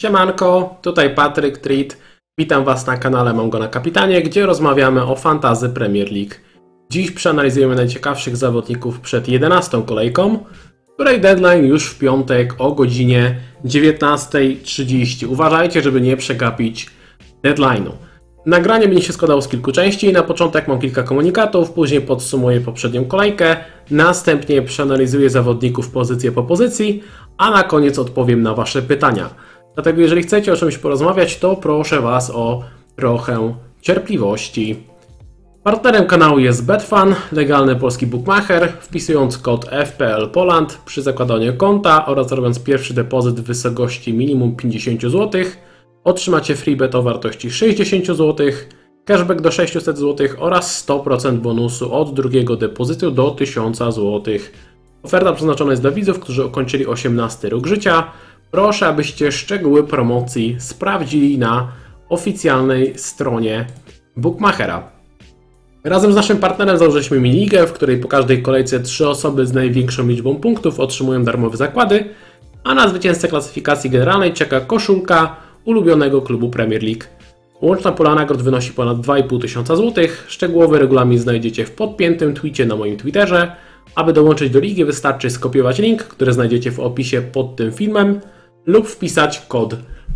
Siemanko, tutaj Patryk Treat. Witam Was na kanale Mam go na kapitanie, gdzie rozmawiamy o Fantasy Premier League. Dziś przeanalizujemy najciekawszych zawodników przed 11 kolejką, której deadline już w piątek o godzinie 19:30. Uważajcie, żeby nie przegapić deadline'u. Nagranie będzie się składało z kilku części. Na początek mam kilka komunikatów, później podsumuję poprzednią kolejkę, następnie przeanalizuję zawodników pozycję po pozycji, a na koniec odpowiem na Wasze pytania. Dlatego jeżeli chcecie o czymś porozmawiać, to proszę Was o trochę cierpliwości. Partnerem kanału jest Betfan, legalny polski bookmacher. Wpisując kod FPL Poland przy zakładaniu konta oraz robiąc pierwszy depozyt w wysokości minimum 50 zł, otrzymacie freebet o wartości 60 zł, cashback do 600 zł oraz 100% bonusu od drugiego depozytu do 1000 zł. Oferta przeznaczona jest dla widzów, którzy ukończyli 18 rok życia. Proszę, abyście szczegóły promocji sprawdzili na oficjalnej stronie bookmachera. Razem z naszym partnerem założyliśmy mini-ligę, w której po każdej kolejce 3 osoby z największą liczbą punktów otrzymują darmowe zakłady, a na zwycięzcę klasyfikacji generalnej czeka koszulka ulubionego klubu Premier League. Łączna pula nagród wynosi ponad 2500 zł. Szczegółowy regulamin znajdziecie w podpiętym tweetie na moim Twitterze. Aby dołączyć do ligi, wystarczy skopiować link, który znajdziecie w opisie pod tym filmem, lub wpisać kod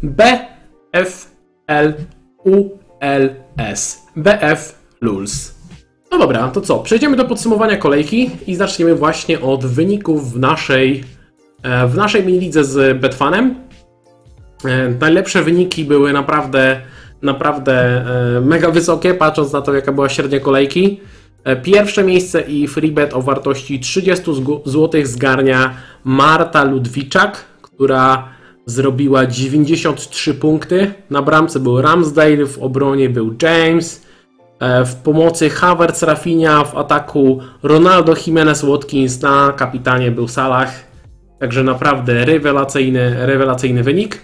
BFLULS. BFLULS. No dobra, to co? Przejdziemy do podsumowania kolejki i zaczniemy właśnie od wyników w naszej mini-lidze z Betfanem. Najlepsze wyniki były naprawdę mega wysokie, patrząc na to, jaka była średnia kolejki. Pierwsze miejsce i freebet o wartości 30 zł zgarnia Marta Ludwiczak, która zrobiła 93 punkty. Na bramce był Ramsdale, w obronie był James, w pomocy Havertz, Rafinha, w ataku Ronaldo, Jimenez, Watkins, na kapitanie był Salah. Także naprawdę rewelacyjny wynik.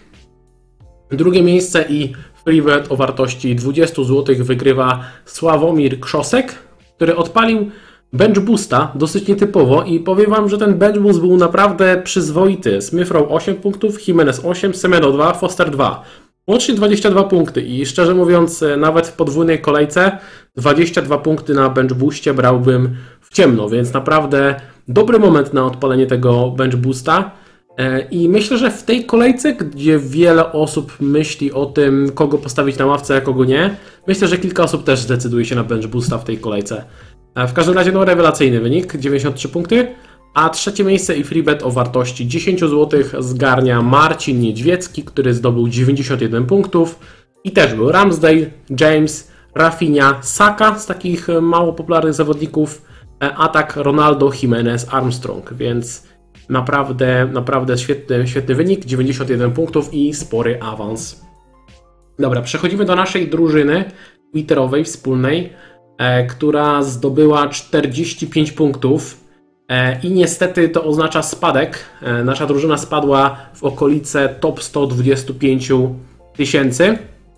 Drugie miejsce i freebet o wartości 20 zł wygrywa Sławomir Krzosek, który odpalił bench boosta dosyć nietypowo i powiem Wam, że ten bench boost był naprawdę przyzwoity. Smith Rowe 8 punktów, Jimenez 8, Semedo 2, Foster 2. Łącznie 22 punkty i szczerze mówiąc nawet w podwójnej kolejce 22 punkty na bench boostie brałbym w ciemno, więc naprawdę dobry moment na odpalenie tego bench boosta. I myślę, że w tej kolejce, gdzie wiele osób myśli o tym, kogo postawić na ławce, a kogo nie, myślę, że kilka osób też zdecyduje się na bench boosta w tej kolejce. W każdym razie rewelacyjny wynik, 93 punkty, a trzecie miejsce i freebet o wartości 10 zł zgarnia Marcin Niedźwiecki, który zdobył 91 punktów i też był Ramsdale, James, Rafinha, Saka z takich mało popularnych zawodników, atak Ronaldo, Jimenez, Armstrong, więc naprawdę świetny wynik, 91 punktów i spory awans. Dobra, przechodzimy do naszej drużyny twitterowej, wspólnej, która zdobyła 45 punktów i niestety to oznacza spadek. Nasza drużyna spadła w okolice top 125 tysięcy.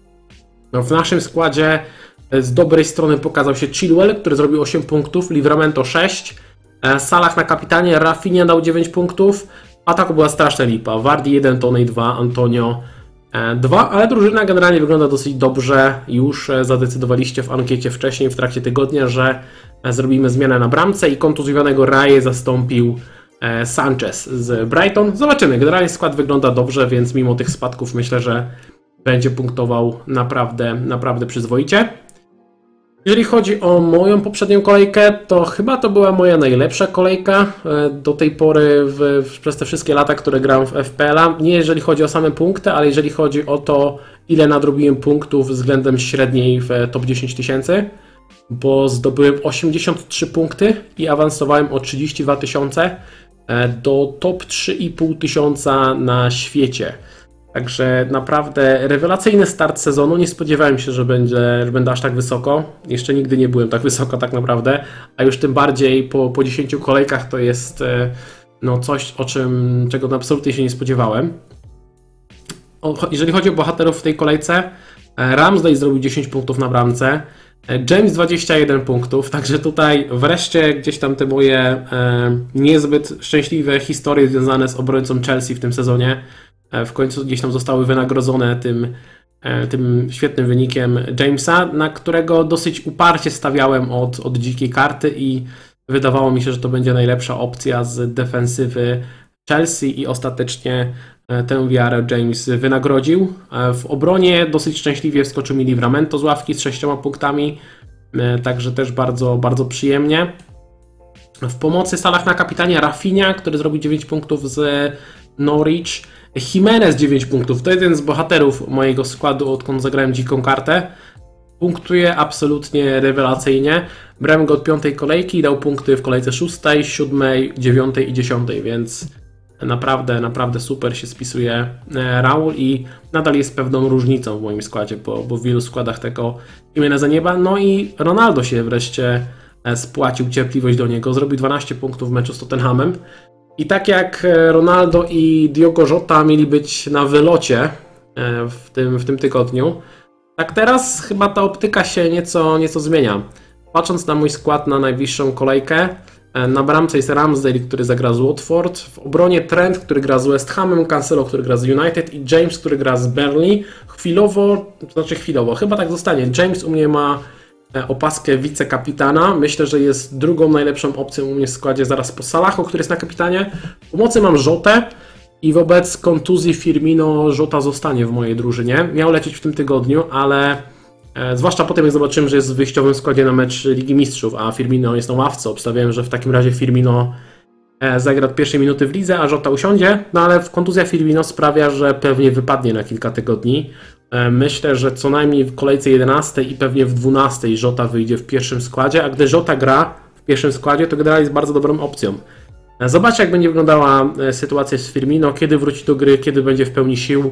W naszym składzie z dobrej strony pokazał się Chilwell, który zrobił 8 punktów, Livramento 6, Salah na kapitanie, Rafinha dał 9 punktów, ataku była straszna lipa, Vardy 1, Toney 2, Antonio 2, ale drużyna generalnie wygląda dosyć dobrze. Już zadecydowaliście w ankiecie wcześniej w trakcie tygodnia, że zrobimy zmianę na bramce i kontuzjowanego Raye zastąpił Sanchez z Brighton. Zobaczymy, generalnie skład wygląda dobrze, więc mimo tych spadków myślę, że będzie punktował naprawdę przyzwoicie. Jeżeli chodzi o moją poprzednią kolejkę, to chyba to była moja najlepsza kolejka do tej pory przez te wszystkie lata, które grałem w FPL-a. Nie jeżeli chodzi o same punkty, ale jeżeli chodzi o to, ile nadrobiłem punktów względem średniej w top 10 tysięcy, bo zdobyłem 83 punkty i awansowałem o 32 tysiące do top 3,5 tysiąca na świecie. Także naprawdę rewelacyjny start sezonu. Nie spodziewałem się, że będę aż tak wysoko. Jeszcze nigdy nie byłem tak wysoko tak naprawdę, a już tym bardziej po 10 kolejkach to jest coś, czego absolutnie się nie spodziewałem. Jeżeli chodzi o bohaterów w tej kolejce, Ramsdale zrobił 10 punktów na bramce, James 21 punktów, także tutaj wreszcie gdzieś tam te moje niezbyt szczęśliwe historie związane z obrońcą Chelsea w tym sezonie w końcu gdzieś tam zostały wynagrodzone tym świetnym wynikiem Jamesa, na którego dosyć uparcie stawiałem od dzikiej karty i wydawało mi się, że to będzie najlepsza opcja z defensywy Chelsea i ostatecznie tę wiarę James wynagrodził. W obronie dosyć szczęśliwie wskoczył mi Livramento z ławki z 6 punktami, także też bardzo, bardzo przyjemnie. W pomocy Salah na kapitanie Rafinha, który zrobił 9 punktów z Norwich. Jimenez 9 punktów, to jeden z bohaterów mojego składu, odkąd zagrałem dziką kartę. Punktuje absolutnie rewelacyjnie. Brałem go od 5. kolejki i dał punkty w kolejce 6, 7, 9 i 10, więc naprawdę, naprawdę super się spisuje Raul i nadal jest pewną różnicą w moim składzie, bo w wielu składach tego Jimeneza nie ma. No i Ronaldo się wreszcie spłacił cierpliwość do niego, zrobił 12 punktów w meczu z Tottenhamem. I tak jak Ronaldo i Diogo Jota mieli być na wylocie w tym tygodniu, tak teraz chyba ta optyka się nieco zmienia. Patrząc na mój skład na najbliższą kolejkę, na bramce jest Ramsdale, który zagra z Watford, w obronie Trent, który gra z West Hamem, Cancelo, który gra z United i James, który gra z Burnley. Chwilowo, chyba tak zostanie. James u mnie ma opaskę wicekapitana. Myślę, że jest drugą najlepszą opcją u mnie w składzie zaraz po Salachu, który jest na kapitanie. W pomocy mam Jotę i wobec kontuzji Firmino Jota zostanie w mojej drużynie. Miał lecieć w tym tygodniu, ale zwłaszcza potem jak zobaczyłem, że jest w wyjściowym składzie na mecz Ligi Mistrzów, a Firmino jest na ławce, obstawiałem, że w takim razie Firmino zagra od pierwszej minuty w lidze, a Jota usiądzie, no ale kontuzja Firmino sprawia, że pewnie wypadnie na kilka tygodni. Myślę, że co najmniej w kolejce 11 i pewnie w 12 Jota wyjdzie w pierwszym składzie, a gdy Jota gra w pierwszym składzie, to generalnie jest bardzo dobrą opcją. Zobaczcie, jak będzie wyglądała sytuacja z Firmino, kiedy wróci do gry, kiedy będzie w pełni sił.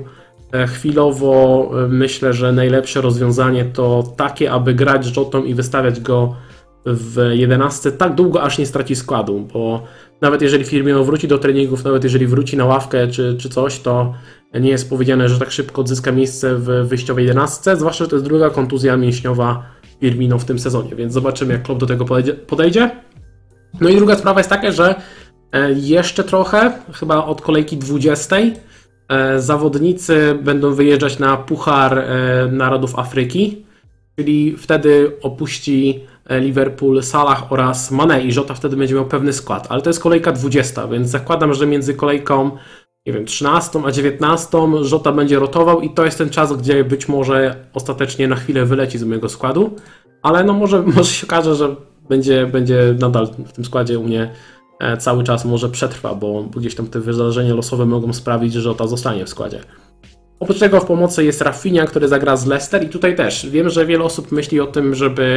Chwilowo myślę, że najlepsze rozwiązanie to takie, aby grać z Jotą i wystawiać go w 11 tak długo, aż nie straci składu, bo nawet jeżeli Firmino wróci do treningów, nawet jeżeli wróci na ławkę czy coś, to nie jest powiedziane, że tak szybko odzyska miejsce w wyjściowej 11, zwłaszcza, że to jest druga kontuzja mięśniowa Firmino w tym sezonie, więc zobaczymy, jak Klopp do tego podejdzie. No i druga sprawa jest taka, że jeszcze trochę, chyba od kolejki 20, zawodnicy będą wyjeżdżać na Puchar Narodów Afryki, czyli wtedy opuści Liverpool Salah oraz Mané i Jota wtedy będzie miał pewny skład, ale to jest kolejka 20, więc zakładam, że między kolejką 13 a 19 Jota będzie rotował i to jest ten czas, gdzie być może ostatecznie na chwilę wyleci z mojego składu, ale no może się okaże, że będzie nadal w tym składzie u mnie cały czas, może przetrwa, bo gdzieś tam te wydarzenia losowe mogą sprawić, że Jota zostanie w składzie. Oprócz tego w pomocy jest Rafinha, który zagra z Leicester i tutaj też wiem, że wiele osób myśli o tym, żeby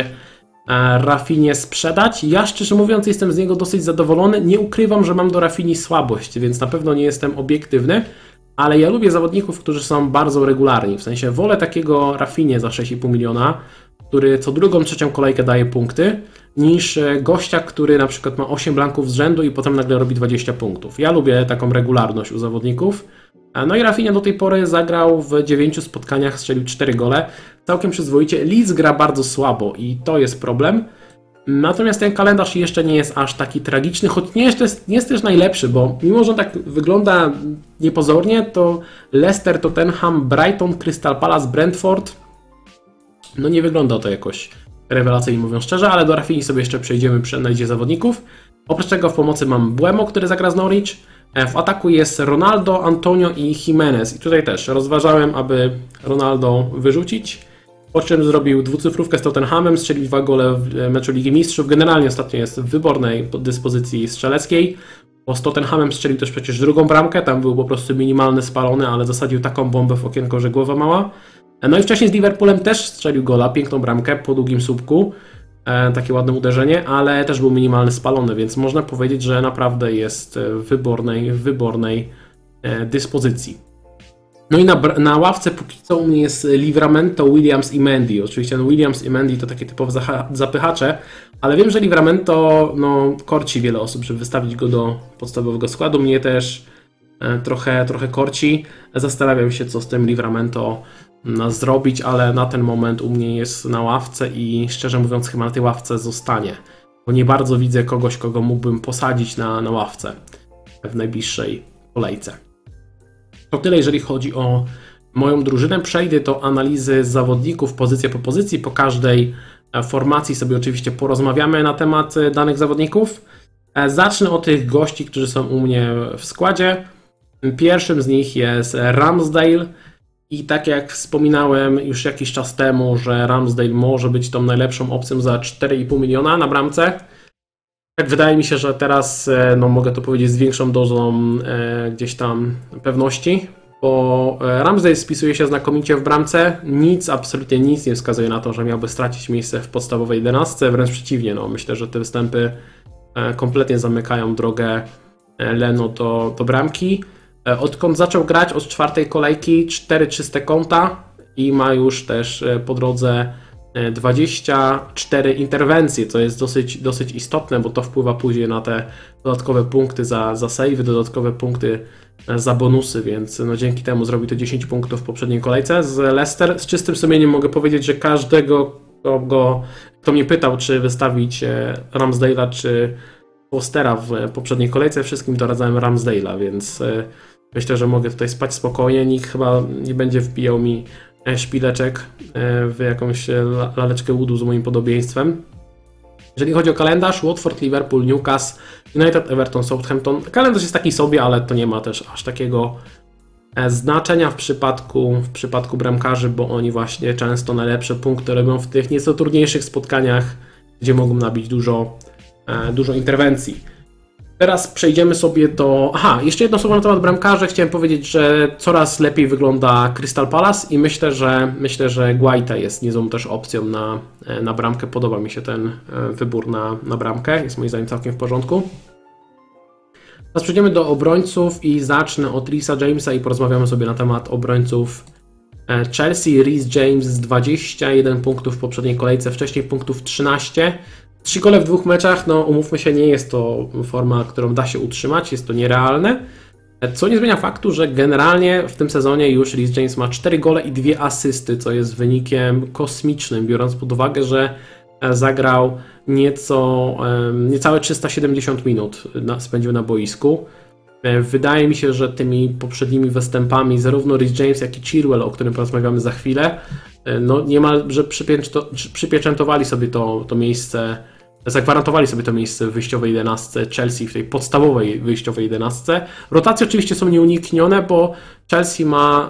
Rafinhę sprzedać. Ja szczerze mówiąc jestem z niego dosyć zadowolony. Nie ukrywam, że mam do Rafinhi słabość, więc na pewno nie jestem obiektywny, ale ja lubię zawodników, którzy są bardzo regularni. W sensie wolę takiego Rafinhę za 6,5 miliona, który co drugą, trzecią kolejkę daje punkty, niż gościa, który na przykład ma 8 blanków z rzędu i potem nagle robi 20 punktów. Ja lubię taką regularność u zawodników. No i Rafinha do tej pory zagrał w 9 spotkaniach, strzelił 4 gole. Całkiem przyzwoicie. Leeds gra bardzo słabo i to jest problem. Natomiast ten kalendarz jeszcze nie jest aż taki tragiczny, choć nie jest też najlepszy, bo mimo, że tak wygląda niepozornie, to Leicester, Tottenham, Brighton, Crystal Palace, Brentford, no nie wygląda to jakoś rewelacyjnie, mówiąc szczerze, ale do Rafinhi sobie jeszcze przejdziemy przy analizie zawodników. Oprócz tego w pomocy mam Buemo, który zagra z Norwich. W ataku jest Ronaldo, Antonio i Jimenez. I tutaj też rozważałem, aby Ronaldo wyrzucić, po czym zrobił dwucyfrówkę z Tottenhamem, strzelił 2 gole w meczu Ligi Mistrzów. Generalnie ostatnio jest w wybornej dyspozycji strzeleckiej, bo z Tottenhamem strzelił też przecież drugą bramkę, tam był po prostu minimalny spalony, ale zasadził taką bombę w okienko, że głowa mała. No i wcześniej z Liverpoolem też strzelił gola, piękną bramkę po długim słupku, takie ładne uderzenie, ale też był minimalny spalony, więc można powiedzieć, że naprawdę jest w wybornej dyspozycji. No i na ławce póki co u mnie jest Livramento, Williams i Mendy. Oczywiście Williams i Mendy to takie typowe zapychacze, ale wiem, że Livramento korci wiele osób, żeby wystawić go do podstawowego składu. Mnie też trochę korci. Zastanawiam się, co z tym Livramento zrobić, ale na ten moment u mnie jest na ławce i szczerze mówiąc chyba na tej ławce zostanie, bo nie bardzo widzę kogoś, kogo mógłbym posadzić na ławce w najbliższej kolejce. To tyle, jeżeli chodzi o moją drużynę. Przejdę do analizy zawodników pozycja po pozycji. Po każdej formacji sobie oczywiście porozmawiamy na temat danych zawodników. Zacznę od tych gości, którzy są u mnie w składzie. Pierwszym z nich jest Ramsdale i tak jak wspominałem już jakiś czas temu, że Ramsdale może być tą najlepszą opcją za 4,5 miliona na bramce. Tak wydaje mi się, że teraz mogę to powiedzieć z większą dozą gdzieś tam pewności, bo Ramsdale spisuje się znakomicie w bramce. Absolutnie nic nie wskazuje na to, że miałby stracić miejsce w podstawowej 11, wręcz przeciwnie. Myślę, że te występy kompletnie zamykają drogę Leno do bramki. Odkąd zaczął grać od 4. kolejki 4 czyste konta i ma już też po drodze 24 interwencje, co jest dosyć istotne, bo to wpływa później na te dodatkowe punkty za save, dodatkowe punkty za bonusy, więc dzięki temu zrobił to 10 punktów w poprzedniej kolejce. Z Leicester z czystym sumieniem mogę powiedzieć, że każdego, kto mnie pytał, czy wystawić Ramsdale'a czy Fostera w poprzedniej kolejce, wszystkim doradzałem Ramsdale'a, więc myślę, że mogę tutaj spać spokojnie. Nikt chyba nie będzie wbijał mi szpileczek w jakąś laleczkę łudu z moim podobieństwem. Jeżeli chodzi o kalendarz, Watford, Liverpool, Newcastle, United, Everton, Southampton. Kalendarz jest taki sobie, ale to nie ma też aż takiego znaczenia w przypadku bramkarzy, bo oni właśnie często najlepsze punkty robią w tych nieco trudniejszych spotkaniach, gdzie mogą nabić dużo interwencji. Teraz przejdziemy sobie do... jeszcze jedno słowo na temat bramkarzy. Chciałem powiedzieć, że coraz lepiej wygląda Crystal Palace i myślę, że Guaita jest niezłą też opcją na bramkę. Podoba mi się ten wybór na bramkę. Jest moim zdaniem całkiem w porządku. Teraz przejdziemy do obrońców i zacznę od Reesa Jamesa i porozmawiamy sobie na temat obrońców Chelsea. Reece James 21 punktów w poprzedniej kolejce, wcześniej punktów 13. 3 gole w 2 meczach, umówmy się, nie jest to forma, którą da się utrzymać, jest to nierealne. Co nie zmienia faktu, że generalnie w tym sezonie już Reece James ma 4 gole i 2 asysty, co jest wynikiem kosmicznym, biorąc pod uwagę, że zagrał niecałe 370 minut spędził na boisku. Wydaje mi się, że tymi poprzednimi występami zarówno Reece James, jak i Chilwell, o którym porozmawiamy za chwilę, niemalże przypieczętowali sobie to miejsce, zagwarantowali sobie to miejsce w wyjściowej 11 Chelsea, w tej podstawowej wyjściowej 11. Rotacje oczywiście są nieuniknione, bo Chelsea ma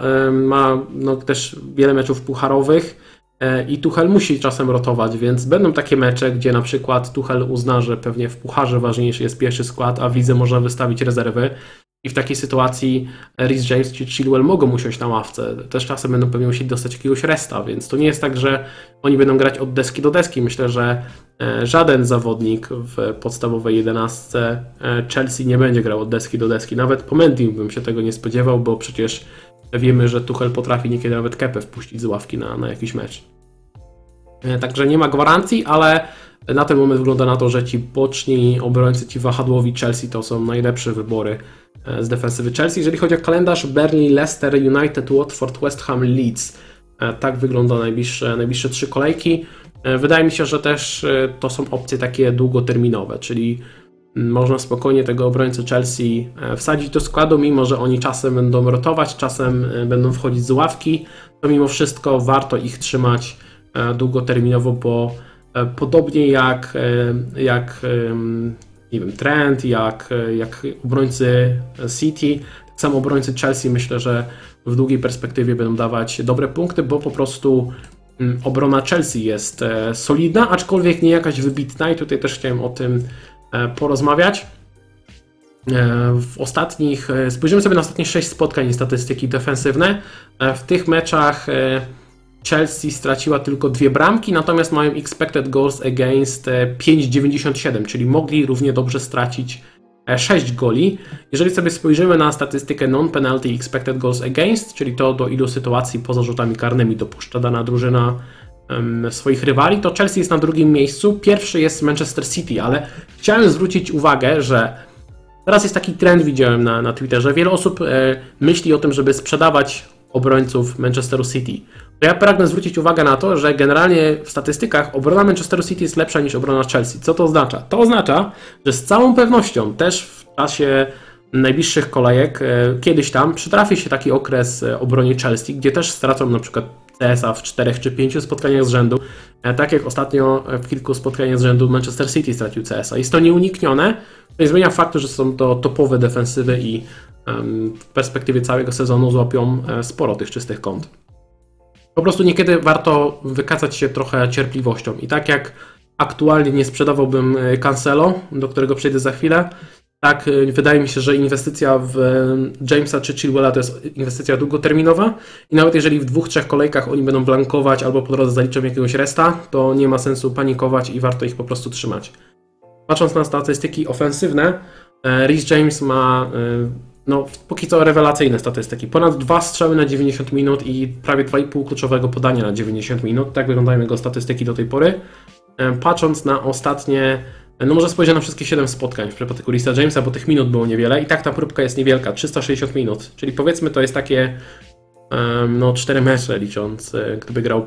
też wiele meczów pucharowych i Tuchel musi czasem rotować, więc będą takie mecze, gdzie na przykład Tuchel uzna, że pewnie w pucharze ważniejszy jest pierwszy skład, a w lidze można wystawić rezerwy. I w takiej sytuacji Reece James czy Chilwell mogą usiąść na ławce. Też czasem będą pewnie musieli dostać jakiegoś resta, więc to nie jest tak, że oni będą grać od deski do deski. Myślę, że żaden zawodnik w podstawowej 11 Chelsea nie będzie grał od deski do deski. Nawet po Mendy bym się tego nie spodziewał, bo przecież wiemy, że Tuchel potrafi niekiedy nawet Kepę wpuścić z ławki na jakiś mecz. Także nie ma gwarancji, ale na ten moment wygląda na to, że ci boczni obrońcy, ci wahadłowi Chelsea to są najlepsze wybory z defensywy Chelsea. Jeżeli chodzi o kalendarz, Burnley, Leicester, United, Watford, West Ham, Leeds. Tak wygląda najbliższe 3 kolejki. Wydaje mi się, że też to są opcje takie długoterminowe, czyli można spokojnie tego obrońcę Chelsea wsadzić do składu, mimo że oni czasem będą rotować, czasem będą wchodzić z ławki, to mimo wszystko warto ich trzymać długoterminowo, bo podobnie jak nie wiem, Trent, jak obrońcy City, tak samo obrońcy Chelsea myślę, że w długiej perspektywie będą dawać dobre punkty, bo po prostu obrona Chelsea jest solidna, aczkolwiek nie jakaś wybitna i tutaj też chciałem o tym porozmawiać. Spojrzymy sobie na ostatnie 6 spotkań i statystyki defensywne. W tych meczach Chelsea straciła tylko 2 bramki, natomiast mają expected goals against 5,97, czyli mogli równie dobrze stracić 6 goli. Jeżeli sobie spojrzymy na statystykę non-penalty expected goals against, czyli to do ilu sytuacji poza rzutami karnymi dopuszcza dana drużyna swoich rywali, to Chelsea jest na drugim miejscu. Pierwszy jest Manchester City, ale chciałem zwrócić uwagę, że teraz jest taki trend, widziałem na Twitterze, wiele osób myśli o tym, żeby sprzedawać obrońców Manchesteru City. To ja pragnę zwrócić uwagę na to, że generalnie w statystykach obrona Manchesteru City jest lepsza niż obrona Chelsea. Co to oznacza? To oznacza, że z całą pewnością też w czasie najbliższych kolejek, kiedyś tam przytrafi się taki okres obronie Chelsea, gdzie też stracą na przykład CS-a w 4 czy 5 spotkaniach z rzędu, tak jak ostatnio w kilku spotkaniach z rzędu Manchester City stracił CS-a. Jest to nieuniknione, to nie zmienia faktu, że są to topowe defensywy i w perspektywie całego sezonu złapią sporo tych czystych kąt. Po prostu niekiedy warto wykazać się trochę cierpliwością i tak jak aktualnie nie sprzedawałbym Cancelo, do którego przejdę za chwilę, tak wydaje mi się, że inwestycja w Jamesa czy Chilwella to jest inwestycja długoterminowa i nawet jeżeli w 2-3 kolejkach oni będą blankować albo po drodze zaliczą jakiegoś resta, to nie ma sensu panikować i warto ich po prostu trzymać. Patrząc na statystyki ofensywne, Reece James ma póki co rewelacyjne statystyki. Ponad 2 strzały na 90 minut i prawie 2,5 kluczowego podania na 90 minut. Tak wyglądają jego statystyki do tej pory. Patrząc na ostatnie, może spojrzę na wszystkie 7 spotkań w przypadku Reece'a Jamesa, bo tych minut było niewiele i tak ta próbka jest niewielka, 360 minut. Czyli powiedzmy to jest takie 4 mecze licząc, gdyby grał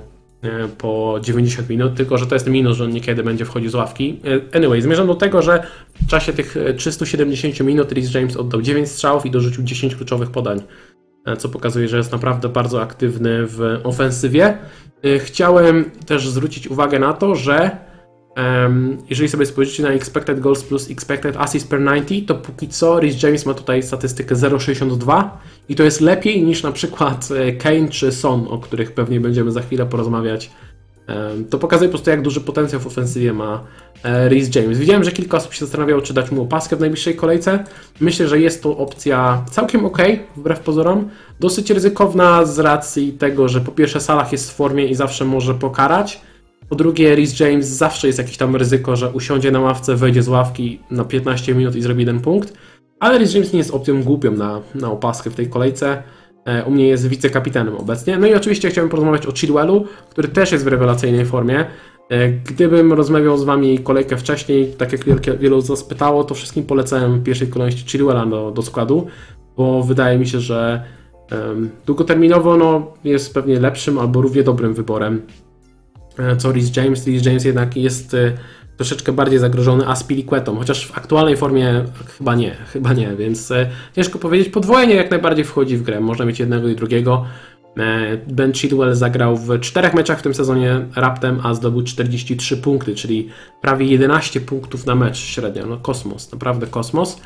po 90 minut, tylko że to jest minus, że on niekiedy będzie wchodził z ławki. Anyway, zmierzam do tego, że w czasie tych 370 minut Reece James oddał 9 strzałów i dorzucił 10 kluczowych podań, co pokazuje, że jest naprawdę bardzo aktywny w ofensywie. Chciałem też zwrócić uwagę na to, że jeżeli sobie spojrzycie na expected goals plus expected assists per 90, to póki co Reece James ma tutaj statystykę 0,62 i to jest lepiej niż na przykład Kane czy Son, o których pewnie będziemy za chwilę porozmawiać. To pokazuje po prostu, jak duży potencjał w ofensywie ma Reece James. Widziałem, że kilka osób się zastanawiało, czy dać mu opaskę w najbliższej kolejce. Myślę, że jest to opcja całkiem ok, wbrew pozorom. Dosyć ryzykowna z racji tego, że po pierwsze Salah jest w formie i zawsze może pokarać. Po drugie, Reece James zawsze jest jakieś tam ryzyko, że usiądzie na ławce, wejdzie z ławki na 15 minut i zrobi 1 punkt. Ale Reece James nie jest opcją głupią na opaskę w tej kolejce. U mnie jest wicekapitanem obecnie. No i oczywiście chciałem porozmawiać o Chilwellu, który też jest w rewelacyjnej formie. Gdybym rozmawiał z Wami kolejkę wcześniej, tak jak wielu z Was pytało, to wszystkim polecałem w pierwszej kolejności Chilwella do składu, bo wydaje mi się, że długoterminowo jest pewnie lepszym albo równie dobrym wyborem co Reece James. Reece James jednak jest troszeczkę bardziej zagrożony Azpilicuetą, chociaż w aktualnej formie chyba nie, więc ciężko powiedzieć. Podwojenie jak najbardziej wchodzi w grę, można mieć jednego i drugiego. Ben Chilwell zagrał w 4 meczach w tym sezonie raptem, a zdobył 43 punkty, czyli prawie 11 punktów na mecz średnio. No kosmos, naprawdę kosmos.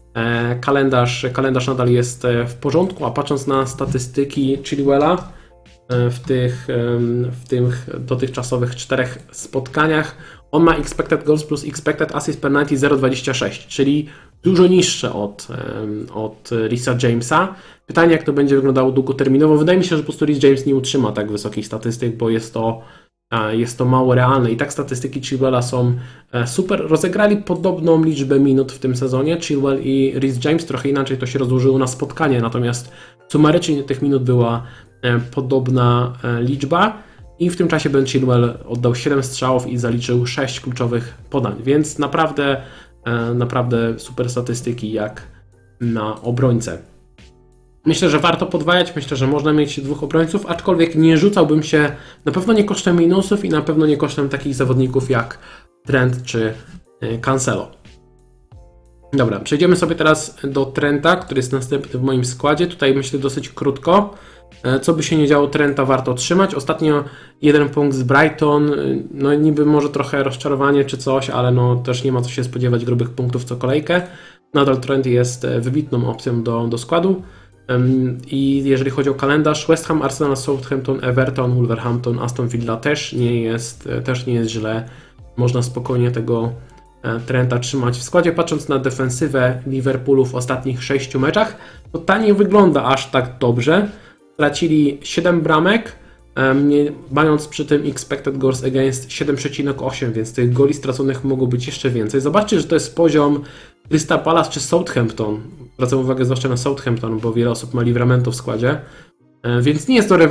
Kalendarz nadal jest w porządku, a patrząc na statystyki Chilwella w tych dotychczasowych 4 spotkaniach, on ma expected goals plus expected assist per 90 0,26, czyli dużo niższe od Reece'a Jamesa. Pytanie, jak to będzie wyglądało długoterminowo. Wydaje mi się, że po prostu Reece James nie utrzyma tak wysokich statystyk, bo jest to mało realne. I tak statystyki Chilwella są super. Rozegrali podobną liczbę minut w tym sezonie. Chilwell i Reece James, trochę inaczej to się rozłożyło na spotkanie, natomiast sumarycznie tych minut była podobna liczba. I w tym czasie Ben Chilwell oddał 7 strzałów i zaliczył 6 kluczowych podań, więc naprawdę super statystyki jak na obrońcę. Myślę, że warto podwajać, myślę, że można mieć 2 obrońców, aczkolwiek nie rzucałbym się na pewno nie kosztem minusów i na pewno nie kosztem takich zawodników jak Trent czy Cancelo. Dobra, przejdziemy sobie teraz do Trenta, który jest następny w moim składzie. Tutaj myślę dosyć krótko. Co by się nie działo, Trenta warto trzymać. Ostatnio 1 punkt z Brighton, no niby może trochę rozczarowanie czy coś, ale no też nie ma co się spodziewać grubych punktów co kolejkę. Nadal Trent jest wybitną opcją do składu. I jeżeli chodzi o kalendarz, West Ham, Arsenal, Southampton, Everton, Wolverhampton, Aston Villa też nie jest źle. Można spokojnie tego Trenta trzymać w składzie. Patrząc na defensywę Liverpoolu w ostatnich 6 meczach, to ta nie wygląda aż tak dobrze. Stracili 7 bramek, mając przy tym expected goals against 7,8, więc tych goli straconych mogło być jeszcze więcej. Zobaczcie, że to jest poziom Crystal Palace czy Southampton. Zwracam uwagę zwłaszcza na Southampton, bo wiele osób ma Livramento w składzie. Więc nie jest to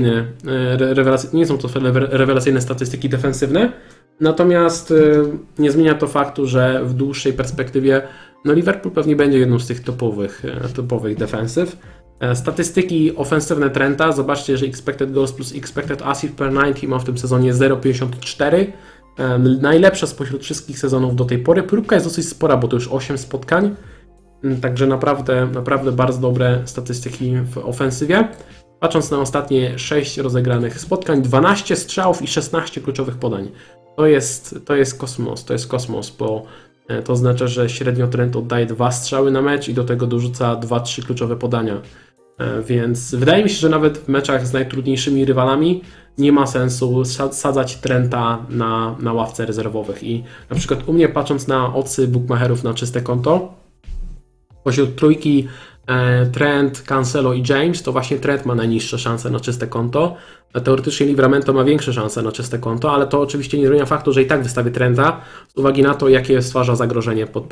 nie są to rewelacyjne statystyki defensywne. Natomiast nie zmienia to faktu, że w dłuższej perspektywie Liverpool pewnie będzie jedną z tych topowych defensyw. Statystyki ofensywne Trenta, zobaczcie, że expected goals plus expected assist per 90 ma w tym sezonie 0,54. Najlepsza spośród wszystkich sezonów do tej pory. Próbka jest dosyć spora, bo to już 8 spotkań. Także naprawdę bardzo dobre statystyki w ofensywie. Patrząc na ostatnie 6 rozegranych spotkań, 12 strzałów i 16 kluczowych podań. To jest kosmos, bo to oznacza, że średnio Trent oddaje 2 strzały na mecz i do tego dorzuca 2-3 kluczowe podania. Więc wydaje mi się, że nawet w meczach z najtrudniejszymi rywalami nie ma sensu sadzać Trenta na ławce rezerwowych. I na przykład u mnie, patrząc na oddsy bookmacherów na czyste konto, pośród trójki Trent, Cancelo i James, to właśnie Trent ma najniższe szanse na czyste konto. Teoretycznie Livramento ma większe szanse na czyste konto, ale to oczywiście nie zmienia faktu, że i tak wystawię Trenta z uwagi na to, jakie stwarza zagrożenie pod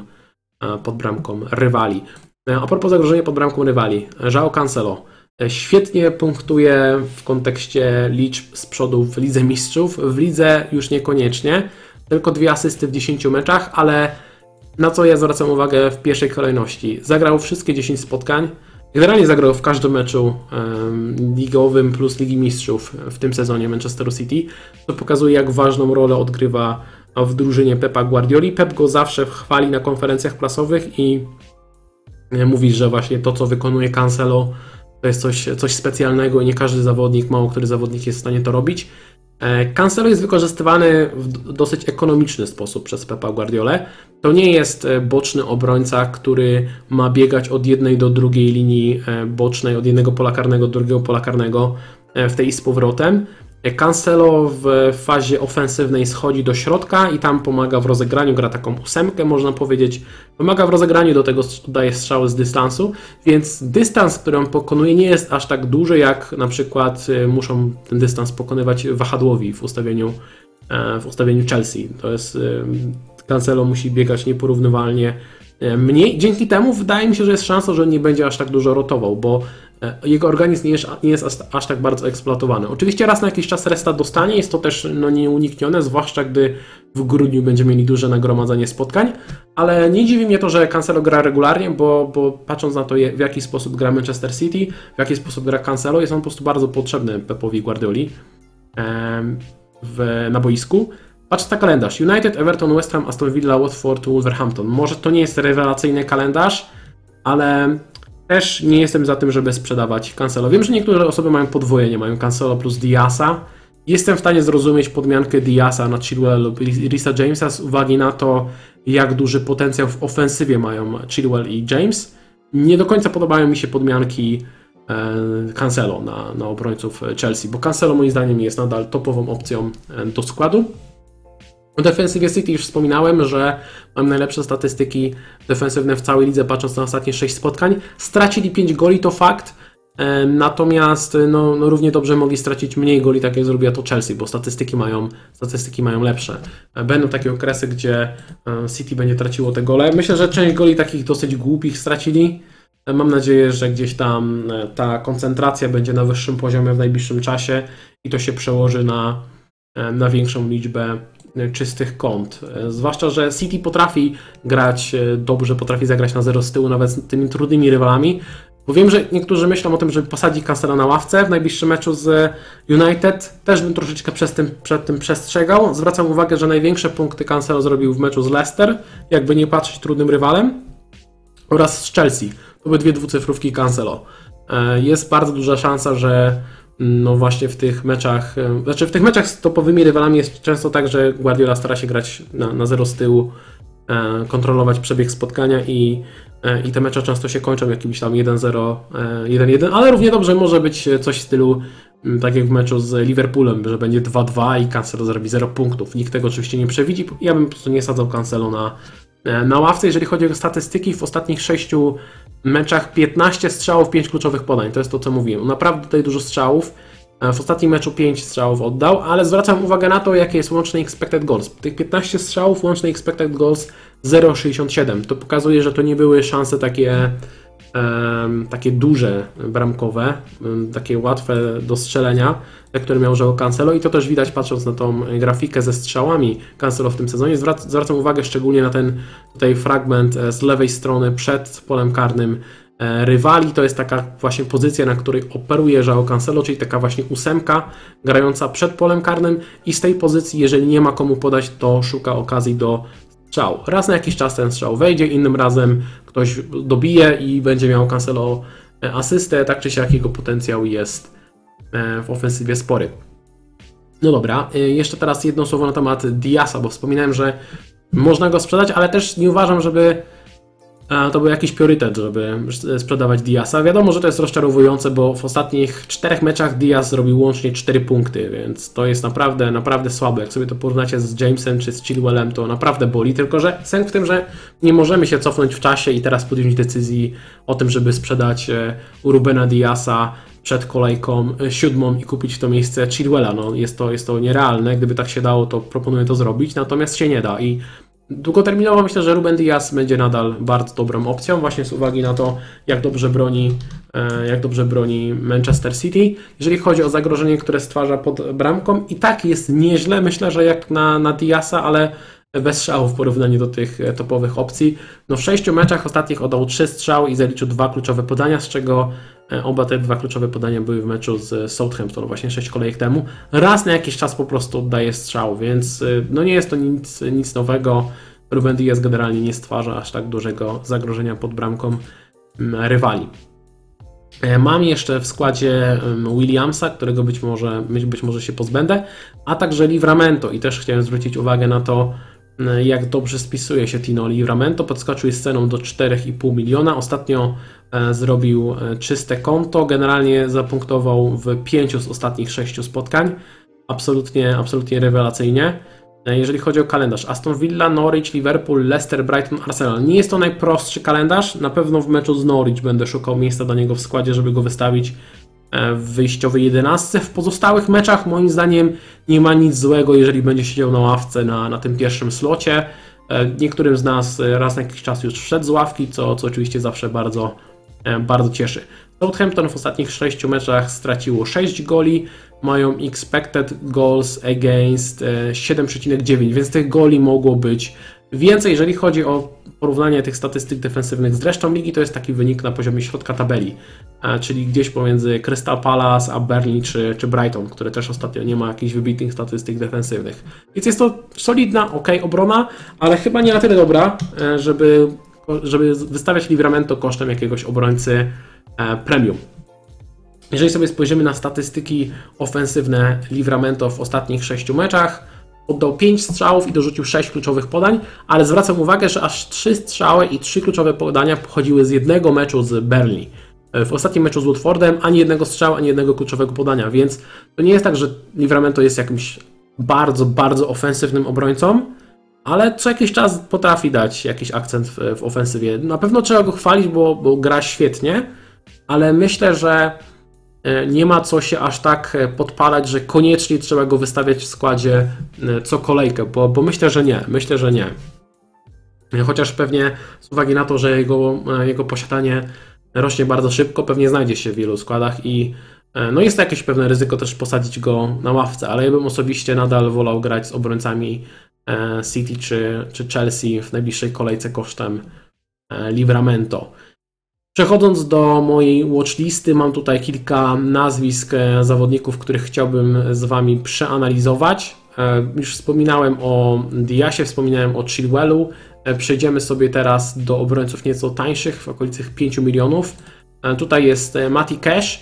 bramką rywali. A propos zagrożenia pod bramką rywali, João Cancelo świetnie punktuje w kontekście liczb z przodu w Lidze Mistrzów, w lidze już niekoniecznie, tylko 2 asysty w 10 meczach, ale na co ja zwracam uwagę w pierwszej kolejności? Zagrał wszystkie 10 spotkań, generalnie zagrał w każdym meczu ligowym plus Ligi Mistrzów w tym sezonie Manchesteru City, to pokazuje, jak ważną rolę odgrywa w drużynie Pepa Guardioli. Pep go zawsze chwali na konferencjach prasowych i mówi, że właśnie to, co wykonuje Cancelo, to jest coś specjalnego i nie każdy zawodnik, mało który zawodnik jest w stanie to robić. Cancelo jest wykorzystywany w dosyć ekonomiczny sposób przez Pepa Guardiolę. To nie jest boczny obrońca, który ma biegać od jednej do drugiej linii bocznej, od jednego pola karnego do drugiego pola karnego w tej i z powrotem. Cancelo w fazie ofensywnej schodzi do środka i tam pomaga w rozegraniu, gra taką 8, można powiedzieć. Pomaga w rozegraniu, do tego daje strzały z dystansu, więc dystans, który on pokonuje, nie jest aż tak duży, jak na przykład muszą ten dystans pokonywać wahadłowi w ustawieniu Chelsea. To jest Cancelo musi biegać nieporównywalnie mniej. Dzięki temu wydaje mi się, że jest szansa, że nie będzie aż tak dużo rotował, bo jego organizm nie jest aż tak bardzo eksploatowany. Oczywiście raz na jakiś czas resta dostanie, jest to też nieuniknione, zwłaszcza gdy w grudniu będziemy mieli duże nagromadzenie spotkań, ale nie dziwi mnie to, że Cancelo gra regularnie, bo patrząc na to, w jaki sposób gra Manchester City, w jaki sposób gra Cancelo, jest on po prostu bardzo potrzebny Pepowi Guardioli na boisku. Patrz na kalendarz. United, Everton, West Ham, Aston Villa, Watford, Wolverhampton. Może to nie jest rewelacyjny kalendarz, ale też nie jestem za tym, żeby sprzedawać Cancelo. Wiem, że niektóre osoby mają podwojenie, mają Cancelo plus Diasa. Jestem w stanie zrozumieć podmiankę Diasa na Chilwell lub Reesa Jamesa z uwagi na to, jak duży potencjał w ofensywie mają Chilwell i James. Nie do końca podobają mi się podmianki Cancelo na obrońców Chelsea, bo Cancelo moim zdaniem jest nadal topową opcją do składu. W defensywie City już wspominałem, że mam najlepsze statystyki defensywne w całej lidze, patrząc na ostatnie 6 spotkań. Stracili 5 goli, to fakt, natomiast równie dobrze mogli stracić mniej goli, tak jak zrobiła to Chelsea, bo statystyki mają lepsze. Będą takie okresy, gdzie City będzie traciło te gole. Myślę, że część goli takich dosyć głupich stracili. Mam nadzieję, że gdzieś tam ta koncentracja będzie na wyższym poziomie w najbliższym czasie i to się przełoży na większą liczbę czystych kąt. Zwłaszcza, że City potrafi grać dobrze, potrafi zagrać na 0 z tyłu nawet z tymi trudnymi rywalami. Bo wiem, że niektórzy myślą o tym, żeby posadzić Cancela na ławce w najbliższym meczu z United. Też bym troszeczkę przed tym przestrzegał. Zwracam uwagę, że największe punkty Cancelo zrobił w meczu z Leicester, jakby nie patrzeć trudnym rywalem, oraz z Chelsea. To były 2 dwucyfrówki Cancelo. Jest bardzo duża szansa, że właśnie w tych meczach z topowymi rywalami jest często tak, że Guardiola stara się grać na 0 z tyłu, kontrolować przebieg spotkania i te mecze często się kończą jakimś tam 1-0, 1-1, ale równie dobrze może być coś w stylu tak jak w meczu z Liverpoolem, że będzie 2-2 i Cancelo zrobi 0 punktów. Nikt tego oczywiście nie przewidzi. Ja bym po prostu nie sadzał Cancelo na ławce. Jeżeli chodzi o statystyki, w ostatnich 6 meczach 15 strzałów, 5 kluczowych podań. To jest to, co mówiłem. Naprawdę tutaj dużo strzałów. W ostatnim meczu 5 strzałów oddał, ale zwracam uwagę na to, jakie jest łączny expected goals. Tych 15 strzałów, łączny expected goals 0,67. To pokazuje, że to nie były szanse takie duże bramkowe, takie łatwe do strzelenia, które miał João Cancelo i to też widać patrząc na tą grafikę ze strzałami Cancelo w tym sezonie. Zwracam uwagę szczególnie na ten tutaj fragment z lewej strony przed polem karnym rywali. To jest taka właśnie pozycja, na której operuje João Cancelo, czyli taka właśnie 8 grająca przed polem karnym i z tej pozycji, jeżeli nie ma komu podać, to szuka okazji do strzał. Raz na jakiś czas ten strzał wejdzie, innym razem ktoś dobije i będzie miał Cancelo asystę. Tak czy siak jego potencjał jest w ofensywie spory. No dobra, jeszcze teraz jedno słowo na temat Diasa, bo wspominałem, że można go sprzedać, ale też nie uważam, żeby to był jakiś priorytet, żeby sprzedawać Diasa. Wiadomo, że to jest rozczarowujące, bo w ostatnich 4 meczach Dias zrobił łącznie 4 punkty, więc to jest naprawdę, naprawdę słabe. Jak sobie to porównacie z Jamesem czy z Chilwellem, to naprawdę boli, tylko że sęk w tym, że nie możemy się cofnąć w czasie i teraz podjąć decyzji o tym, żeby sprzedać Rubena Diasa przed kolejką 7 i kupić w to miejsce Chilwella. No, jest to nierealne. Gdyby tak się dało, to proponuję to zrobić, natomiast się nie da. I długoterminowo myślę, że Ruben Dias będzie nadal bardzo dobrą opcją, właśnie z uwagi na to, jak dobrze broni Manchester City. Jeżeli chodzi o zagrożenie, które stwarza pod bramką, i tak jest nieźle, myślę, że jak na Diasa, ale bez strzału w porównaniu do tych topowych opcji. No w 6 meczach ostatnich oddał 3 strzały i zaliczył 2 kluczowe podania, z czego oba te 2 kluczowe podania były w meczu z Southampton właśnie 6 kolejek temu. Raz na jakiś czas po prostu oddaje strzał, więc no nie jest to nic nowego. Ruben Dias generalnie nie stwarza aż tak dużego zagrożenia pod bramką rywali. Mam jeszcze w składzie Williamsa, którego być może się pozbędę, a także Livramento i też chciałem zwrócić uwagę na to, jak dobrze spisuje się Tino Livramento. Podskoczył z ceną do 4,5 miliona. Ostatnio zrobił czyste konto. Generalnie zapunktował w 5 z ostatnich 6 spotkań. Absolutnie rewelacyjnie. Jeżeli chodzi o kalendarz, Aston Villa, Norwich, Liverpool, Leicester, Brighton, Arsenal. Nie jest to najprostszy kalendarz. Na pewno w meczu z Norwich będę szukał miejsca dla niego w składzie, żeby go wystawić w wyjściowej 11. W pozostałych meczach moim zdaniem nie ma nic złego, jeżeli będzie siedział na ławce na tym pierwszym slocie. Niektórym z nas raz na jakiś czas już wszedł z ławki, co oczywiście zawsze bardzo cieszy. Southampton w ostatnich 6 meczach straciło 6 goli, mają expected goals against 7,9, więc tych goli mogło być więcej. Jeżeli chodzi o porównanie tych statystyk defensywnych z resztą ligi, to jest taki wynik na poziomie środka tabeli, czyli gdzieś pomiędzy Crystal Palace a Burnley czy Brighton, które też ostatnio nie ma jakichś wybitnych statystyk defensywnych. Więc jest to solidna, obrona, ale chyba nie na tyle dobra, żeby wystawiać Livramento kosztem jakiegoś obrońcy premium. Jeżeli sobie spojrzymy na statystyki ofensywne Livramento w ostatnich 6 meczach, oddał 5 strzałów i dorzucił 6 kluczowych podań, ale zwracam uwagę, że aż 3 strzały i 3 kluczowe podania pochodziły z jednego meczu z Burnley. W ostatnim meczu z Watfordem ani jednego strzału, ani jednego kluczowego podania, więc to nie jest tak, że Livramento jest jakimś bardzo ofensywnym obrońcą, ale co jakiś czas potrafi dać jakiś akcent w ofensywie. Na pewno trzeba go chwalić, bo gra świetnie, ale myślę, że nie ma co się aż tak podpalać, że koniecznie trzeba go wystawiać w składzie co kolejkę, bo myślę, że nie. Chociaż pewnie z uwagi na to, że jego posiadanie rośnie bardzo szybko, pewnie znajdzie się w wielu składach i no jest to jakieś pewne ryzyko też posadzić go na ławce, ale ja bym osobiście nadal wolał grać z obrońcami City czy Chelsea w najbliższej kolejce kosztem Livramento. Przechodząc do mojej watchlisty, mam tutaj kilka nazwisk zawodników, których chciałbym z Wami przeanalizować. Już wspominałem o Diasie, wspominałem o Chilwellu. Przejdziemy sobie teraz do obrońców nieco tańszych, w okolicach 5 milionów. Tutaj jest Matty Cash,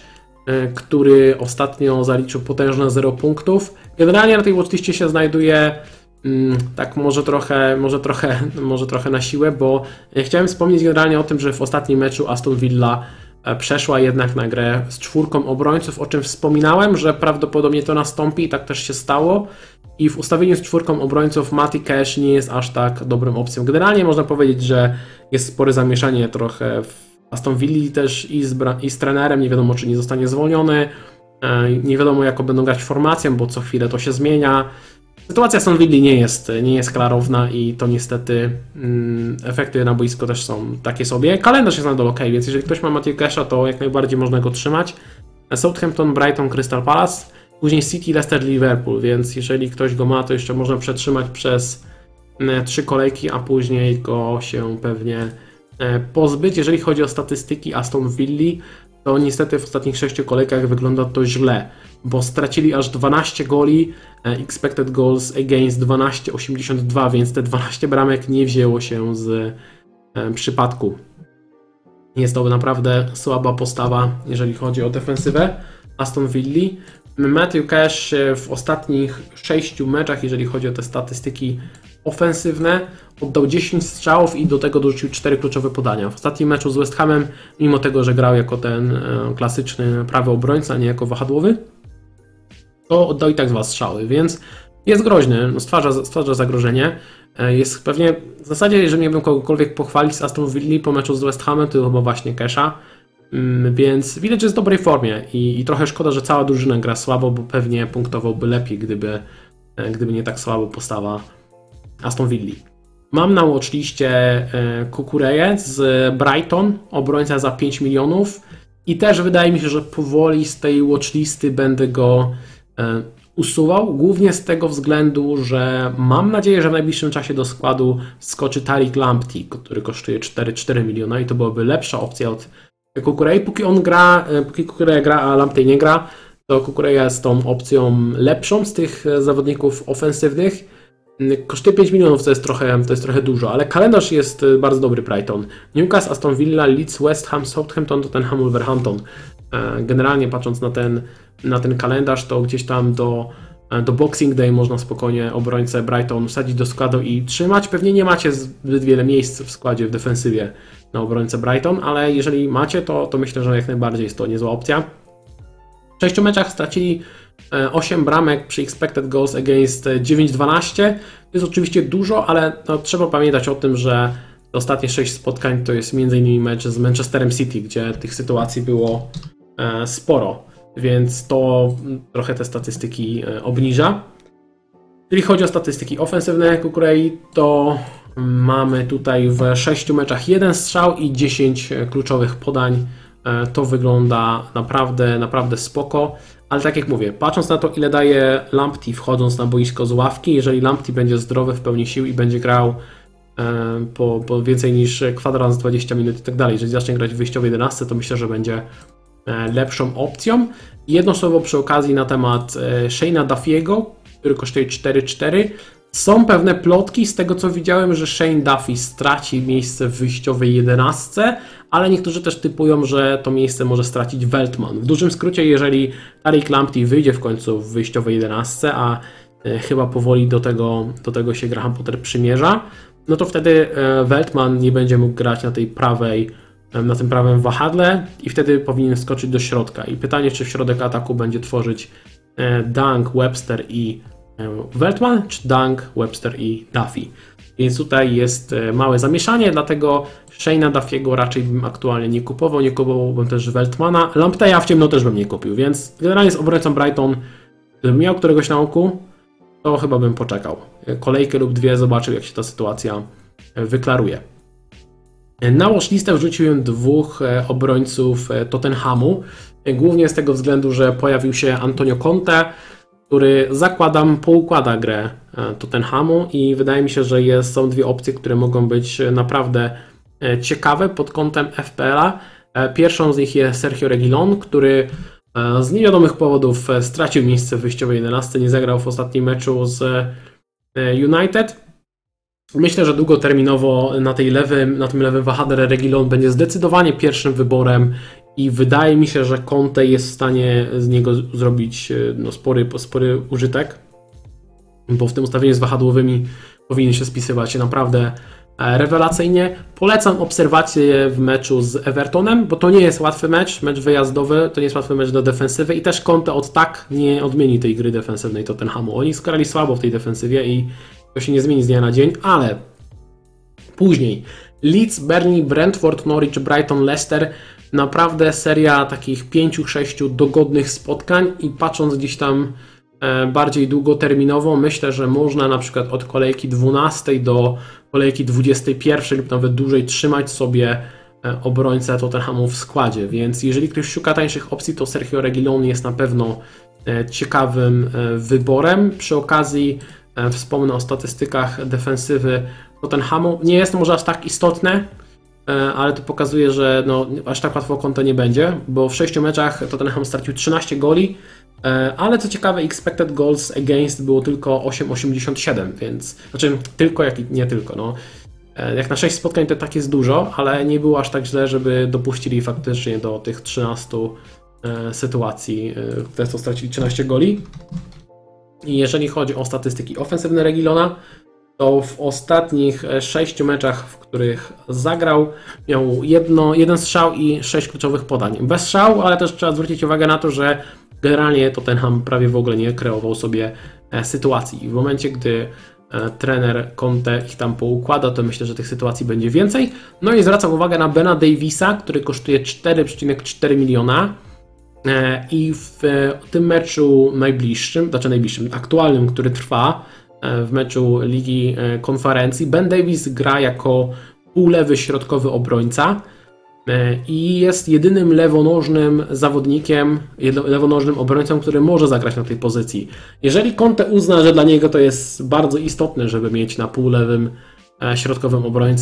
który ostatnio zaliczył potężne 0 punktów. Generalnie na tej watchliście się znajduje tak może trochę na siłę, bo chciałem wspomnieć generalnie o tym, że w ostatnim meczu Aston Villa przeszła jednak na grę z 4 obrońców, o czym wspominałem, że prawdopodobnie to nastąpi i tak też się stało. I w ustawieniu z 4 obrońców Matty Cash nie jest aż tak dobrą opcją. Generalnie można powiedzieć, że jest spore zamieszanie trochę w Aston Villa też i z trenerem, nie wiadomo czy nie zostanie zwolniony, nie wiadomo jaką będą grać formacją, bo co chwilę to się zmienia. Sytuacja Aston Villa nie jest klarowna i to niestety efekty na boisko też są takie sobie. Kalendarz jest nadal ok, więc jeżeli ktoś ma Matthew Casha, to jak najbardziej można go trzymać. Southampton, Brighton, Crystal Palace, później City, Leicester, Liverpool, więc jeżeli ktoś go ma, to jeszcze można przetrzymać przez 3 kolejki, a później go się pewnie pozbyć. Jeżeli chodzi o statystyki Aston Villa, to niestety w ostatnich 6 kolejkach wygląda to źle. bo stracili aż 12 goli, expected goals against 12,82, więc te 12 bramek nie wzięło się z przypadku. Jest to naprawdę słaba postawa, jeżeli chodzi o defensywę Aston Villa. Matthew Cash w ostatnich 6 meczach, jeżeli chodzi o te statystyki ofensywne, oddał 10 strzałów i do tego dorzucił 4 kluczowe podania. W ostatnim meczu z West Hamem, mimo tego, że grał jako ten klasyczny prawy obrońca, a nie jako wahadłowy, to oddał i tak 2 strzały, więc jest groźny, no stwarza zagrożenie. Jest pewnie, w zasadzie, jeżeli miałbym kogokolwiek pochwalić z Aston Villa po meczu z West Hamem, to chyba właśnie Casha. Więc widać, że jest w dobrej formie i trochę szkoda, że cała drużyna gra słabo, bo pewnie punktowałby lepiej, gdyby nie tak słabo postawa Aston Villa. Mam na watchliście Cucureję z Brighton, obrońca za 5 milionów i też wydaje mi się, że powoli z tej watchlisty będę go usuwał, głównie z tego względu, że mam nadzieję, że w najbliższym czasie do składu skoczy Tariq Lamptey, który kosztuje 4 miliona i to byłaby lepsza opcja od Cucurei. Póki Cucurella gra, a Lamptey nie gra, to Cucurella jest tą opcją lepszą z tych zawodników ofensywnych. Kosztuje 5 milionów, to jest trochę dużo, ale kalendarz jest bardzo dobry Brighton. Newcastle, Aston Villa, Leeds, West Ham, Southampton, Tottenham, Wolverhampton. Generalnie patrząc na ten kalendarz, to gdzieś tam do Boxing Day można spokojnie obrońcę Brighton wsadzić do składu i trzymać. Pewnie nie macie zbyt wiele miejsc w składzie, w defensywie na obrońcę Brighton, ale jeżeli macie, to myślę, że jak najbardziej jest to niezła opcja. W 6 meczach stracili 8 bramek przy expected goals against 9,12. To jest oczywiście dużo, ale no, trzeba pamiętać o tym, że ostatnie 6 spotkań to jest m.in. mecz z Manchesterem City, gdzie tych sytuacji było sporo, więc to trochę te statystyki obniża. Jeżeli chodzi o statystyki ofensywne Cucurei, to mamy tutaj w 6 meczach 1 strzał i 10 kluczowych podań. To wygląda naprawdę spoko, ale tak jak mówię, patrząc na to, ile daje Lamptey wchodząc na boisko z ławki, jeżeli Lamptey będzie zdrowy w pełni sił i będzie grał po więcej niż kwadrans 20 minut i tak dalej, jeżeli zacznie grać w wyjściowej 11, to myślę, że będzie lepszą opcją. Jedno słowo przy okazji na temat Shane'a Duffy'ego, który kosztuje 4,4. Są pewne plotki z tego, co widziałem, że Shane Duffy straci miejsce w wyjściowej 11, ale niektórzy też typują, że to miejsce może stracić Veltman. W dużym skrócie, jeżeli Tariq Lamptey wyjdzie w końcu w wyjściowej 11, a chyba powoli do tego się Graham Potter przymierza, no to wtedy Veltman nie będzie mógł grać na tym prawym wahadle i wtedy powinien skoczyć do środka. I pytanie, czy w środek ataku będzie tworzyć Dunk, Webster i Veltman, czy Dunk, Webster i Duffy. Więc tutaj jest małe zamieszanie, dlatego Shane'a Duffy'ego raczej bym aktualnie nie kupowałbym też Veltmana. Lampteya w ciemno też bym nie kupił, więc generalnie z obrońcą Brighton, gdybym miał któregoś na oku, to chyba bym poczekał. Kolejkę lub dwie, zobaczył jak się ta sytuacja wyklaruje. Na watchlistę wrzuciłem 2 obrońców Tottenhamu, głównie z tego względu, że pojawił się Antonio Conte, który zakładam poukłada grę Tottenhamu i wydaje mi się, że są 2 opcje, które mogą być naprawdę ciekawe pod kątem FPL-a. Pierwszą z nich jest Sergio Reguilón, który z niewiadomych powodów stracił miejsce w wyjściowej 11, nie zagrał w ostatnim meczu z United. Myślę, że długoterminowo na tym lewym wahadle Reguilón będzie zdecydowanie pierwszym wyborem i wydaje mi się, że Conte jest w stanie z niego zrobić spory użytek, bo w tym ustawieniu z wahadłowymi powinien się spisywać naprawdę rewelacyjnie. Polecam obserwację w meczu z Evertonem, bo to nie jest łatwy mecz wyjazdowy, to nie jest łatwy mecz do defensywy i też Conte nie odmieni tej gry defensywnej Tottenhamu. Oni skorali słabo w tej defensywie i to się nie zmieni z dnia na dzień, ale później Leeds, Burnley, Brentford, Norwich, Brighton, Leicester. Naprawdę seria takich 5-6 dogodnych spotkań i patrząc gdzieś tam bardziej długoterminowo, myślę, że można na przykład od kolejki 12 do kolejki 21 lub nawet dłużej trzymać sobie obrońcę Tottenhamu w składzie, więc jeżeli ktoś szuka tańszych opcji, to Sergio Reguilón jest na pewno ciekawym wyborem. Przy okazji wspomnę o statystykach defensywy Tottenhamu. Nie jest to może aż tak istotne, ale to pokazuje, że no, aż tak łatwo Conte nie będzie, bo w 6 meczach Tottenham stracił 13 goli, ale co ciekawe expected goals against było tylko 8,87, więc znaczy tylko, jak i nie tylko, no. Jak na 6 spotkań to tak jest dużo, ale nie było aż tak źle, żeby dopuścili faktycznie do tych 13 sytuacji, które to stracili 13 goli. I jeżeli chodzi o statystyki ofensywne Reguilona, to w ostatnich 6 meczach, w których zagrał, miał jeden strzał i 6 kluczowych podań. Bez strzału, ale też trzeba zwrócić uwagę na to, że generalnie Tottenham prawie w ogóle nie kreował sobie sytuacji. I w momencie, gdy trener Conte ich tam poukłada, to myślę, że tych sytuacji będzie więcej. No i zwracam uwagę na Bena Davisa, który kosztuje 4,4 miliona. I w tym meczu najbliższym, aktualnym, który trwa, w meczu Ligi Konferencji, Ben Davies gra jako półlewy środkowy obrońca i jest jedynym lewonożnym zawodnikiem, lewonożnym obrońcą, który może zagrać na tej pozycji. Jeżeli Conte uzna, że dla niego to jest bardzo istotne, żeby mieć na półlewym środkowym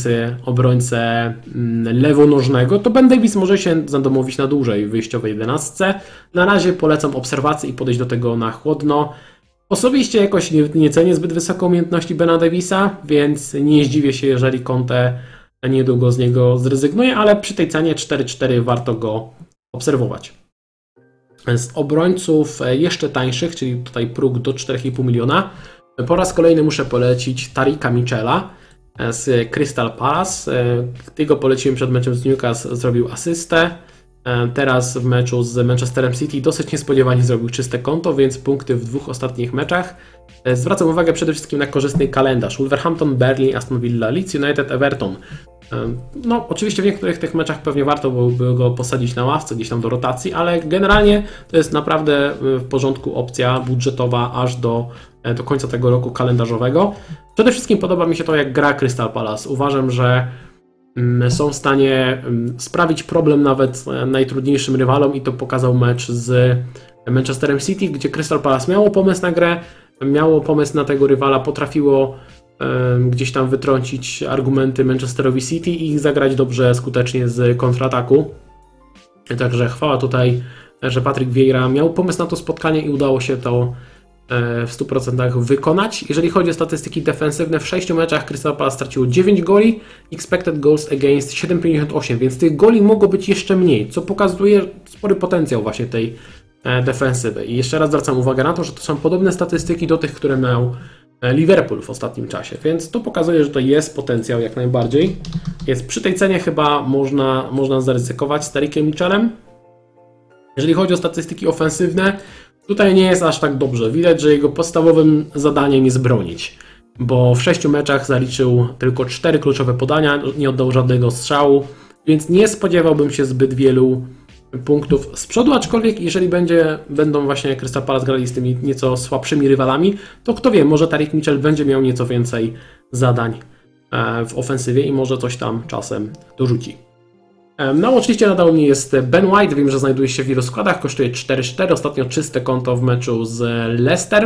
obrońcę lewonożnego, to Ben Davies może się zadomowić na dłużej w wyjściowej 11. Na razie polecam obserwację i podejść do tego na chłodno. Osobiście jakoś nie cenię zbyt wysoko umiejętności Bena Davisa, więc nie zdziwię się, jeżeli Conte niedługo z niego zrezygnuje, ale przy tej cenie 4,4 warto go obserwować. Z obrońców jeszcze tańszych, czyli tutaj próg do 4,5 miliona, po raz kolejny muszę polecić Tarika Mitchella z Crystal Palace. Tego poleciłem przed meczem z Newcastle, zrobił asystę. Teraz w meczu z Manchesterem City dosyć niespodziewanie zrobił czyste konto, więc punkty w 2 ostatnich meczach. Zwracam uwagę przede wszystkim na korzystny kalendarz. Wolverhampton, Burnley, Aston Villa, Leeds United, Everton. No, oczywiście w niektórych tych meczach pewnie warto byłoby go posadzić na ławce, gdzieś tam do rotacji, ale generalnie to jest naprawdę w porządku opcja budżetowa aż do końca tego roku kalendarzowego. Przede wszystkim podoba mi się to, jak gra Crystal Palace. Uważam, że są w stanie sprawić problem nawet najtrudniejszym rywalom i to pokazał mecz z Manchesterem City, gdzie Crystal Palace miało pomysł na grę, miało pomysł na tego rywala, potrafiło gdzieś tam wytrącić argumenty Manchesterowi City i zagrać dobrze, skutecznie z kontrataku. Także chwała tutaj, że Patrick Vieira miał pomysł na to spotkanie i udało się to w 100% wykonać. Jeżeli chodzi o statystyki defensywne, w 6 meczach Crystal Palace straciło 9 goli, expected goals against 7,58, więc tych goli mogło być jeszcze mniej, co pokazuje spory potencjał właśnie tej defensywy. I jeszcze raz zwracam uwagę na to, że to są podobne statystyki do tych, które miał Liverpool w ostatnim czasie, więc to pokazuje, że to jest potencjał jak najbardziej. Jest przy tej cenie chyba można zaryzykować z Tarikiem Mitchellem. Jeżeli chodzi o statystyki ofensywne, tutaj nie jest aż tak dobrze. Widać, że jego podstawowym zadaniem jest bronić, bo w 6 meczach zaliczył tylko 4 kluczowe podania, nie oddał żadnego strzału, więc nie spodziewałbym się zbyt wielu punktów z przodu, aczkolwiek jeżeli będą właśnie Crystal Palace grali z tymi nieco słabszymi rywalami, to kto wie, może Tarik Mitchell będzie miał nieco więcej zadań w ofensywie i może coś tam czasem dorzuci. Na watchliście nadal u mnie jest Ben White, wiem, że znajduje się w wielu składach, kosztuje 4,4, ostatnio czyste konto w meczu z Leicester.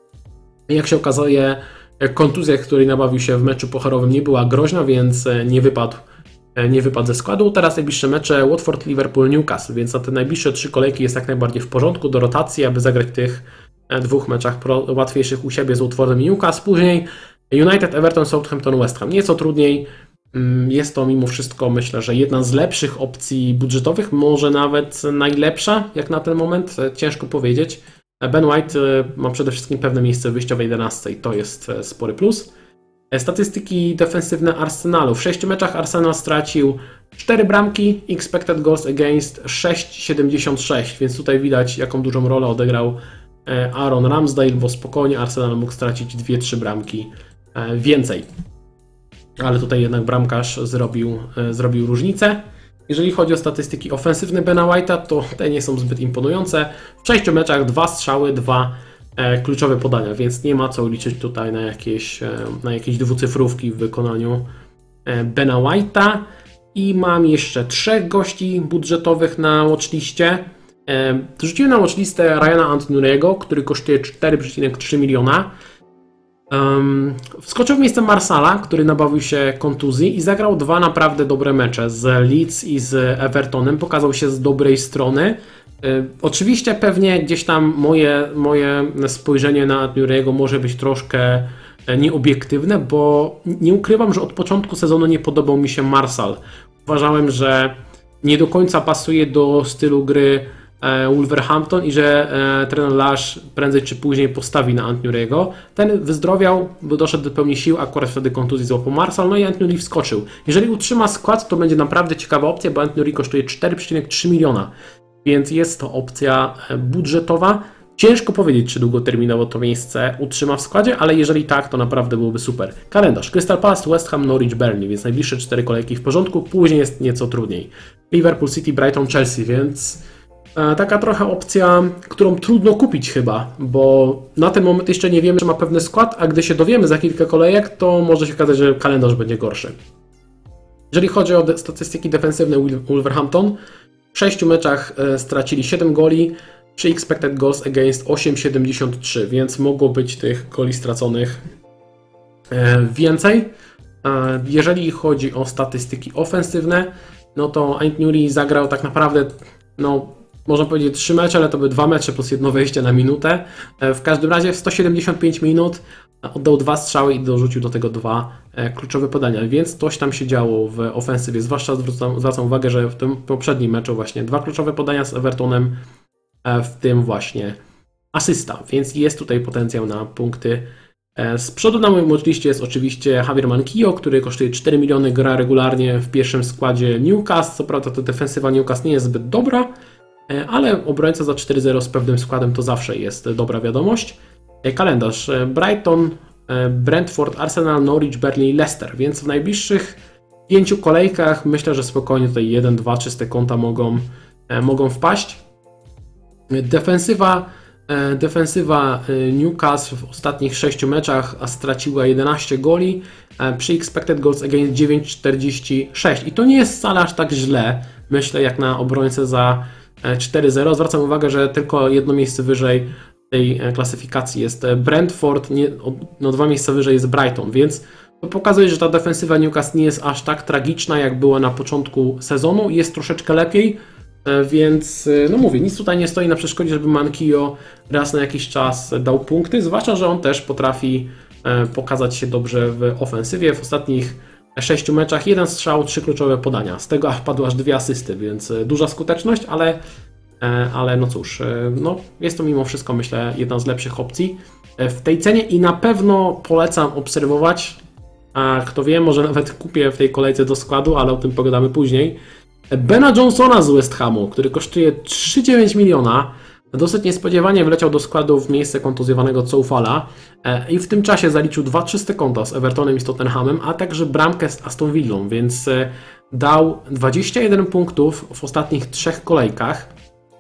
Jak się okazuje, kontuzja, której nabawił się w meczu pucharowym, nie była groźna, więc nie wypadł ze składu. Teraz najbliższe mecze Watford, Liverpool, Newcastle, więc na te najbliższe 3 kolejki jest jak najbardziej w porządku do rotacji, aby zagrać w tych 2 meczach łatwiejszych u siebie z Watfordem i Newcastle. Później United, Everton, Southampton, West Ham. Nieco trudniej. Jest to mimo wszystko, myślę, że jedna z lepszych opcji budżetowych, może nawet najlepsza, jak na ten moment, ciężko powiedzieć. Ben White ma przede wszystkim pewne miejsce w wyjściowej 11 i to jest spory plus. Statystyki defensywne Arsenalu. W 6 meczach Arsenal stracił 4 bramki, expected goals against 6,76, więc tutaj widać, jaką dużą rolę odegrał Aaron Ramsdale, bo spokojnie Arsenal mógł stracić 2-3 bramki więcej. Ale tutaj jednak bramkarz zrobił różnicę. Jeżeli chodzi o statystyki ofensywne Bena White'a, to te nie są zbyt imponujące. W 6 meczach 2 strzały, 2 kluczowe podania, więc nie ma co liczyć tutaj na jakieś dwucyfrówki w wykonaniu Bena White'a. I mam jeszcze 3 gości budżetowych na watchliście. Rzuciłem na watchlistę Ryana Antonuriego, który kosztuje 4,3 miliona. Wskoczył w miejsce Marsala, który nabawił się kontuzji i zagrał 2 naprawdę dobre mecze z Leeds i z Evertonem. Pokazał się z dobrej strony. Oczywiście pewnie gdzieś tam moje spojrzenie na Nuriego może być troszkę nieobiektywne, bo nie ukrywam, że od początku sezonu nie podobał mi się Marsal. Uważałem, że nie do końca pasuje do stylu gry Wolverhampton i że trener Lash prędzej czy później postawi na Antnuriego. Ten wyzdrowiał, bo doszedł do pełni sił, akurat wtedy kontuzji złapał Marsal, no i Antnuri wskoczył. Jeżeli utrzyma skład, to będzie naprawdę ciekawa opcja, bo Antnuri kosztuje 4,3 miliona, więc jest to opcja budżetowa. Ciężko powiedzieć, czy długoterminowo to miejsce utrzyma w składzie, ale jeżeli tak, to naprawdę byłoby super. Kalendarz: Crystal Palace, West Ham, Norwich, Burnley, więc najbliższe 4 kolejki w porządku, później jest nieco trudniej. Liverpool, City, Brighton, Chelsea, więc taka trochę opcja, którą trudno kupić chyba, bo na ten moment jeszcze nie wiemy, czy ma pewny skład, a gdy się dowiemy za kilka kolejek, to może się okazać, że kalendarz będzie gorszy. Jeżeli chodzi o statystyki defensywne Wolverhampton, w 6 meczach stracili 7 goli, przy expected goals against 8,73, więc mogło być tych goli straconych więcej. Jeżeli chodzi o statystyki ofensywne, no to Antnuri zagrał tak naprawdę, no można powiedzieć 3 mecze, ale to były 2 mecze plus jedno wejście na minutę. W każdym razie w 175 minut oddał 2 strzały i dorzucił do tego 2 kluczowe podania, więc coś tam się działo w ofensywie. Zwłaszcza zwracam uwagę, że w tym poprzednim meczu właśnie 2 kluczowe podania z Evertonem, w tym właśnie asysta, więc jest tutaj potencjał na punkty. Z przodu na moim liście jest oczywiście Javier Manquillo, który kosztuje 4 miliony, gra regularnie w pierwszym składzie Newcastle. Co prawda to defensywa Newcastle nie jest zbyt dobra, ale obrońca za 4-0 z pewnym składem to zawsze jest dobra wiadomość. Kalendarz: Brighton, Brentford, Arsenal, Norwich, Burnley, Leicester, więc w najbliższych 5 kolejkach myślę, że spokojnie tutaj 1-2 czyste konta mogą wpaść. Defensywa Newcastle w ostatnich 6 meczach straciła 11 goli, przy expected goals against 9,46 i to nie jest wcale aż tak źle, myślę, jak na obrońcę za 4-0. Zwracam uwagę, że tylko jedno miejsce wyżej tej klasyfikacji jest Brentford, 2 miejsca wyżej jest Brighton, więc to pokazuje, że ta defensywa Newcastle nie jest aż tak tragiczna, jak była na początku sezonu, jest troszeczkę lepiej. Więc, no mówię, nic tutaj nie stoi na przeszkodzie, żeby Manquillo raz na jakiś czas dał punkty, zwłaszcza, że on też potrafi pokazać się dobrze w ofensywie. W ostatnich 6 meczach 1 strzał, 3 kluczowe podania, z tego padły aż 2 asysty, więc duża skuteczność, ale no cóż, no jest to mimo wszystko, myślę, jedna z lepszych opcji w tej cenie i na pewno polecam obserwować, a kto wie, może nawet kupię w tej kolejce do składu, ale o tym pogadamy później, Bena Johnsona z West Hamu, który kosztuje 3,9 miliona. Dosyć niespodziewanie wleciał do składu w miejsce kontuzjowanego Coufala i w tym czasie zaliczył 2 czyste konta z Evertonem i z Tottenhamem, a także bramkę z Aston Villą, więc dał 21 punktów w ostatnich 3 kolejkach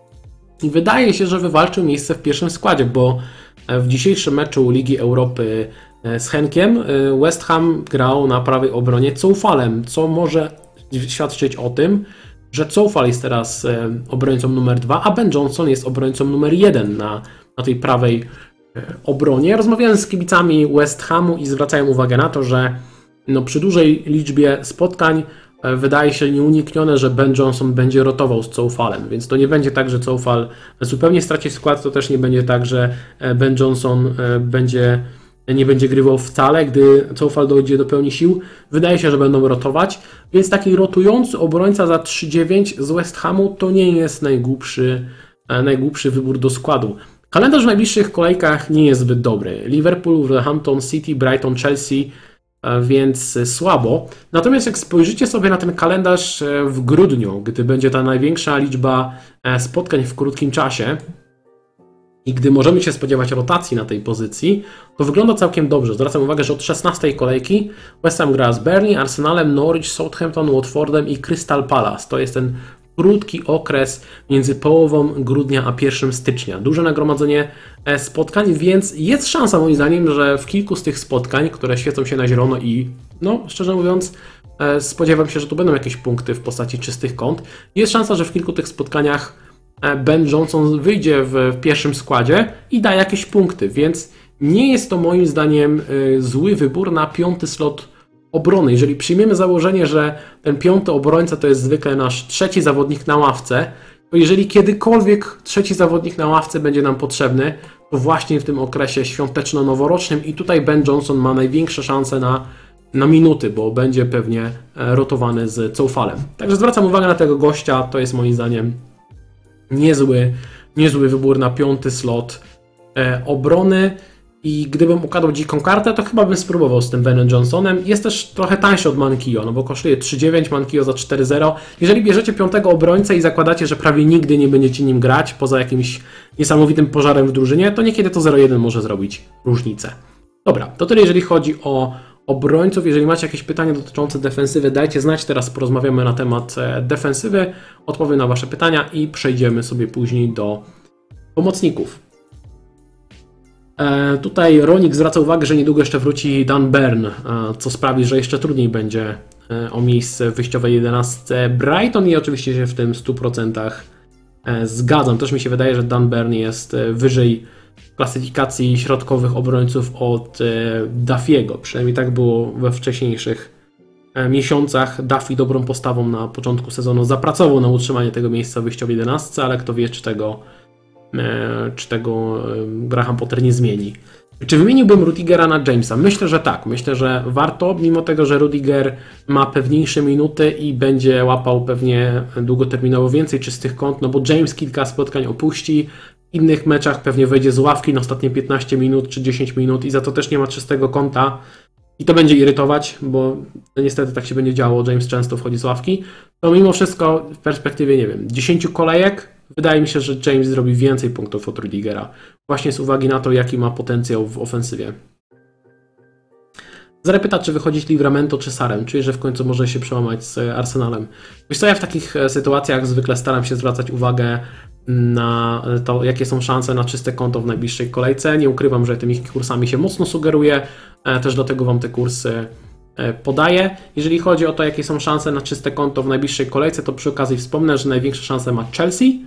i wydaje się, że wywalczył miejsce w pierwszym składzie, bo w dzisiejszym meczu Ligi Europy z Henkiem West Ham grał na prawej obronie Coufalem, co może świadczyć o tym, że Coufal jest teraz obrońcą numer 2, a Ben Johnson jest obrońcą numer 1 na tej prawej obronie. Rozmawiałem z kibicami West Hamu i zwracają uwagę na to, że no, przy dużej liczbie spotkań wydaje się nieuniknione, że Ben Johnson będzie rotował z Coufalem, więc to nie będzie tak, że Coufal zupełnie straci skład, to też nie będzie tak, że Ben Johnson nie będzie grywał wcale, gdy Coufal dojdzie do pełni sił. Wydaje się, że będą rotować, więc taki rotujący obrońca za 3,9 z West Hamu to nie jest najgłupszy wybór do składu. Kalendarz w najbliższych kolejkach nie jest zbyt dobry. Liverpool, Wolverhampton, City, Brighton, Chelsea, więc słabo. Natomiast jak spojrzycie sobie na ten kalendarz w grudniu, gdy będzie ta największa liczba spotkań w krótkim czasie, i gdy możemy się spodziewać rotacji na tej pozycji, to wygląda całkiem dobrze. Zwracam uwagę, że od 16 kolejki West Ham gra z Burnley, Arsenalem, Norwich, Southampton, Watfordem i Crystal Palace. To jest ten krótki okres między połową grudnia a 1 stycznia. Duże nagromadzenie spotkań, więc jest szansa moim zdaniem, że w kilku z tych spotkań, które świecą się na zielono i no szczerze mówiąc spodziewam się, że tu będą jakieś punkty w postaci czystych kąt, jest szansa, że w kilku tych spotkaniach Ben Johnson wyjdzie w pierwszym składzie i da jakieś punkty, więc nie jest to moim zdaniem zły wybór na 5. slot obrony. Jeżeli przyjmiemy założenie, że ten 5. obrońca to jest zwykle nasz 3. zawodnik na ławce, to jeżeli kiedykolwiek 3. zawodnik na ławce będzie nam potrzebny, to właśnie w tym okresie świąteczno-noworocznym i tutaj Ben Johnson ma największe szanse na minuty, bo będzie pewnie rotowany z Coufalem. Także zwracam uwagę na tego gościa, to jest moim zdaniem niezły wybór na 5. slot obrony. I gdybym układał dziką kartę, to chyba bym spróbował z tym Benem Johnsonem. Jest też trochę tańszy od Mankio, no bo kosztuje 3,9, Mankio za 4,0. Jeżeli bierzecie 5. obrońcę i zakładacie, że prawie nigdy nie będziecie nim grać, poza jakimś niesamowitym pożarem w drużynie, to niekiedy to 0,1 może zrobić różnicę. Dobra, to tyle jeżeli chodzi o obrońców. Jeżeli macie jakieś pytania dotyczące defensywy, dajcie znać, teraz porozmawiamy na temat defensywy, odpowiem na wasze pytania i przejdziemy sobie później do pomocników. Tutaj Ronik zwraca uwagę, że niedługo jeszcze wróci Dan Burn, co sprawi, że jeszcze trudniej będzie o miejsce w wyjściowej 11 Brighton i oczywiście się w tym 100% zgadzam. Też mi się wydaje, że Dan Burn jest wyżej w klasyfikacji środkowych obrońców od Duffy'ego. Przynajmniej tak było we wcześniejszych miesiącach. Duffy dobrą postawą na początku sezonu zapracował na utrzymanie tego miejsca w wyjściowej 11, ale kto wie, czy tego Graham Potter nie zmieni. Czy wymieniłbym Rudigera na Jamesa? Myślę, że tak. Myślę, że warto, mimo tego, że Rudiger ma pewniejsze minuty i będzie łapał pewnie długoterminowo więcej czystych kąt, no bo James kilka spotkań opuści, w innych meczach pewnie wejdzie z ławki na ostatnie 15 minut czy 10 minut i za to też nie ma czystego kąta i to będzie irytować, bo niestety tak się będzie działo, James często wchodzi z ławki. To mimo wszystko w perspektywie, nie wiem, 10 kolejek wydaje mi się, że James zrobi więcej punktów od Rudigera. Właśnie z uwagi na to, jaki ma potencjał w ofensywie. Zary pyta, czy wychodzić Livramento czy Sarem. Czuję, że w końcu może się przełamać z Arsenalem. Wiesz co, ja w takich sytuacjach zwykle staram się zwracać uwagę na to, jakie są szanse na czyste konto w najbliższej kolejce. Nie ukrywam, że tymi kursami się mocno sugeruję. Też dlatego Wam te kursy podaję. Jeżeli chodzi o to, jakie są szanse na czyste konto w najbliższej kolejce, to przy okazji wspomnę, że największe szanse ma Chelsea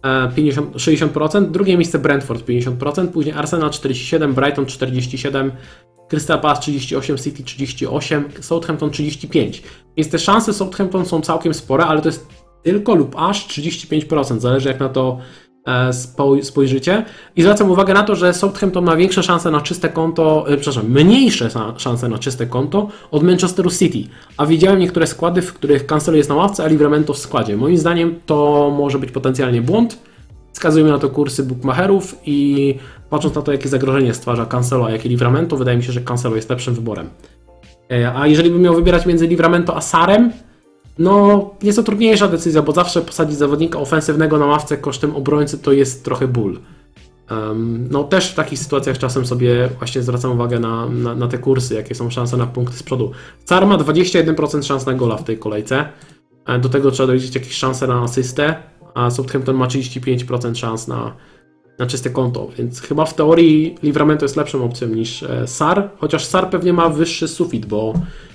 60%, drugie miejsce Brentford 50%, później Arsenal 47%, Brighton 47%, Crystal Palace 38%, City 38%, Southampton 35%. Więc te szanse Southampton są całkiem spore, ale to jest tylko lub aż 35%, zależy jak na to spojrzycie. I zwracam uwagę na to, że Southampton ma większe szanse na czyste konto, mniejsze szanse na czyste konto od Manchesteru City. A widziałem niektóre składy, w których Cancelo jest na ławce, a Livramento w składzie. Moim zdaniem to może być potencjalnie błąd. Wskazują na to kursy bookmacherów i patrząc na to, jakie zagrożenie stwarza Cancelo, a jakie Livramento, wydaje mi się, że Cancelo jest lepszym wyborem. A jeżeli bym miał wybierać między Livramento a Sarem, no jest to trudniejsza decyzja, bo zawsze posadzić zawodnika ofensywnego na ławce kosztem obrońcy to jest trochę ból. No też w takich sytuacjach czasem sobie właśnie zwracam uwagę na te kursy, jakie są szanse na punkty z przodu. Sar ma 21% szans na gola w tej kolejce. Do tego trzeba doliczyć jakieś szanse na asystę, a Southampton ma 35% szans na czyste konto, więc chyba w teorii Livramento jest lepszą opcją niż Sar, chociaż Sar pewnie ma wyższy sufit, bo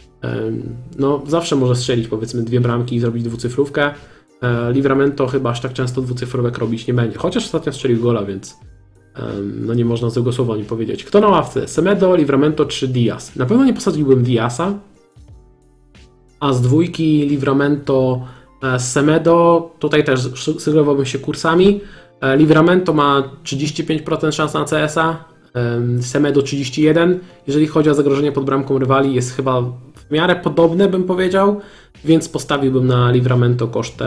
no zawsze może strzelić powiedzmy 2 bramki i zrobić dwucyfrówkę. Livramento chyba aż tak często dwucyfrówek robić nie będzie, chociaż ostatnio strzelił gola, więc no nie można złego słowa o nim powiedzieć. Kto na ławce? Semedo, Livramento czy Diaz? Na pewno nie posadziłbym Diaza, a z dwójki Livramento, Semedo, tutaj też sugerowałbym się kursami. Livramento ma 35% szans na CS-a, Semedo 31%. Jeżeli chodzi o zagrożenie pod bramką rywali, jest chyba w miarę podobne, bym powiedział, więc postawiłbym na Livramento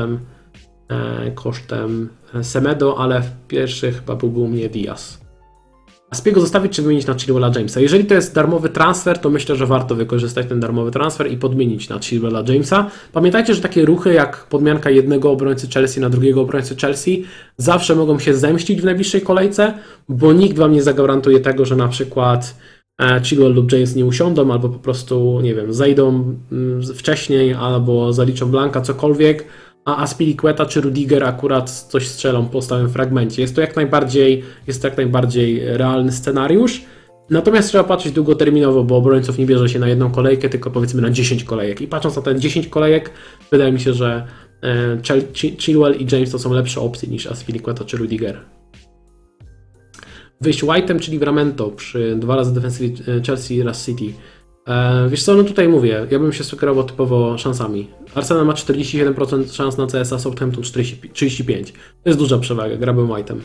kosztem Semedo, ale w pierwszy chyba byłby u mnie Diaz. Aspiego zostawić czy wymienić na Chilwella Jamesa? Jeżeli to jest darmowy transfer, to myślę, że warto wykorzystać ten darmowy transfer i podmienić na Chilwella Jamesa. Pamiętajcie, że takie ruchy jak podmianka jednego obrońcy Chelsea na drugiego obrońcy Chelsea zawsze mogą się zemścić w najbliższej kolejce, bo nikt Wam nie zagwarantuje tego, że na przykład Chilwell lub James nie usiądą, albo po prostu, nie wiem, zejdą wcześniej, albo zaliczą blanka, cokolwiek, a Azpilicueta czy Rudiger akurat coś strzelą po stałym fragmencie. Jest to jak najbardziej realny scenariusz. Natomiast trzeba patrzeć długoterminowo, bo obrońców nie bierze się na jedną kolejkę, tylko powiedzmy na 10 kolejek. I patrząc na te 10 kolejek, wydaje mi się, że Chilwell i James to są lepsze opcje niż Azpilicueta czy Rudiger. wyjść White'em czy Livramento przy 2 razy defensywie Chelsea raz City. Wiesz co, no tutaj mówię, ja bym się sugerował typowo szansami. Arsenal ma 47% szans na CS-a, Southampton 35%. To jest duża przewaga, grałbym White'em.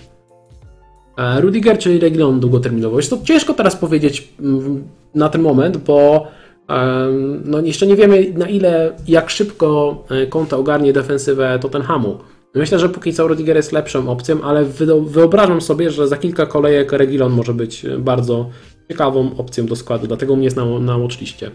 Rudiger czy Reguilon długoterminowo? Jest to ciężko teraz powiedzieć na ten moment, bo no jeszcze nie wiemy na ile, jak szybko Conte ogarnie defensywę Tottenhamu. Myślę, że póki co Rudiger jest lepszą opcją, ale wyobrażam sobie, że za kilka kolejek Reguilon może być bardzo ciekawą opcją do składu, dlatego mnie jest na watchliście.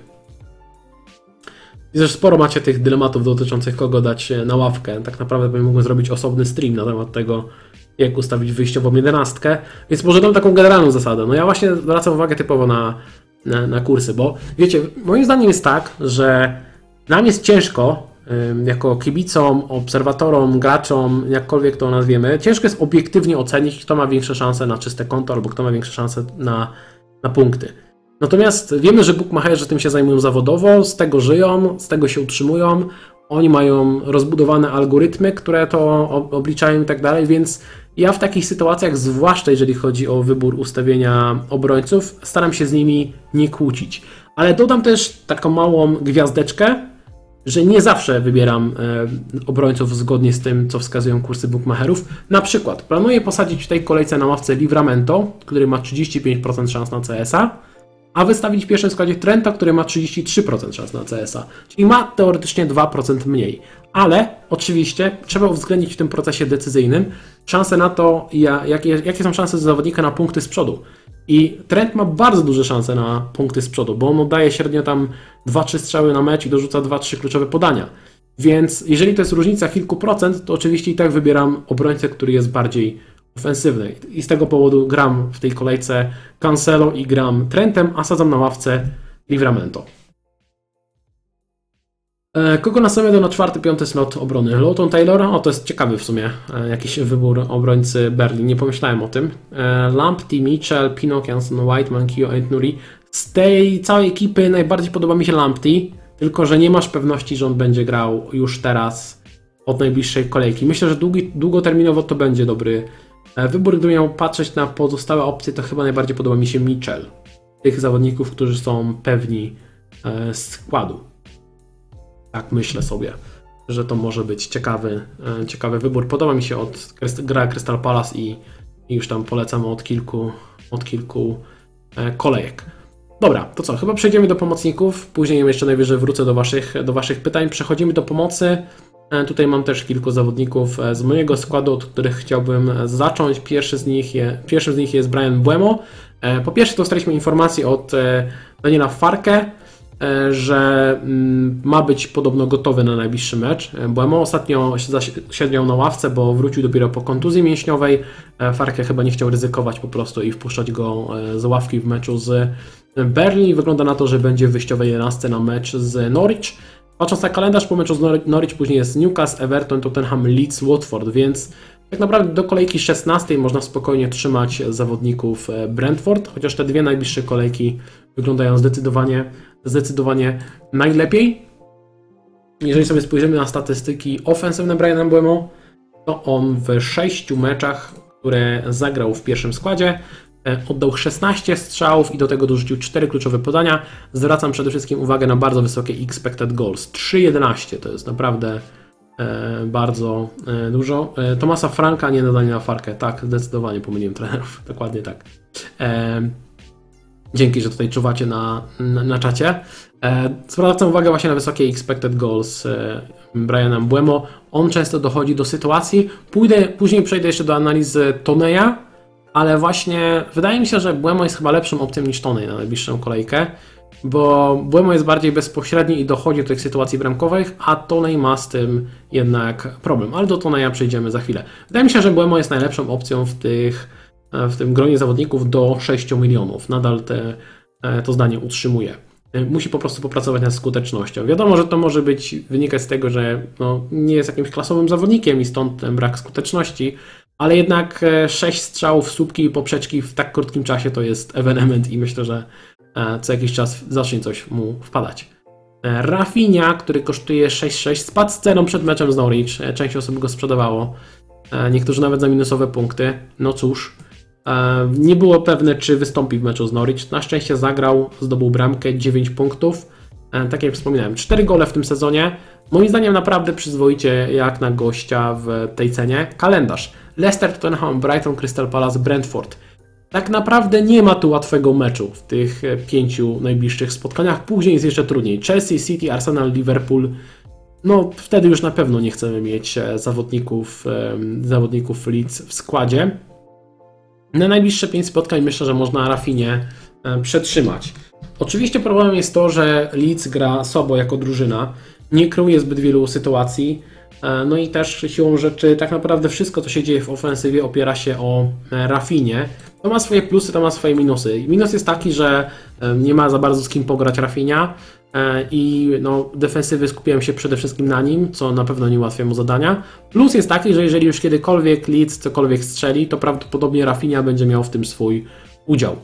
Widzę, że sporo macie tych dylematów dotyczących kogo dać na ławkę. Tak naprawdę bym mógł zrobić osobny stream na temat tego, jak ustawić wyjściową 11, więc może dam taką generalną zasadę. No ja właśnie zwracam uwagę typowo na kursy, bo wiecie, moim zdaniem jest tak, że nam jest ciężko, jako kibicom, obserwatorom, graczom, jakkolwiek to nazwiemy, ciężko jest obiektywnie ocenić, kto ma większe szanse na czyste konto, albo kto ma większe szanse na punkty. Natomiast wiemy, że bookmacherzy tym się zajmują zawodowo, z tego żyją, z tego się utrzymują, oni mają rozbudowane algorytmy, które to obliczają i tak dalej, więc ja w takich sytuacjach, zwłaszcza jeżeli chodzi o wybór ustawienia obrońców, staram się z nimi nie kłócić. Ale dodam też taką małą gwiazdeczkę, że nie zawsze wybieram obrońców zgodnie z tym, co wskazują kursy bookmacherów. Na przykład planuję posadzić w tej kolejce na ławce Livramento, który ma 35% szans na CS-a, a wystawić w pierwszym składzie Trenta, który ma 33% szans na CS-a, czyli ma teoretycznie 2% mniej. Ale oczywiście trzeba uwzględnić w tym procesie decyzyjnym szanse na to, jakie są szanse zawodnika na punkty z przodu. I Trent ma bardzo duże szanse na punkty z przodu, bo on oddaje średnio tam 2-3 strzały na mecz i dorzuca 2-3 kluczowe podania. Więc jeżeli to jest różnica kilku procent, to oczywiście i tak wybieram obrońcę, który jest bardziej ofensywny. I z tego powodu gram w tej kolejce Cancelo i gram Trentem, a sadzam na ławce Livramento. Kogo nastawiam na 4-5 slot obrony? Lowton Taylor? To jest ciekawy w sumie jakiś wybór obrońcy Berlin, nie pomyślałem o tym. Lamptey, Mitchell, Pinnock, Janssen, Whiteman, Kio, Aït-Nouri. Z tej całej ekipy najbardziej podoba mi się Lamptey, tylko że nie masz pewności, że on będzie grał już teraz od najbliższej kolejki. Myślę, że długoterminowo to będzie dobry wybór. Gdybym miał patrzeć na pozostałe opcje, to chyba najbardziej podoba mi się Mitchell. Tych zawodników, którzy są pewni składu. Tak myślę sobie, że to może być ciekawy wybór. Podoba mi się gra Crystal Palace i już tam polecam od kilku kolejek. Dobra, to co? Chyba przejdziemy do pomocników. Później jeszcze najwyżej wrócę do waszych pytań. Przechodzimy do pomocy. Tutaj mam też kilku zawodników z mojego składu, od których chciałbym zacząć. Pierwszym z nich jest Bryan Mbeumo. Po pierwsze dostaliśmy informację od Daniela Farke, że ma być podobno gotowy na najbliższy mecz. Mbeumo ostatnio siedział na ławce, bo wrócił dopiero po kontuzji mięśniowej. Farke chyba nie chciał ryzykować po prostu i wpuszczać go z ławki w meczu z Berlin. Wygląda na to, że będzie w wyjściowej 11 na mecz z Norwich. Patrząc na kalendarz, po meczu z Norwich później jest Newcastle, Everton, Tottenham, Leeds, Watford, więc tak naprawdę do kolejki 16 można spokojnie trzymać zawodników Brentford, chociaż te dwie najbliższe kolejki wyglądają zdecydowanie najlepiej. Jeżeli sobie spojrzymy na statystyki ofensywne Bryana Mbeumo, to on w 6 meczach, które zagrał w pierwszym składzie, oddał 16 strzałów i do tego dorzucił 4 kluczowe podania. Zwracam przede wszystkim uwagę na bardzo wysokie expected goals. 3,11 to jest naprawdę bardzo dużo. Thomasa Franka, nie nadanie na Farkę. Tak, zdecydowanie pomyliłem trenerów. Dokładnie tak. Dzięki, że tutaj czuwacie na czacie. Zwracam uwagę właśnie na wysokie expected goals Bryana Mbeumo. On często dochodzi do sytuacji. Później przejdę jeszcze do analizy Toneya, ale właśnie wydaje mi się, że Mbeumo jest chyba lepszą opcją niż Toney na najbliższą kolejkę, bo Mbeumo jest bardziej bezpośredni i dochodzi do tych sytuacji bramkowych, a Toney ma z tym jednak problem. Ale do Toneya przejdziemy za chwilę. Wydaje mi się, że Mbeumo jest najlepszą opcją w tym gronie zawodników do 6 milionów. Nadal to zdanie utrzymuje. Musi po prostu popracować nad skutecznością. Wiadomo, że to może wynikać z tego, że nie jest jakimś klasowym zawodnikiem i stąd ten brak skuteczności, ale jednak 6 strzałów, słupki i poprzeczki w tak krótkim czasie to jest ewenement i myślę, że co jakiś czas zacznie coś mu wpadać. Rafinha, który kosztuje 6,6, spadł z ceną przed meczem z Norwich. Część osób go sprzedawało. Niektórzy nawet za minusowe punkty. No cóż, Nie było pewne, czy wystąpi w meczu z Norwich. Na szczęście zagrał, zdobył bramkę, 9 punktów. Tak jak wspominałem, 4 gole w tym sezonie. Moim zdaniem naprawdę przyzwoicie jak na gościa w tej cenie. Kalendarz: Leicester, Tottenham, Brighton, Crystal Palace, Brentford. Tak naprawdę nie ma tu łatwego meczu w tych 5 najbliższych spotkaniach. Później jest jeszcze trudniej. Chelsea, City, Arsenal, Liverpool. No wtedy już na pewno nie chcemy mieć zawodników Leeds w składzie. Na najbliższe 5 spotkań myślę, że można Rafinie przetrzymać. Oczywiście problemem jest to, że Leeds gra słabo jako drużyna, nie kreuje zbyt wielu sytuacji, no i też siłą rzeczy tak naprawdę wszystko, co się dzieje w ofensywie, opiera się o Rafinie. To ma swoje plusy, to ma swoje minusy. Minus jest taki, że nie ma za bardzo z kim pograć Rafinia i no, defensywy skupiałem się przede wszystkim na nim, co na pewno nie ułatwia mu zadania. Plus jest taki, że jeżeli już kiedykolwiek Leeds cokolwiek strzeli, to prawdopodobnie Rafinia będzie miał w tym swój udział.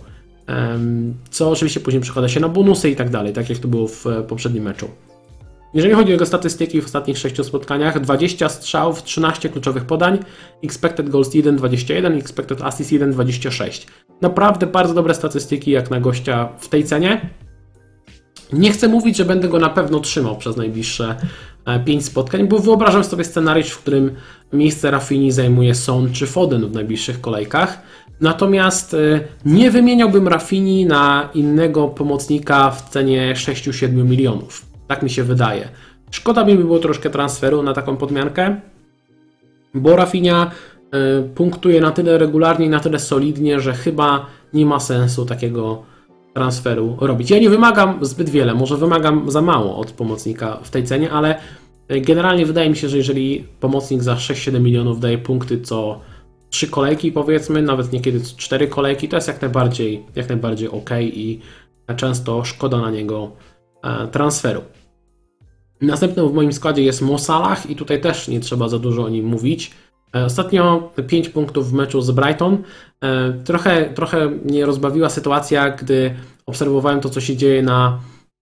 Co oczywiście później przekłada się na bonusy i tak dalej, tak jak to było w poprzednim meczu. Jeżeli chodzi o jego statystyki w ostatnich 6 spotkaniach, 20 strzałów, 13 kluczowych podań, expected goals 1,21, expected assist 1,26. Naprawdę bardzo dobre statystyki jak na gościa w tej cenie. Nie chcę mówić, że będę go na pewno trzymał przez najbliższe 5 spotkań, bo wyobrażam sobie scenariusz, w którym miejsce Rafini zajmuje Son czy Foden w najbliższych kolejkach. Natomiast nie wymieniałbym Rafini na innego pomocnika w cenie 6-7 milionów. Tak mi się wydaje. Szkoda mi by było troszkę transferu na taką podmiankę, bo Rafinha punktuje na tyle regularnie i na tyle solidnie, że chyba nie ma sensu takiego transferu robić. Ja nie wymagam zbyt wiele, może wymagam za mało od pomocnika w tej cenie, ale generalnie wydaje mi się, że jeżeli pomocnik za 6-7 milionów daje punkty co 3 kolejki powiedzmy, nawet niekiedy 4 kolejki, to jest jak najbardziej ok i często szkoda na niego transferu. Następnym w moim składzie jest Mo Salah i tutaj też nie trzeba za dużo o nim mówić. Ostatnio 5 punktów w meczu z Brighton. Trochę mnie rozbawiła sytuacja, gdy obserwowałem to, co się dzieje na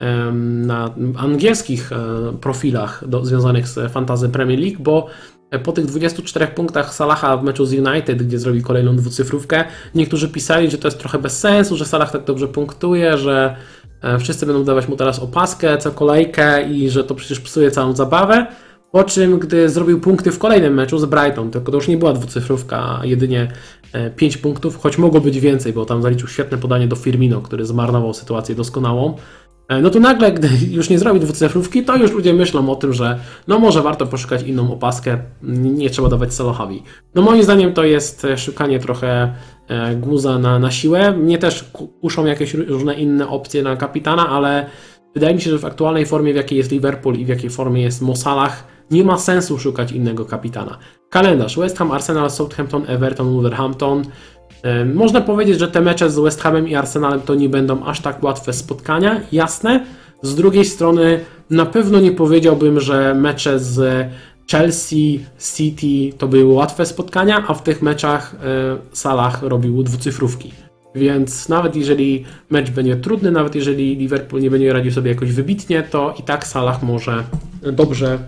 angielskich profilach związanych z Fantasy Premier League, bo po tych 24 punktach Salaha w meczu z United, gdzie zrobił kolejną dwucyfrówkę, niektórzy pisali, że to jest trochę bez sensu, że Salah tak dobrze punktuje, że wszyscy będą dawać mu teraz opaskę co kolejkę i że to przecież psuje całą zabawę. Po czym, gdy zrobił punkty w kolejnym meczu z Brighton, tylko to już nie była dwucyfrówka, a jedynie 5 punktów, choć mogło być więcej, bo tam zaliczył świetne podanie do Firmino, który zmarnował sytuację doskonałą. No to nagle, gdy już nie zrobi dwucyfrówki, to już ludzie myślą o tym, że no może warto poszukać inną opaskę, nie trzeba dawać Salahowi. No moim zdaniem to jest szukanie trochę guza na siłę. Mnie też kuszą jakieś różne inne opcje na kapitana, ale wydaje mi się, że w aktualnej formie, w jakiej jest Liverpool i w jakiej formie jest Mo Salah, nie ma sensu szukać innego kapitana. Kalendarz: West Ham, Arsenal, Southampton, Everton, Wolverhampton. Można powiedzieć, że te mecze z West Hamem i Arsenalem to nie będą aż tak łatwe spotkania, jasne. Z drugiej strony na pewno nie powiedziałbym, że mecze z Chelsea, City to były łatwe spotkania, a w tych meczach Salah robił dwucyfrówki. Więc nawet jeżeli mecz będzie trudny, nawet jeżeli Liverpool nie będzie radził sobie jakoś wybitnie, to i tak Salah może dobrze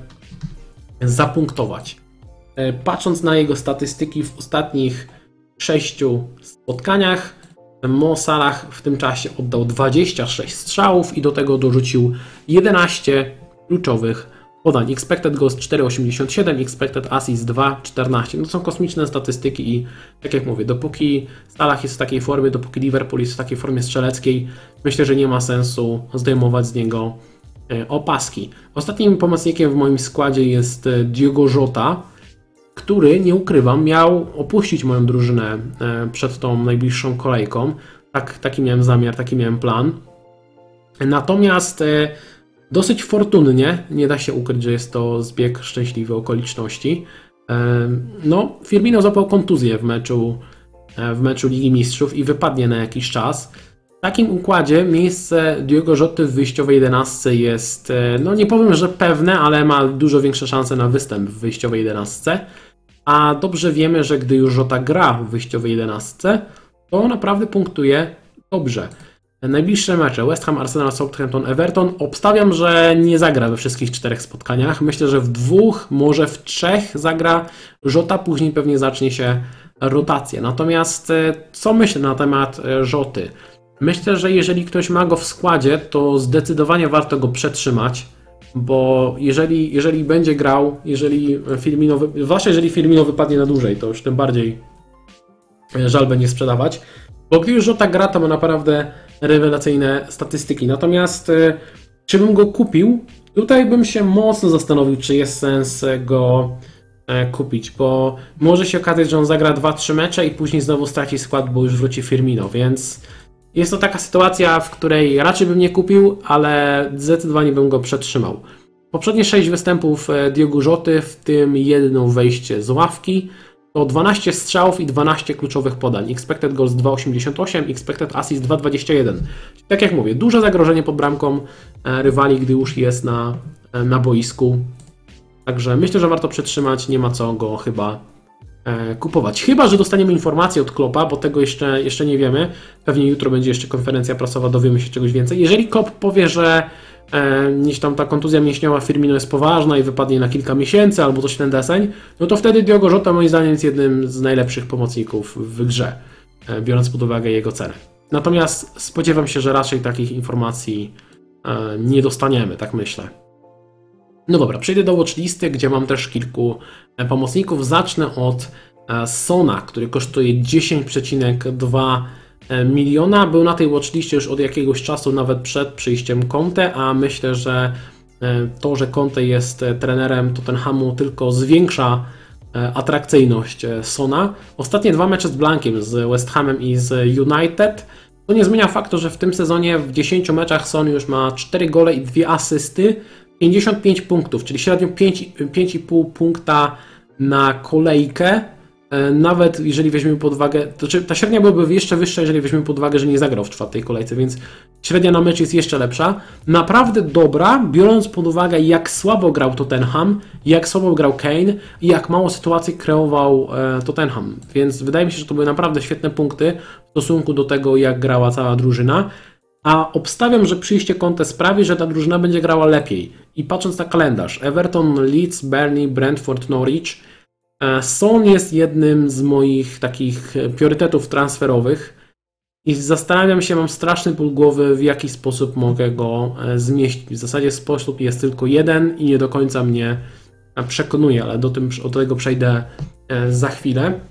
zapunktować. Patrząc na jego statystyki w ostatnich 6 spotkaniach, Mo Salah w tym czasie oddał 26 strzałów i do tego dorzucił 11 kluczowych podań. Expected goals 4,87, expected assist 2,14. No to są kosmiczne statystyki i tak jak mówię, dopóki Salah jest w takiej formie, dopóki Liverpool jest w takiej formie strzeleckiej, myślę, że nie ma sensu zdejmować z niego opaski. Ostatnim pomocnikiem w moim składzie jest Diogo Jota, który, nie ukrywam, miał opuścić moją drużynę przed tą najbliższą kolejką. Taki miałem zamiar, taki miałem plan. Natomiast dosyć fortunnie, nie da się ukryć, że jest to zbieg szczęśliwy okoliczności. No, Firmino złapał kontuzję w meczu Ligi Mistrzów i wypadnie na jakiś czas. W takim układzie miejsce Diogo Joty w wyjściowej 11 jest, no nie powiem, że pewne, ale ma dużo większe szanse na występ w wyjściowej 11. A dobrze wiemy, że gdy już Jota gra w wyjściowej 11, to naprawdę punktuje dobrze. Najbliższe mecze: West Ham, Arsenal, Southampton, Everton. Obstawiam, że nie zagra we wszystkich 4 spotkaniach. Myślę, że w 2, może w 3 zagra Jota, później pewnie zacznie się rotację. Natomiast co myślę na temat Joty? Myślę, że jeżeli ktoś ma go w składzie, to zdecydowanie warto go przetrzymać, bo jeżeli będzie grał, zwłaszcza jeżeli Firmino wypadnie na dłużej, to już tym bardziej żal będzie sprzedawać, bo gdy już Jota gra, to ma naprawdę rewelacyjne statystyki. Natomiast czy bym go kupił? Tutaj bym się mocno zastanowił, czy jest sens go kupić, bo może się okazać, że on zagra 2-3 mecze i później znowu straci skład, bo już wróci Firmino, więc jest to taka sytuacja, w której raczej bym nie kupił, ale zdecydowanie bym go przetrzymał. Poprzednie 6 występów Diogo Joty, w tym jedno wejście z ławki, to 12 strzałów i 12 kluczowych podań. Expected goals 2,88, expected assist 2,21. Tak jak mówię, duże zagrożenie pod bramką rywali, gdy już jest na boisku. Także myślę, że warto przetrzymać, nie ma co go chyba kupować. Chyba że dostaniemy informację od Kloppa, bo tego jeszcze nie wiemy. Pewnie jutro będzie jeszcze konferencja prasowa, dowiemy się czegoś więcej. Jeżeli Klopp powie, że gdzieś tam ta kontuzja mięśniowa Firmino jest poważna i wypadnie na kilka miesięcy albo coś w ten deseń, no to wtedy Diogo Jota moim zdaniem jest jednym z najlepszych pomocników w grze, biorąc pod uwagę jego cenę. Natomiast spodziewam się, że raczej takich informacji nie dostaniemy, tak myślę. No dobra, przejdę do watchlisty, gdzie mam też kilku pomocników. Zacznę od Sona, który kosztuje 10,2 miliona. Był na tej watchliście już od jakiegoś czasu, nawet przed przyjściem Conte, a myślę, że to, że Conte jest trenerem Tottenhamu, tylko zwiększa atrakcyjność Sona. Ostatnie 2 mecze z Blankiem, z West Hamem i z United, to nie zmienia faktu, że w tym sezonie w 10 meczach Son już ma 4 gole i 2 asysty, 55 punktów, czyli średnio 5,5 punkta na kolejkę. Nawet jeżeli weźmiemy pod uwagę, to znaczy ta średnia byłaby jeszcze wyższa, jeżeli weźmiemy pod uwagę, że nie zagrał w 4. kolejce, więc średnia na mecz jest jeszcze lepsza. Naprawdę dobra, biorąc pod uwagę, jak słabo grał Tottenham, jak słabo grał Kane i jak mało sytuacji kreował Tottenham. Więc wydaje mi się, że to były naprawdę świetne punkty w stosunku do tego, jak grała cała drużyna. A obstawiam, że przyjście Conte sprawi, że ta drużyna będzie grała lepiej. I patrząc na kalendarz, Everton, Leeds, Burnley, Brentford, Norwich, Son jest jednym z moich takich priorytetów transferowych i zastanawiam się, mam straszny ból głowy, w jaki sposób mogę go zmieścić. W zasadzie sposób jest tylko jeden i nie do końca mnie przekonuje, ale do tego przejdę za chwilę.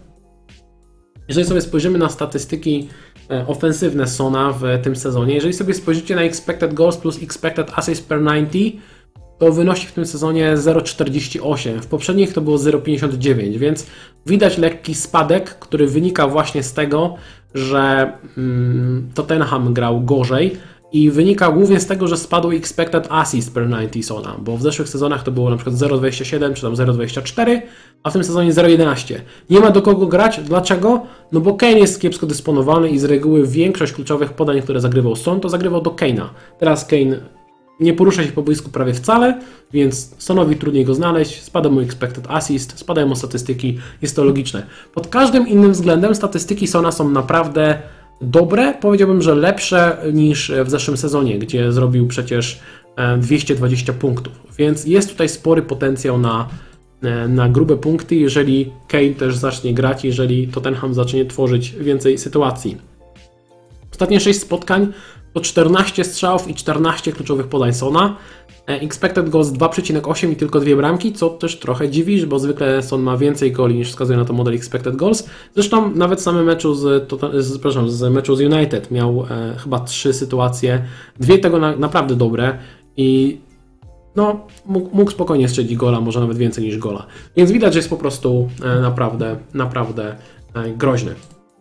Jeżeli sobie spojrzymy na statystyki ofensywne Sona w tym sezonie, jeżeli sobie spojrzycie na expected goals plus expected assists per 90, to wynosi w tym sezonie 0,48. W poprzednich to było 0,59, więc widać lekki spadek, który wynika właśnie z tego, że Tottenham grał gorzej i wynika głównie z tego, że spadł expected assist per 90 Sona, bo w zeszłych sezonach to było na przykład 0,27 czy tam 0,24, a w tym sezonie 0,11. Nie ma do kogo grać. Dlaczego? No bo Kane jest kiepsko dysponowany i z reguły większość kluczowych podań, które zagrywał Son, to zagrywał do Kane'a. Teraz Kane nie porusza się po boisku prawie wcale, więc Sonowi trudniej go znaleźć, spada mu expected assist, spadają mu statystyki, jest to logiczne. Pod każdym innym względem statystyki Sona są naprawdę dobre, powiedziałbym, że lepsze niż w zeszłym sezonie, gdzie zrobił przecież 220 punktów, więc jest tutaj spory potencjał na grube punkty, jeżeli Kane też zacznie grać, jeżeli Tottenham zacznie tworzyć więcej sytuacji. Ostatnie 6 spotkań to 14 strzałów i 14 kluczowych podań Sona. Expected goals 2,8 i tylko 2 bramki, co też trochę dziwi, bo zwykle Son ma więcej goli niż wskazuje na to model expected goals. Zresztą nawet w samym meczu z meczu z United miał chyba 3 sytuacje, 2 tego naprawdę dobre i no, mógł spokojnie strzelić gola, może nawet więcej niż gola. Więc widać, że jest po prostu naprawdę groźny.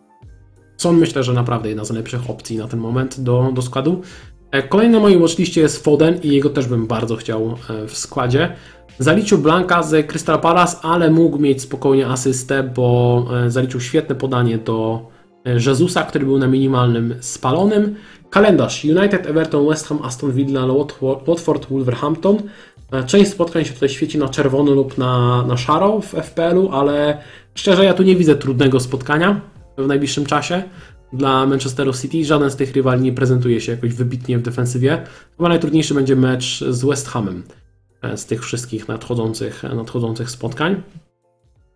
Son myślę, że naprawdę jedna z najlepszych opcji na ten moment do składu. Kolejny na mojej watchliście jest Foden i jego też bym bardzo chciał w składzie. Zaliczył Blanka z Crystal Palace, ale mógł mieć spokojnie asystę, bo zaliczył świetne podanie do Jezusa, który był na minimalnym spalonym. Kalendarz: United, Everton, West Ham, Aston Villa, Watford, Wolverhampton. Część spotkań się tutaj świeci na czerwono lub na szaro w FPL-u, ale szczerze ja tu nie widzę trudnego spotkania w najbliższym czasie dla Manchesteru City. Żaden z tych rywali nie prezentuje się jakoś wybitnie w defensywie. Chyba najtrudniejszy będzie mecz z West Hamem z tych wszystkich nadchodzących spotkań.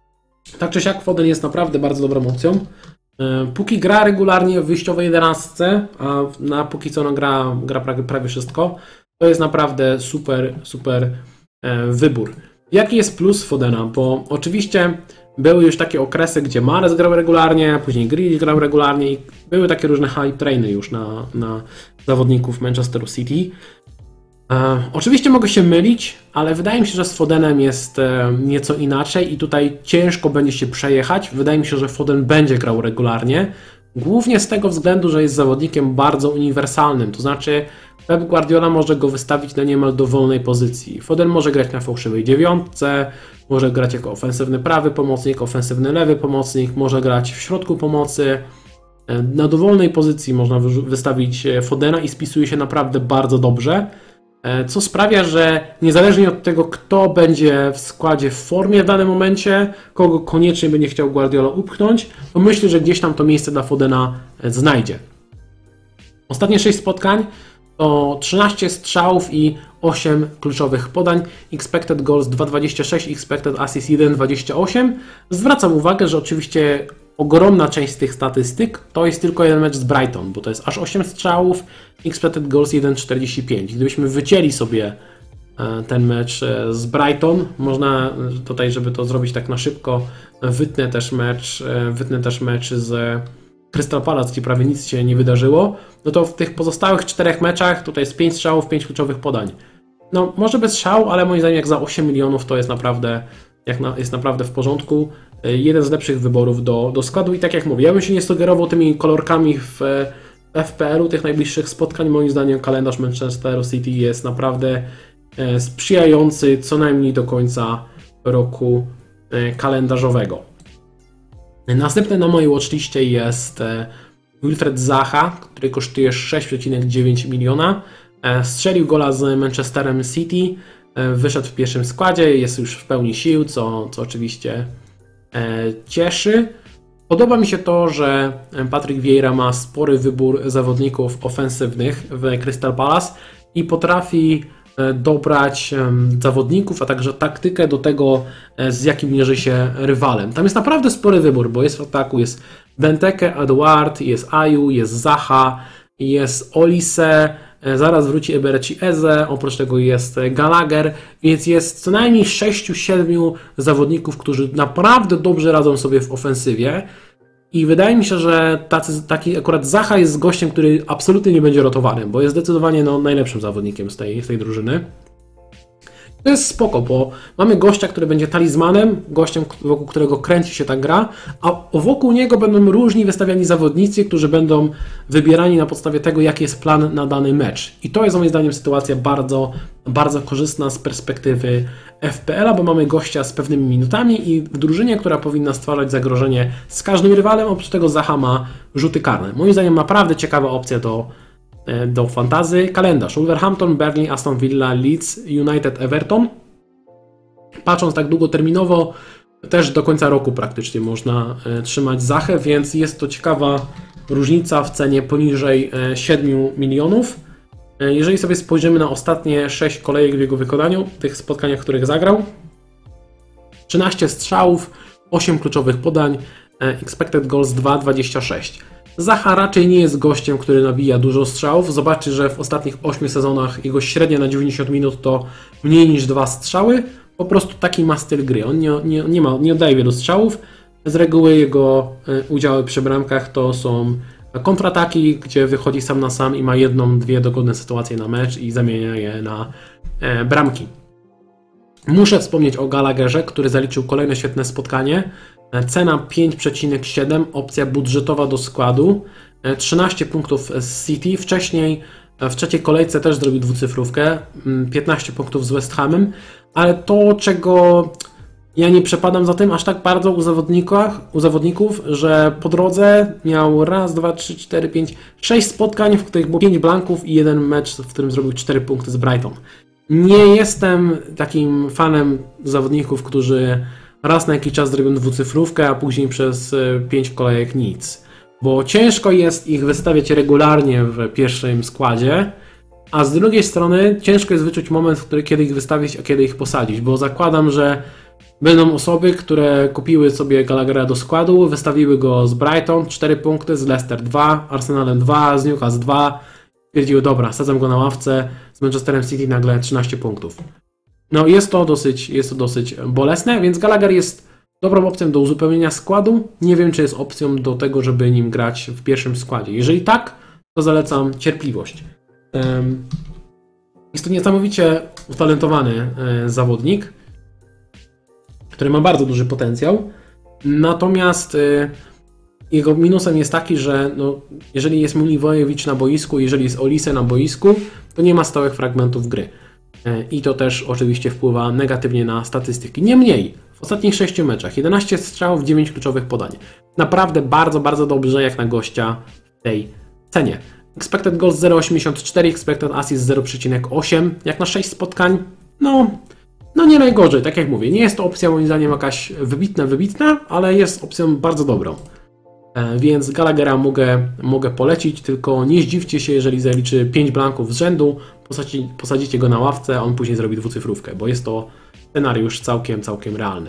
Tak czy siak Foden jest naprawdę bardzo dobrą opcją. Póki gra regularnie w wyjściowej 11, a póki co gra prawie wszystko, to jest naprawdę super wybór. Jaki jest plus Fodena? Bo oczywiście były już takie okresy, gdzie Mahrez grał regularnie, później Grealish grał regularnie i były takie różne hype trainy już na zawodników Manchesteru City. Oczywiście mogę się mylić, ale wydaje mi się, że z Fodenem jest nieco inaczej i tutaj ciężko będzie się przejechać. Wydaje mi się, że Foden będzie grał regularnie, głównie z tego względu, że jest zawodnikiem bardzo uniwersalnym, to znaczy Pep Guardiola może go wystawić na niemal dowolnej pozycji. Foden może grać na fałszywej dziewiątce, może grać jako ofensywny prawy pomocnik, ofensywny lewy pomocnik, może grać w środku pomocy. Na dowolnej pozycji można wystawić Fodena i spisuje się naprawdę bardzo dobrze, co sprawia, że niezależnie od tego, kto będzie w składzie w formie w danym momencie, kogo koniecznie będzie chciał Guardiola upchnąć, to myślę, że gdzieś tam to miejsce dla Fodena znajdzie. Ostatnie 6 spotkań to 13 strzałów i 8 kluczowych podań, expected goals 2,26, expected assist 1,28. Zwracam uwagę, że oczywiście ogromna część z tych statystyk to jest tylko jeden mecz z Brighton, bo to jest aż 8 strzałów, expected goals 1,45. Gdybyśmy wycięli sobie ten mecz z Brighton, można tutaj, żeby to zrobić tak na szybko, wytnę też mecz z Crystal Palace, gdzie prawie nic się nie wydarzyło, no to w tych pozostałych 4 meczach tutaj jest 5 strzałów, 5 kluczowych podań. No może bez strzału, ale moim zdaniem jak za 8 milionów to jest naprawdę w porządku. Jeden z lepszych wyborów do składu i tak jak mówię, ja bym się nie sugerował tymi kolorkami w FPL-u tych najbliższych spotkań. Moim zdaniem kalendarz Manchesteru City jest naprawdę sprzyjający co najmniej do końca roku kalendarzowego. Następny na mojej watchliście jest Wilfried Zaha, który kosztuje 6,9 miliona. Strzelił gola z Manchesterem City, wyszedł w pierwszym składzie, jest już w pełni sił, co oczywiście cieszy. Podoba mi się to, że Patrick Vieira ma spory wybór zawodników ofensywnych w Crystal Palace i potrafi dobrać zawodników, a także taktykę do tego, z jakim mierzy się rywalem. Tam jest naprawdę spory wybór, bo jest w ataku, jest Benteke, Edouard, jest Ayew, jest Zaha, jest Olise, zaraz wróci Eberechi Eze, oprócz tego jest Gallagher, więc jest co najmniej 6-7 zawodników, którzy naprawdę dobrze radzą sobie w ofensywie i wydaje mi się, że taki akurat Zaha jest gościem, który absolutnie nie będzie rotowany, bo jest zdecydowanie najlepszym zawodnikiem z tej drużyny. To jest spoko, bo mamy gościa, który będzie talizmanem, gościem, wokół którego kręci się ta gra, a wokół niego będą różni wystawiani zawodnicy, którzy będą wybierani na podstawie tego, jaki jest plan na dany mecz. I to jest moim zdaniem sytuacja bardzo korzystna z perspektywy FPL-a, bo mamy gościa z pewnymi minutami i w drużynie, która powinna stwarzać zagrożenie z każdym rywalem, oprócz tego Zaha ma rzuty karne. Moim zdaniem naprawdę ciekawa opcja do fantazy. Kalendarz: Wolverhampton, Burnley, Aston Villa, Leeds, United, Everton. Patrząc tak długoterminowo, też do końca roku praktycznie można trzymać Zachę, więc jest to ciekawa różnica w cenie poniżej 7 milionów. Jeżeli sobie spojrzymy na ostatnie 6 kolejek w jego wykonaniu, tych spotkaniach, w których zagrał, 13 strzałów, 8 kluczowych podań, expected goals 2,26. Zaha raczej nie jest gościem, który nabija dużo strzałów. Zobaczcie, że w ostatnich 8 sezonach jego średnia na 90 minut to mniej niż 2 strzały. Po prostu taki ma styl gry. On nie oddaje wielu strzałów. Z reguły jego udziały przy bramkach to są kontrataki, gdzie wychodzi sam na sam i ma 1-2 dogodne sytuacje na mecz i zamienia je na bramki. Muszę wspomnieć o Gallagherze, który zaliczył kolejne świetne spotkanie. Cena 5,7, opcja budżetowa do składu, 13 punktów z City, wcześniej w trzeciej kolejce też zrobił dwucyfrówkę, 15 punktów z West Hamem, ale to, czego ja nie przepadam za tym aż tak bardzo u zawodników, że po drodze miał 6 spotkań, w których było 5 blanków i jeden mecz, w którym zrobił 4 punkty z Brighton. Nie jestem takim fanem zawodników, którzy raz na jakiś czas zrobią dwucyfrówkę, a później przez 5 kolejek nic. Bo ciężko jest ich wystawiać regularnie w pierwszym składzie, a z drugiej strony ciężko jest wyczuć moment, kiedy ich wystawić, a kiedy ich posadzić, bo zakładam, że Będą osoby, które kupiły sobie Gallaghera do składu, wystawiły go z Brighton 4 punkty, z Leicester 2, Arsenalem 2, z Newcastle 2. Stwierdziły, dobra, sadzam go na ławce, z Manchesterem City nagle 13 punktów. No jest to dosyć bolesne, więc Gallagher jest dobrą opcją do uzupełnienia składu. Nie wiem, czy jest opcją do tego, żeby nim grać w pierwszym składzie. Jeżeli tak, to zalecam cierpliwość. Jest to niesamowicie utalentowany zawodnik, który ma bardzo duży potencjał. Natomiast jego minusem jest taki, że no, jeżeli jest Milivojevic na boisku, jeżeli jest Olise na boisku, to nie ma stałych fragmentów gry. I to też oczywiście wpływa negatywnie na statystyki. Niemniej, w ostatnich 6 meczach 11 strzałów, 9 kluczowych podań. Naprawdę bardzo, bardzo dobrze jak na gościa w tej cenie. Expected goals 0,84, expected assist 0,8. Jak na 6 spotkań, no nie najgorzej, tak jak mówię. Nie jest to opcja moim zdaniem jakaś wybitna, ale jest opcją bardzo dobrą. Więc Gallaghera mogę polecić, tylko nie zdziwcie się, jeżeli zaliczy 5 blanków z rzędu, posadzicie go na ławce, a on później zrobi dwucyfrówkę, bo jest to scenariusz całkiem realny.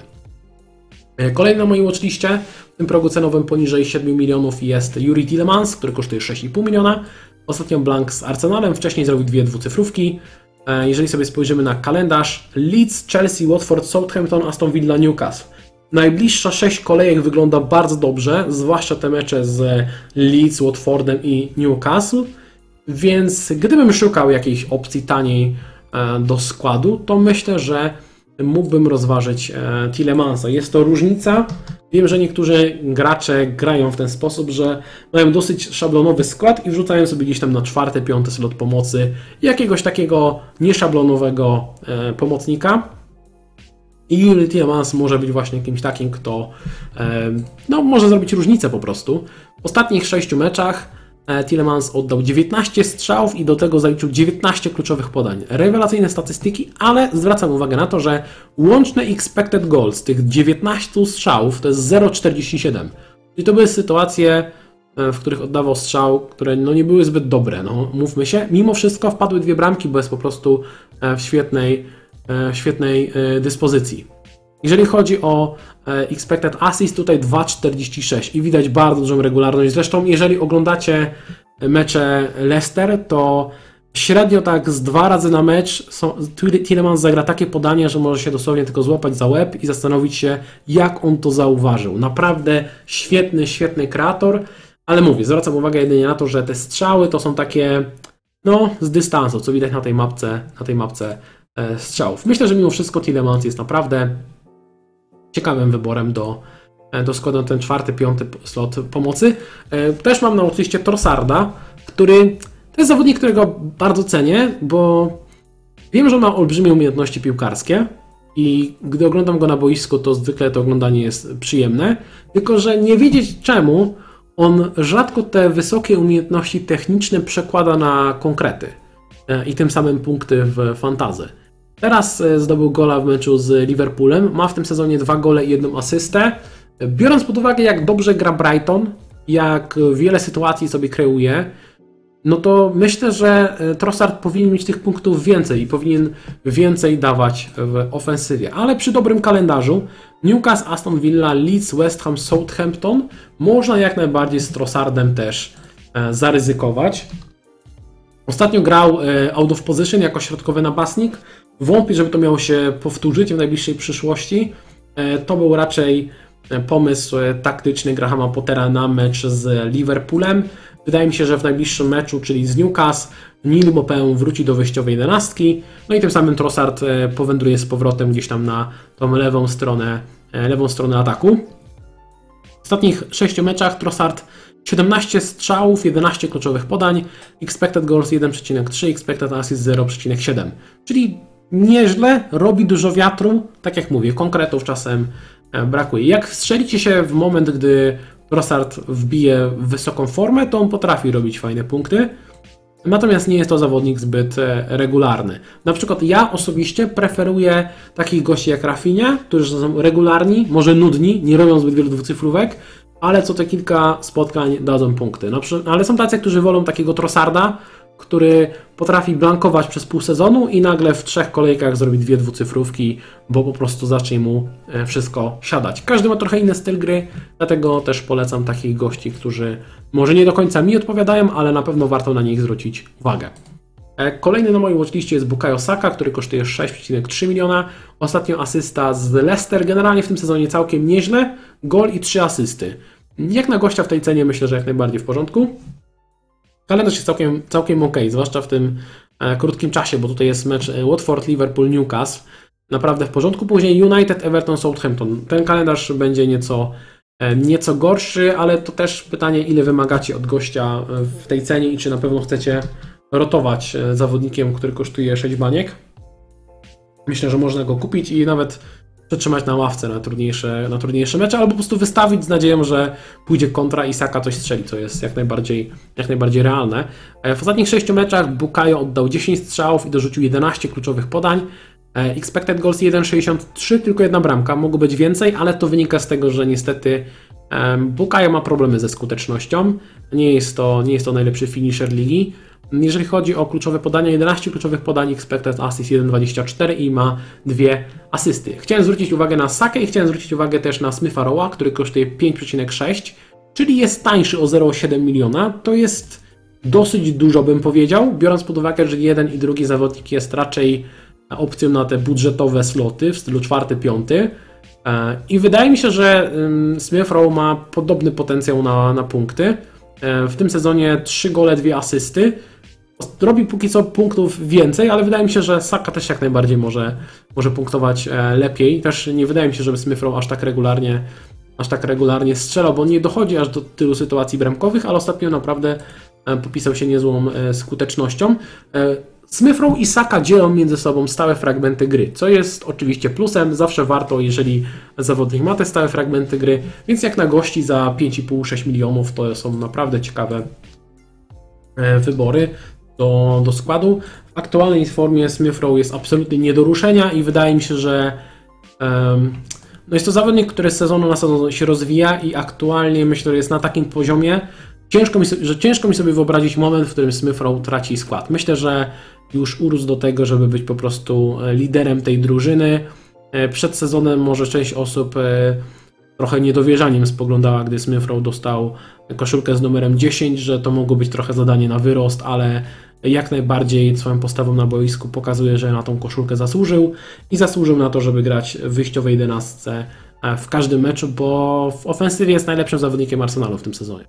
Kolejny na mojej watchliście, w tym progu cenowym poniżej 7 milionów jest Youri Tielemans, który kosztuje 6,5 miliona. Ostatnio blank z Arsenalem, wcześniej zrobił 2 dwucyfrówki. Jeżeli sobie spojrzymy na kalendarz, Leeds, Chelsea, Watford, Southampton, Aston Villa, Newcastle. Najbliższa 6 kolejek wygląda bardzo dobrze, zwłaszcza te mecze z Leeds, Watfordem i Newcastle, więc gdybym szukał jakiejś opcji taniej do składu, to myślę, że mógłbym rozważyć Tielemانsa. Jest to różnica. Wiem, że niektórzy gracze grają w ten sposób, że mają dosyć szablonowy skład i wrzucają sobie gdzieś tam na 4., 5. slot pomocy jakiegoś takiego nieszablonowego pomocnika. I Youri Tielemans może być właśnie kimś takim, kto może zrobić różnicę po prostu. W ostatnich 6 meczach Tielemans oddał 19 strzałów i do tego zaliczył 19 kluczowych podań. Rewelacyjne statystyki, ale zwracam uwagę na to, że łączne expected goals tych 19 strzałów to jest 0,47. Czyli to były sytuacje, w których oddawał strzał, które nie były zbyt dobre. Mówmy się, mimo wszystko wpadły 2 bramki, bo jest po prostu w świetnej dyspozycji. Jeżeli chodzi o expected assist, tutaj 2,46 i widać bardzo dużą regularność. Zresztą jeżeli oglądacie mecze Leicester, to średnio tak z 2 razy na mecz Tielemans zagra takie podania, że może się dosłownie tylko złapać za łeb i zastanowić się, jak on to zauważył. Naprawdę świetny kreator, ale mówię, zwracam uwagę jedynie na to, że te strzały to są takie z dystansu, co widać na tej mapce strzałów. Myślę, że mimo wszystko Tielemans jest naprawdę ciekawym wyborem do składu na ten 4., 5. slot pomocy. Też mam na oczywiście Trossarda, który to jest zawodnik, którego bardzo cenię, bo wiem, że on ma olbrzymie umiejętności piłkarskie i gdy oglądam go na boisku, to zwykle to oglądanie jest przyjemne, tylko że nie wiedzieć czemu on rzadko te wysokie umiejętności techniczne przekłada na konkrety i tym samym punkty w fantasy. Teraz zdobył gola w meczu z Liverpoolem, ma w tym sezonie 2 gole i 1 asystę. Biorąc pod uwagę, jak dobrze gra Brighton, jak wiele sytuacji sobie kreuje, to myślę, że Trossard powinien mieć tych punktów więcej i powinien więcej dawać w ofensywie. Ale przy dobrym kalendarzu Newcastle, Aston Villa, Leeds, West Ham, Southampton można jak najbardziej z Trossardem też zaryzykować. Ostatnio grał out of position jako środkowy napastnik. Wątpię, żeby to miało się powtórzyć w najbliższej przyszłości. To był raczej pomysł taktyczny Grahama Pottera na mecz z Liverpoolem. Wydaje mi się, że w najbliższym meczu, czyli z Newcastle, Neil Maupay wróci do wyjściowej 11. I tym samym Trossard powędruje z powrotem gdzieś tam na tą lewą stronę ataku. W ostatnich 6 meczach Trossard 17 strzałów, 11 kluczowych podań, expected goals 1,3, expected assist 0,7. Czyli nieźle, robi dużo wiatru, tak jak mówię, konkretów czasem brakuje. Jak wstrzelicie się w moment, gdy Trossard wbije w wysoką formę, to on potrafi robić fajne punkty, natomiast nie jest to zawodnik zbyt regularny. Na przykład ja osobiście preferuję takich gości jak Rafinha, którzy są regularni, może nudni, nie robią zbyt wielu dwucyfrówek, ale co te kilka spotkań dadzą punkty. Ale są tacy, którzy wolą takiego Trossarda, który potrafi blankować przez pół sezonu i nagle w 3 kolejkach zrobi 2 dwucyfrówki, bo po prostu zacznie mu wszystko siadać. Każdy ma trochę inny styl gry, dlatego też polecam takich gości, którzy może nie do końca mi odpowiadają, ale na pewno warto na nich zwrócić uwagę. Kolejny na mojej watchliście jest Bukayo Saka, który kosztuje 6,3 miliona. Ostatnio asysta z Leicester, generalnie w tym sezonie całkiem nieźle, gol i 3 asysty. Jak na gościa w tej cenie myślę, że jak najbardziej w porządku. Kalendarz jest całkiem ok, zwłaszcza w tym krótkim czasie, bo tutaj jest mecz Watford, Liverpool, Newcastle. Naprawdę w porządku. Później United, Everton, Southampton. Ten kalendarz będzie nieco gorszy, ale to też pytanie, ile wymagacie od gościa w tej cenie i czy na pewno chcecie rotować zawodnikiem, który kosztuje 6 baniek. Myślę, że można go kupić i nawet przetrzymać na ławce na trudniejsze mecze, albo po prostu wystawić z nadzieją, że pójdzie kontra i Saka coś strzeli, co jest jak najbardziej realne. W ostatnich 6 meczach Bukayo oddał 10 strzałów i dorzucił 11 kluczowych podań. Expected goals 1,63, tylko 1 bramka, mogło być więcej, ale to wynika z tego, że niestety Bukayo ma problemy ze skutecznością. Nie jest to najlepszy finisher ligi. Jeżeli chodzi o kluczowe podania, 11 kluczowych podań, expected assist 1,24 i ma 2 asysty. Chciałem zwrócić uwagę na Sakę i chciałem zwrócić uwagę też na Smitha Rowe'a, który kosztuje 5,6, czyli jest tańszy o 0,7 miliona. To jest dosyć dużo, bym powiedział, biorąc pod uwagę, że jeden i drugi zawodnik jest raczej opcją na te budżetowe sloty w stylu 4-5. I wydaje mi się, że Smith Rowe ma podobny potencjał na punkty. W tym sezonie 3 gole, 2 asysty. Robi póki co punktów więcej, ale wydaje mi się, że Saka też jak najbardziej może punktować lepiej. Też nie wydaje mi się, żeby Smith Rowe aż tak regularnie strzelał, bo nie dochodzi aż do tylu sytuacji bramkowych, ale ostatnio naprawdę popisał się niezłą skutecznością. Smith Rowe i Saka dzielą między sobą stałe fragmenty gry, co jest oczywiście plusem, zawsze warto, jeżeli zawodnik ma te stałe fragmenty gry, więc jak na gości za 5,5-6 milionów to są naprawdę ciekawe wybory do składu. W aktualnej formie Smith Rowe jest absolutnie nie do ruszenia i wydaje mi się, że jest to zawodnik, który z sezonu na sezon się rozwija i aktualnie myślę, że jest na takim poziomie, ciężko mi sobie wyobrazić moment, w którym Smith Rowe traci skład. Myślę, że już urósł do tego, żeby być po prostu liderem tej drużyny. Przed sezonem może część osób trochę niedowierzaniem spoglądała, gdy Smith Rowe dostał koszulkę z numerem 10, że to mogło być trochę zadanie na wyrost, ale jak najbardziej swoją postawą na boisku pokazuje, że na tą koszulkę zasłużył i zasłużył na to, żeby grać w wyjściowej 11 w każdym meczu, bo w ofensywie jest najlepszym zawodnikiem Arsenalu w tym sezonie.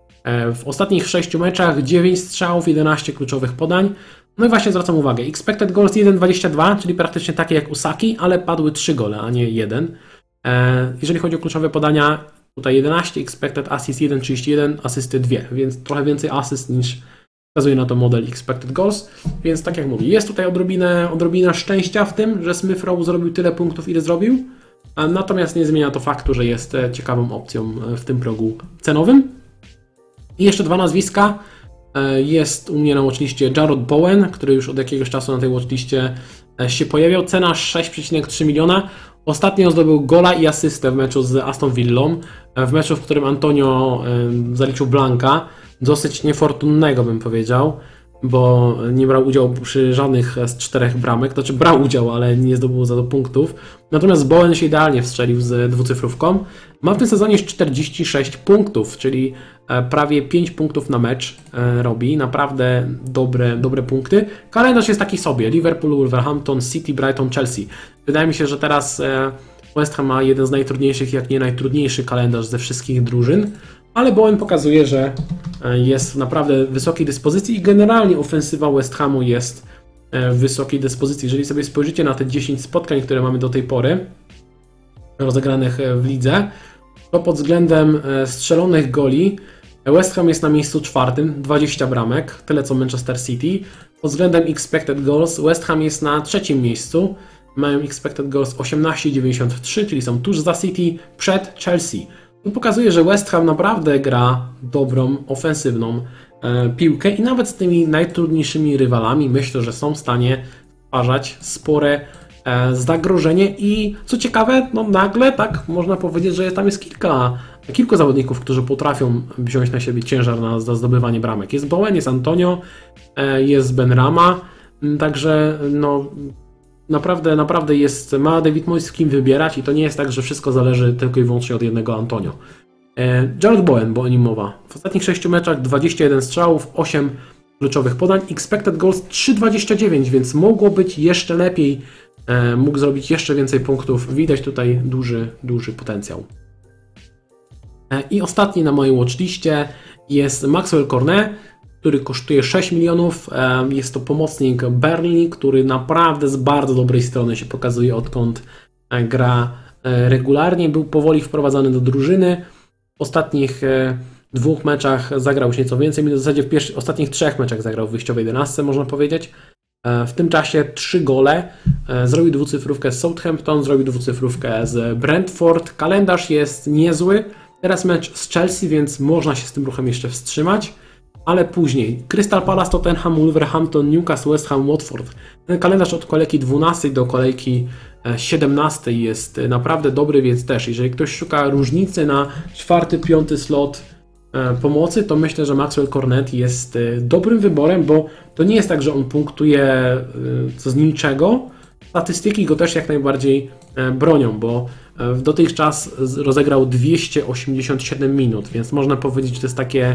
W ostatnich 6 meczach 9 strzałów, 11 kluczowych podań. No i właśnie zwracam uwagę, expected goals 1,22, czyli praktycznie takie jak u Saki, ale padły 3 gole, a nie 1. Jeżeli chodzi o kluczowe podania, tutaj 11, expected assist 1,31, asysty 2, więc trochę więcej asyst niż wskazuje na to model expected goals. Więc tak jak mówię, jest tutaj odrobina szczęścia w tym, że Smith Rowe zrobił tyle punktów, ile zrobił, natomiast nie zmienia to faktu, że jest ciekawą opcją w tym progu cenowym. I jeszcze 2 nazwiska. Jest u mnie na watchliście Jarrod Bowen, który już od jakiegoś czasu na tej watchliście się pojawiał. Cena 6,3 miliona. Ostatnio zdobył gola i asystę w meczu z Aston Villą. W meczu, w którym Antonio zaliczył blanka. Dosyć niefortunnego, bym powiedział, bo nie brał udziału przy żadnych z 4 bramek. Znaczy brał udział, ale nie zdobył za to punktów. Natomiast Bowen się idealnie wstrzelił z dwucyfrówką. Ma w tym sezonie 46 punktów, czyli prawie 5 punktów na mecz robi. Naprawdę dobre punkty. Kalendarz jest taki sobie. Liverpool, Wolverhampton, City, Brighton, Chelsea. Wydaje mi się, że teraz West Ham ma jeden z najtrudniejszych, jak nie najtrudniejszy kalendarz ze wszystkich drużyn. Ale Bowen pokazuje, że jest w naprawdę wysokiej dyspozycji i generalnie ofensywa West Hamu jest w wysokiej dyspozycji. Jeżeli sobie spojrzycie na te 10 spotkań, które mamy do tej pory rozegranych w lidze, to pod względem strzelonych goli West Ham jest na miejscu 4, 20 bramek, tyle co Manchester City. Pod względem expected goals West Ham jest na 3 miejscu, mają expected goals 18,93, czyli są tuż za City, przed Chelsea. To pokazuje, że West Ham naprawdę gra dobrą, ofensywną piłkę i nawet z tymi najtrudniejszymi rywalami myślę, że są w stanie stwarzać spore zagrożenie i co ciekawe, no nagle tak można powiedzieć, że tam jest kilka kilku zawodników, którzy potrafią wziąć na siebie ciężar za zdobywanie bramek. Jest Bowen, jest Antonio, jest Benrahma, także no naprawdę ma David Moyes z kim wybierać i to nie jest tak, że wszystko zależy tylko i wyłącznie od jednego Antonio. Jarrod Bowen, bo o nim mowa. W ostatnich 6 meczach 21 strzałów, 8 kluczowych podań, expected goals 3,29, więc mogło być jeszcze lepiej, mógł zrobić jeszcze więcej punktów. Widać tutaj duży potencjał. I ostatni na mojej watchliście jest Maxwell Cornet, który kosztuje 6 milionów. Jest to pomocnik Burnley, który naprawdę z bardzo dobrej strony się pokazuje, odkąd gra regularnie. Był powoli wprowadzany do drużyny. W ostatnich 2 meczach zagrał już nieco więcej, w zasadzie w ostatnich 3 meczach zagrał w wyjściowej 11, można powiedzieć. W tym czasie 3 gole, zrobił dwucyfrówkę z Southampton, zrobił dwucyfrówkę z Brentford. Kalendarz jest niezły. Teraz mecz z Chelsea, więc można się z tym ruchem jeszcze wstrzymać. Ale później Crystal Palace, Tottenham, Wolverhampton, Newcastle, West Ham, Watford. Ten kalendarz od kolejki 12 do kolejki 17 jest naprawdę dobry, więc też jeżeli ktoś szuka różnicy na 4-5 slot pomocy, to myślę, że Maxwell Cornet jest dobrym wyborem, bo to nie jest tak, że on punktuje z niczego. Statystyki go też jak najbardziej bronią, bo dotychczas rozegrał 287 minut, więc można powiedzieć, że to jest takie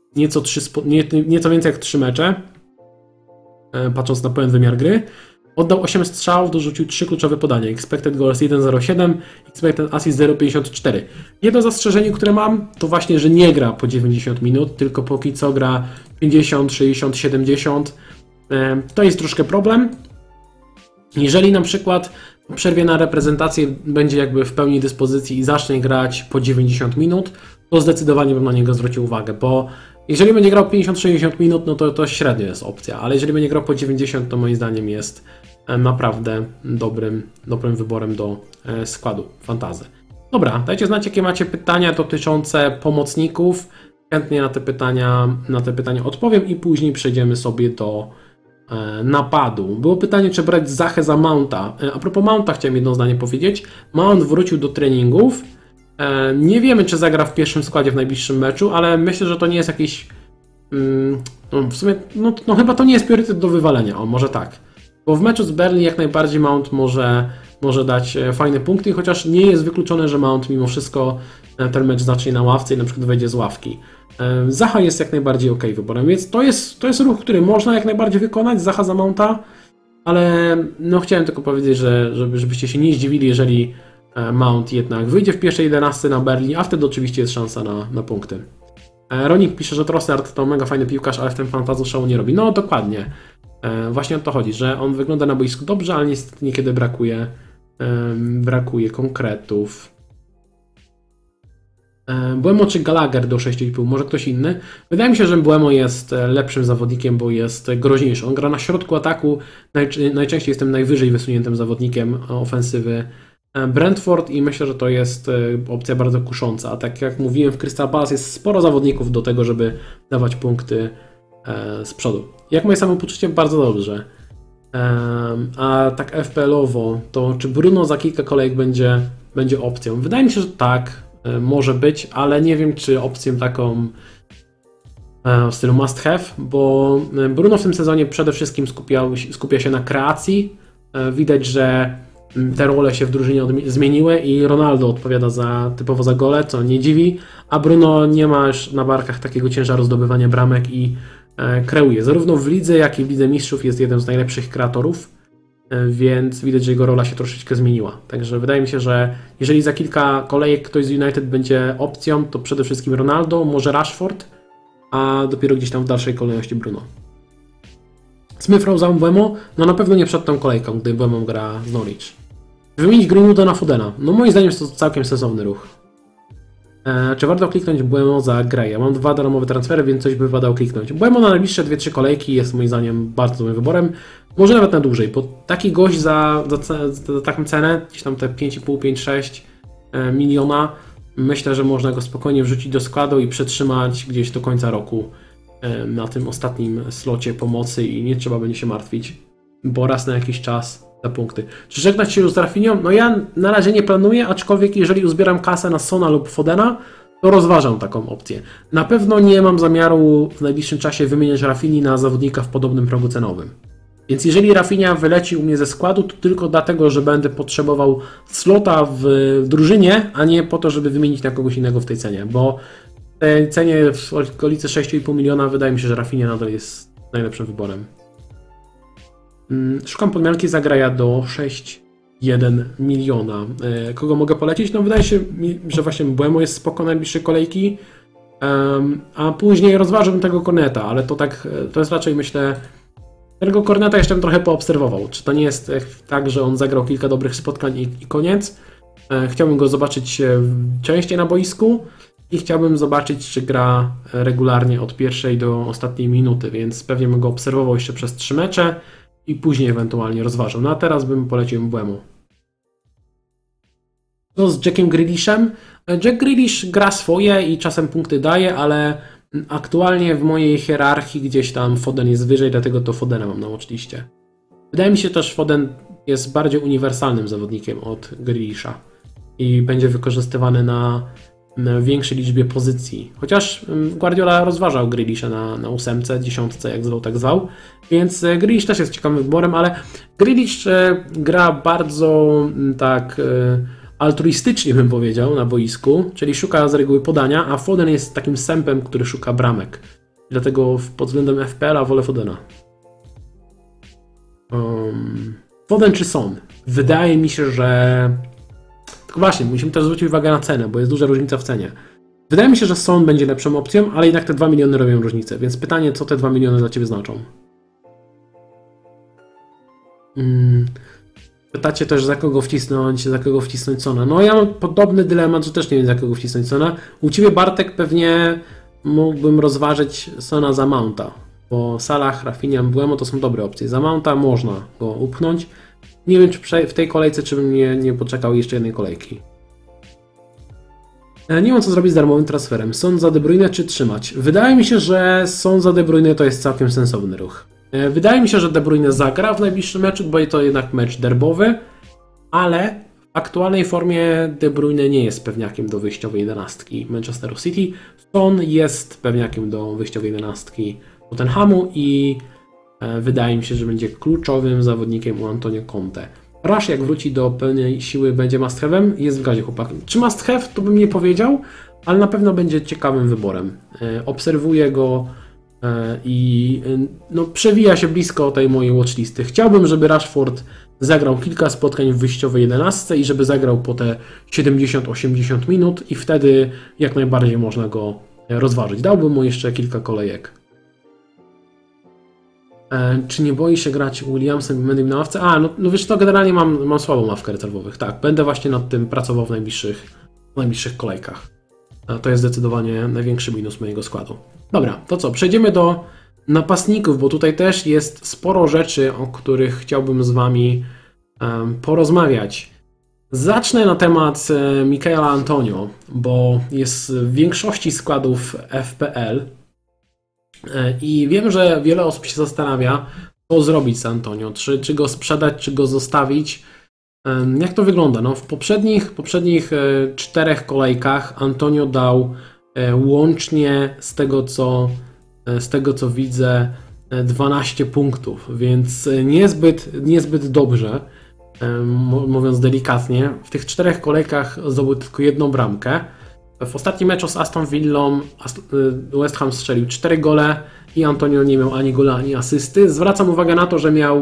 nieco więcej jak 3 mecze, patrząc na pełen wymiar gry. Oddał 8 strzałów, dorzucił 3 kluczowe podania. Expected goals 1,07, expected assist 0,54. Jedno zastrzeżenie, które mam, to właśnie, że nie gra po 90 minut, tylko póki co gra 50, 60, 70. To jest troszkę problem. Jeżeli na przykład po przerwie na reprezentację będzie jakby w pełni dyspozycji i zacznie grać po 90 minut, to zdecydowanie bym na niego zwrócił uwagę, bo jeżeli będzie grał 50-60 minut, no to średnio jest opcja, ale jeżeli będzie grał po 90, to moim zdaniem jest naprawdę dobrym wyborem do składu fantasy. Dobra, dajcie znać, jakie macie pytania dotyczące pomocników. Chętnie na te pytania odpowiem i później przejdziemy sobie do napadu. Było pytanie, czy brać Zachę za Mounta. A propos Mounta chciałem jedno zdanie powiedzieć. Mount wrócił do treningów. Nie wiemy, czy zagra w pierwszym składzie w najbliższym meczu, ale myślę, że to nie jest jakiś... w sumie, no chyba to nie jest priorytet do wywalenia, może tak. Bo w meczu z Burnley jak najbardziej Mount może dać fajne punkty, chociaż nie jest wykluczone, że Mount mimo wszystko ten mecz zacznie na ławce i na przykład wejdzie z ławki. Zaha jest jak najbardziej ok wyborem, więc to jest ruch, który można jak najbardziej wykonać, Zaha za Mounta, ale no chciałem tylko powiedzieć, żebyście się nie zdziwili, jeżeli Mount jednak wyjdzie w pierwszej 11 na Burnley, a wtedy oczywiście jest szansa na punkty. Ronik pisze, że Trossard to mega fajny piłkarz, ale w tym fantazu szału nie robi. No dokładnie. Właśnie o to chodzi, że on wygląda na boisku dobrze, ale niestety niekiedy brakuje konkretów. Mbeumo czy Gallagher do 6,5, może ktoś inny? Wydaje mi się, że Mbeumo jest lepszym zawodnikiem, bo jest groźniejszy. On gra na środku ataku, najczęściej jest tym najwyżej wysuniętym zawodnikiem ofensywy Brentford i myślę, że to jest opcja bardzo kusząca. A tak jak mówiłem, w Crystal Palace jest sporo zawodników do tego, żeby dawać punkty z przodu. Jak moje samopoczucie? Bardzo dobrze. A tak FPL-owo, to czy Bruno za kilka kolejek będzie opcją? Wydaje mi się, że tak, może być, ale nie wiem, czy opcją taką w stylu must have, bo Bruno w tym sezonie przede wszystkim skupia się na kreacji. Widać, że te role się w drużynie zmieniły i Ronaldo odpowiada typowo za gole, co nie dziwi, a Bruno nie ma już na barkach takiego ciężaru zdobywania bramek i kreuje. Zarówno w lidze, jak i w Lidze Mistrzów jest jeden z najlepszych kreatorów, więc widać, że jego rola się troszeczkę zmieniła. Także wydaje mi się, że jeżeli za kilka kolejek ktoś z United będzie opcją, to przede wszystkim Ronaldo, może Rashford, a dopiero gdzieś tam w dalszej kolejności Bruno. Smith Rowe za Mbeumo? No na pewno nie przed tą kolejką, gdy Mbeumo gra z Norwich. Wymienić Greenwooda na Fodena? No moim zdaniem jest to całkiem sensowny ruch. Czy warto kliknąć Mbeumo za Greya? Ja mam 2 darmowe transfery, więc coś by wypadało kliknąć. Mbeumo na najbliższe 2-3 kolejki jest moim zdaniem bardzo dobrym wyborem. Może nawet na dłużej, bo taki gość za taką cenę, gdzieś tam te 5,5-5,6 miliona, myślę, że można go spokojnie wrzucić do składu i przetrzymać gdzieś do końca roku na tym ostatnim slocie pomocy i nie trzeba będzie się martwić, bo raz na jakiś czas za punkty. Czy żegnać się już z Rafinhą? No ja na razie nie planuję, aczkolwiek jeżeli uzbieram kasę na Sona lub Fodena, to rozważam taką opcję. Na pewno nie mam zamiaru w najbliższym czasie wymieniać Rafinii na zawodnika w podobnym progu cenowym. Więc jeżeli Rafinha wyleci u mnie ze składu, to tylko dlatego, że będę potrzebował slota w drużynie, a nie po to, żeby wymienić na kogoś innego w tej cenie, bo w tej cenie w okolicy 6,5 miliona wydaje mi się, że Rafinha nadal jest najlepszym wyborem. Szukam podmianki za Graja do 6,1 miliona. Kogo mogę polecić? No wydaje się mi, że właśnie Mbeumo jest spoko najbliższe kolejki, a później rozważyłbym tego Corneta, ale to jest raczej, myślę, tego Corneta jeszcze bym trochę poobserwował. Czy to nie jest tak, że on zagrał kilka dobrych spotkań i koniec? Chciałbym go zobaczyć częściej na boisku i chciałbym zobaczyć, czy gra regularnie od pierwszej do ostatniej minuty, więc pewnie bym go obserwował jeszcze przez 3 mecze i później ewentualnie rozważał. No a teraz bym polecił Mbeumo. Co z Jackiem Grealishem? Jack Grealish gra swoje i czasem punkty daje, ale aktualnie w mojej hierarchii gdzieś tam Foden jest wyżej, dlatego to Fodena mam na watchliście. Wydaje mi się też, Foden jest bardziej uniwersalnym zawodnikiem od Grealisha i będzie wykorzystywany na większej liczbie pozycji. Chociaż Guardiola rozważał Grealisha na 8, 10, jak zwał, tak zwał. Więc Grealish też jest ciekawym wyborem, ale Grealish gra bardzo tak altruistycznie, bym powiedział, na boisku, czyli szuka z reguły podania, a Foden jest takim sępem, który szuka bramek. Dlatego pod względem FPL-a wolę Fodena. Foden czy Son? Wydaje mi się, że... Tylko właśnie, musimy też zwrócić uwagę na cenę, bo jest duża różnica w cenie. Wydaje mi się, że Son będzie lepszą opcją, ale jednak te 2 miliony robią różnicę, więc pytanie, co te 2 miliony dla Ciebie znaczą? Pytacie też, za kogo wcisnąć Sona. No ja mam podobny dylemat, że też nie wiem, za kogo wcisnąć Sona. U Ciebie, Bartek, pewnie mógłbym rozważyć Sona za Mounta, bo Salah, Rafinha, Mbeumo to są dobre opcje. Za Mounta można go upchnąć. Nie wiem, czy w tej kolejce, czy bym nie poczekał jeszcze jednej kolejki. Nie wiem, co zrobić z darmowym transferem. Son za De Bruyne czy trzymać? Wydaje mi się, że Son za De Bruyne to jest całkiem sensowny ruch. Wydaje mi się, że De Bruyne zagra w najbliższym meczu, bo to jednak mecz derbowy, ale w aktualnej formie De Bruyne nie jest pewniakiem do wyjściowej 11 Manchesteru City. Son jest pewniakiem do wyjściowej 11 Tottenhamu i wydaje mi się, że będzie kluczowym zawodnikiem u Antonio Conte. Rush, jak wróci do pełnej siły, będzie must have'em. Jest w gazie, chłopak. Czy must have, to bym nie powiedział, ale na pewno będzie ciekawym wyborem. Obserwuję go i no, przewija się blisko tej mojej watchlisty. Chciałbym, żeby Rashford zagrał kilka spotkań w wyjściowej 11 i żeby zagrał po te 70-80 minut i wtedy jak najbardziej można go rozważyć. Dałbym mu jeszcze kilka kolejek. Czy nie boi się grać Williamsem i Mendym na ławce? No wiesz to generalnie mam słabą ławkę rezerwowych. Tak, będę właśnie nad tym pracował w najbliższych kolejkach. To jest zdecydowanie największy minus mojego składu. Dobra, to co? Przejdziemy do napastników, bo tutaj też jest sporo rzeczy, o których chciałbym z Wami porozmawiać. Zacznę na temat Michaela Antonio, bo jest w większości składów FPL i wiem, że wiele osób się zastanawia, co zrobić z Antonio, czy go sprzedać, czy go zostawić. Jak to wygląda? No, w poprzednich 4 kolejkach Antonio dał łącznie z tego co widzę 12 punktów, więc niezbyt dobrze, mówiąc delikatnie. W tych 4 kolejkach zdobył tylko 1 bramkę. W ostatnim meczu z Aston Villą West Ham strzelił 4 gole i Antonio nie miał ani gola, ani asysty. Zwracam uwagę na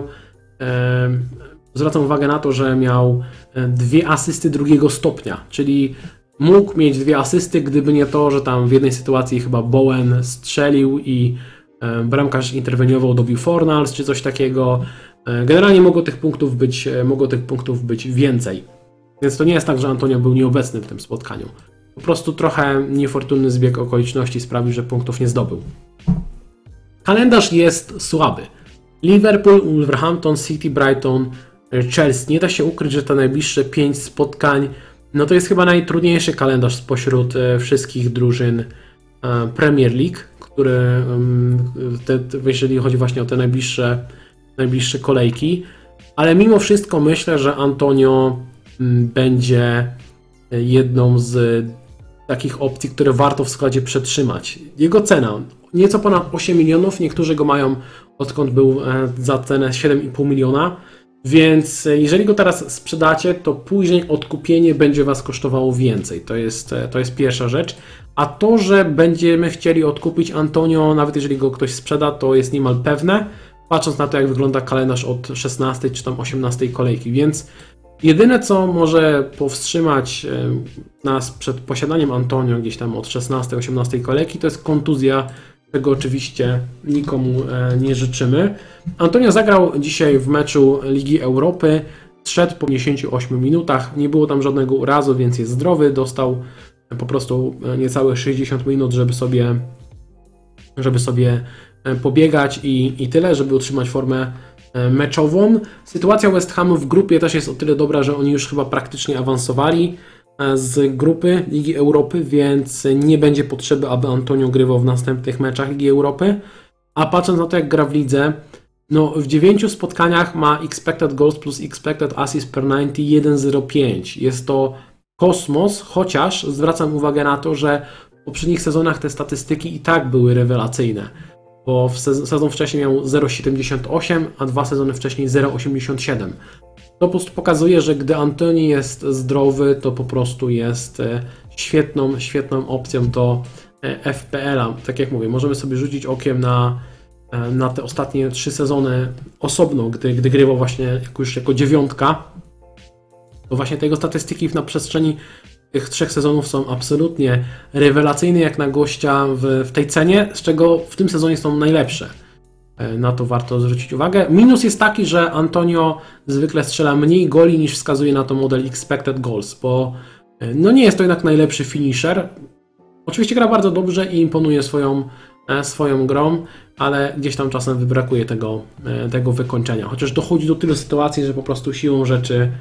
to, że miał 2 asysty drugiego stopnia, czyli mógł mieć 2 asysty, gdyby nie to, że tam w jednej sytuacji chyba Bowen strzelił i bramkarz interweniował, dobił Fornals czy coś takiego. Generalnie mogło tych punktów być więcej. Więc to nie jest tak, że Antonio był nieobecny w tym spotkaniu. Po prostu trochę niefortunny zbieg okoliczności sprawił, że punktów nie zdobył. Kalendarz jest słaby. Liverpool, Wolverhampton, City, Brighton, Chelsea. Nie da się ukryć, że te najbliższe 5 spotkań no to jest chyba najtrudniejszy kalendarz spośród wszystkich drużyn Premier League, które jeżeli chodzi właśnie o te najbliższe kolejki. Ale mimo wszystko myślę, że Antonio będzie jedną z takich opcji, które warto w składzie przetrzymać. Jego cena nieco ponad 8 milionów, niektórzy go mają odkąd był za cenę 7,5 miliona, więc jeżeli go teraz sprzedacie, to później odkupienie będzie Was kosztowało więcej. To jest pierwsza rzecz. A to, że będziemy chcieli odkupić Antonio, nawet jeżeli go ktoś sprzeda, to jest niemal pewne, patrząc na to, jak wygląda kalendarz od 16 czy tam 18 kolejki, więc jedyne, co może powstrzymać nas przed posiadaniem Antonio gdzieś tam od 16-18 kolejki, to jest kontuzja, czego oczywiście nikomu nie życzymy. Antonio zagrał dzisiaj w meczu Ligi Europy, zszedł po 58 minutach, nie było tam żadnego urazu, więc jest zdrowy, dostał po prostu niecałe 60 minut, żeby sobie pobiegać i tyle, żeby utrzymać formę meczową. Sytuacja West Hamu w grupie też jest o tyle dobra, że oni już chyba praktycznie awansowali z grupy Ligi Europy, więc nie będzie potrzeby, aby Antonio grywał w następnych meczach Ligi Europy. A patrząc na to, jak gra w lidze, no w 9 spotkaniach ma expected goals plus expected assist per 90 1,05. Jest to kosmos, chociaż zwracam uwagę na to, że w poprzednich sezonach te statystyki i tak były rewelacyjne, bo sezon wcześniej miał 0,78, a 2 sezony wcześniej 0,87. To po prostu pokazuje, że gdy Antoni jest zdrowy, to po prostu jest świetną opcją do FPL-a. Tak jak mówię, możemy sobie rzucić okiem na te ostatnie 3 sezony osobno, gdy grywał właśnie już jako dziewiątka. To właśnie te jego statystyki na przestrzeni tych 3 sezonów są absolutnie rewelacyjne jak na gościa w tej cenie, z czego w tym sezonie są najlepsze. Na to warto zwrócić uwagę. Minus jest taki, że Antonio zwykle strzela mniej goli niż wskazuje na to model expected goals, bo no nie jest to jednak najlepszy finisher. Oczywiście gra bardzo dobrze i imponuje swoją grą, ale gdzieś tam czasem wybrakuje tego wykończenia. Chociaż dochodzi do tylu sytuacji, że po prostu siłą rzeczy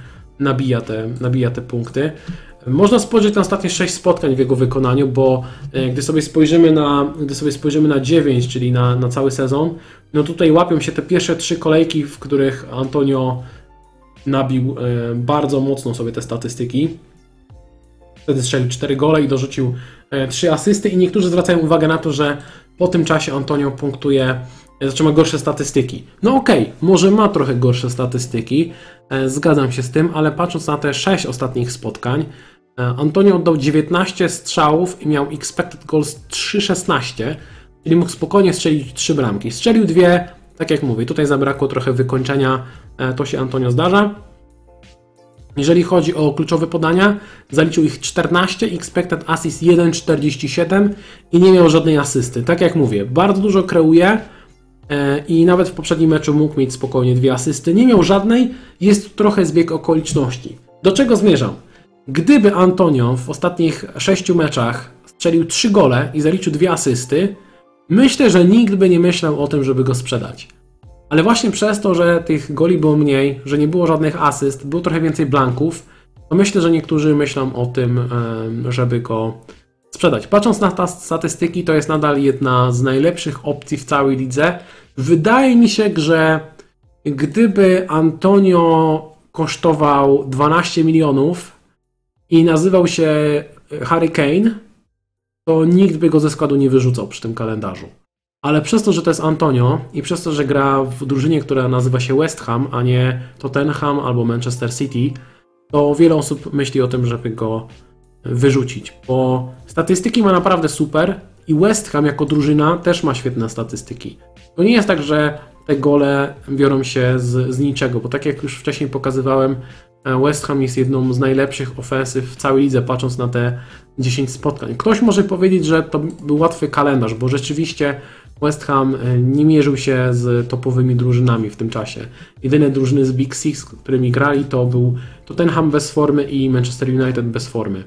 nabija te punkty. Można spojrzeć na ostatnie 6 spotkań w jego wykonaniu, bo gdy sobie spojrzymy na 9, czyli na cały sezon, no tutaj łapią się te pierwsze 3 kolejki, w których Antonio nabił bardzo mocno sobie te statystyki. Wtedy strzelił 4 gole i dorzucił 3 asysty i niektórzy zwracają uwagę na to, że po tym czasie Antonio punktuje, znaczy ma gorsze statystyki. No okej, może ma trochę gorsze statystyki, zgadzam się z tym, ale patrząc na te 6 ostatnich spotkań, Antonio oddał 19 strzałów i miał expected goals 3,16, czyli mógł spokojnie strzelić 3 bramki. Strzelił 2, tak jak mówię, tutaj zabrakło trochę wykończenia, to się Antonio zdarza. Jeżeli chodzi o kluczowe podania, zaliczył ich 14, expected assist 1,47 i nie miał żadnej asysty. Tak jak mówię, bardzo dużo kreuje i nawet w poprzednim meczu mógł mieć spokojnie 2 asysty. Nie miał żadnej, jest trochę zbieg okoliczności. Do czego zmierzam? Gdyby Antonio w ostatnich 6 meczach strzelił 3 gole i zaliczył 2 asysty, myślę, że nikt by nie myślał o tym, żeby go sprzedać. Ale właśnie przez to, że tych goli było mniej, że nie było żadnych asyst, było trochę więcej blanków, to myślę, że niektórzy myślą o tym, żeby go sprzedać. Patrząc na te statystyki, to jest nadal jedna z najlepszych opcji w całej lidze. Wydaje mi się, że gdyby Antonio kosztował 12 milionów i nazywał się Harry Kane, to nikt by go ze składu nie wyrzucał przy tym kalendarzu. Ale przez to, że to jest Antonio i przez to, że gra w drużynie, która nazywa się West Ham, a nie Tottenham albo Manchester City, to wiele osób myśli o tym, żeby go wyrzucić, bo statystyki ma naprawdę super i West Ham jako drużyna też ma świetne statystyki. To nie jest tak, że te gole biorą się z niczego, bo tak jak już wcześniej pokazywałem, West Ham jest jedną z najlepszych ofensyw w całej lidze, patrząc na te 10 spotkań. Ktoś może powiedzieć, że to był łatwy kalendarz, bo rzeczywiście West Ham nie mierzył się z topowymi drużynami w tym czasie. Jedyne drużyny z Big Six, którymi grali, to był Tottenham bez formy i Manchester United bez formy.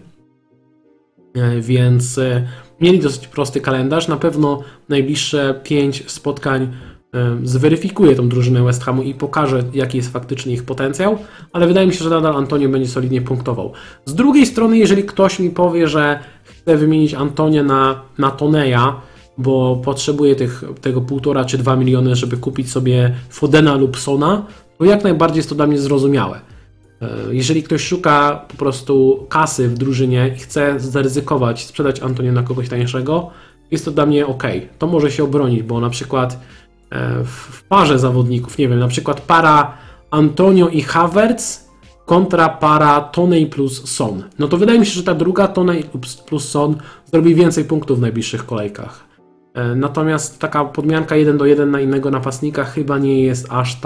Więc mieli dosyć prosty kalendarz. Na pewno najbliższe 5 spotkań zweryfikuje tą drużynę West Hamu i pokaże, jaki jest faktycznie ich potencjał, ale wydaje mi się, że nadal Antonio będzie solidnie punktował. Z drugiej strony, jeżeli ktoś mi powie, że chce wymienić Antonia na Toneja, bo potrzebuje tego 1,5 czy 2 miliony, żeby kupić sobie Fodena lub Sona, to jak najbardziej jest to dla mnie zrozumiałe. Jeżeli ktoś szuka po prostu kasy w drużynie i chce zaryzykować, sprzedać Antonio na kogoś tańszego, jest to dla mnie ok. To może się obronić, bo na przykład w parze zawodników, nie wiem, na przykład para Antonio i Havertz kontra para Toney plus Son. No to wydaje mi się, że ta druga Toney plus Son zrobi więcej punktów w najbliższych kolejkach. Natomiast taka podmianka 1-1 na innego napastnika chyba nie jest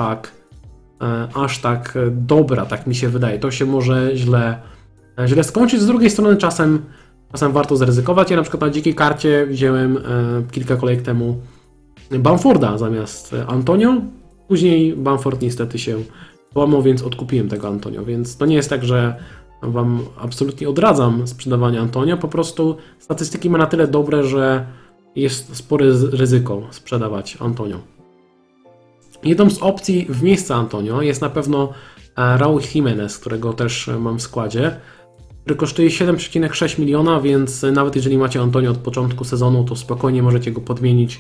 aż tak dobra, tak mi się wydaje. To się może źle skończyć. Z drugiej strony czasem warto zaryzykować. Ja na przykład na dzikiej karcie wziąłem kilka kolejek temu Bamforda zamiast Antonio. Później Bamford niestety się połamał, więc odkupiłem tego Antonio. Więc to nie jest tak, że Wam absolutnie odradzam sprzedawanie Antonio. Po prostu statystyki ma na tyle dobre, że jest spore ryzyko sprzedawać Antonio. Jedną z opcji w miejsce Antonio jest na pewno Raúl Jiménez, którego też mam w składzie, który kosztuje 7,6 miliona, więc nawet jeżeli macie Antonio od początku sezonu, to spokojnie możecie go podmienić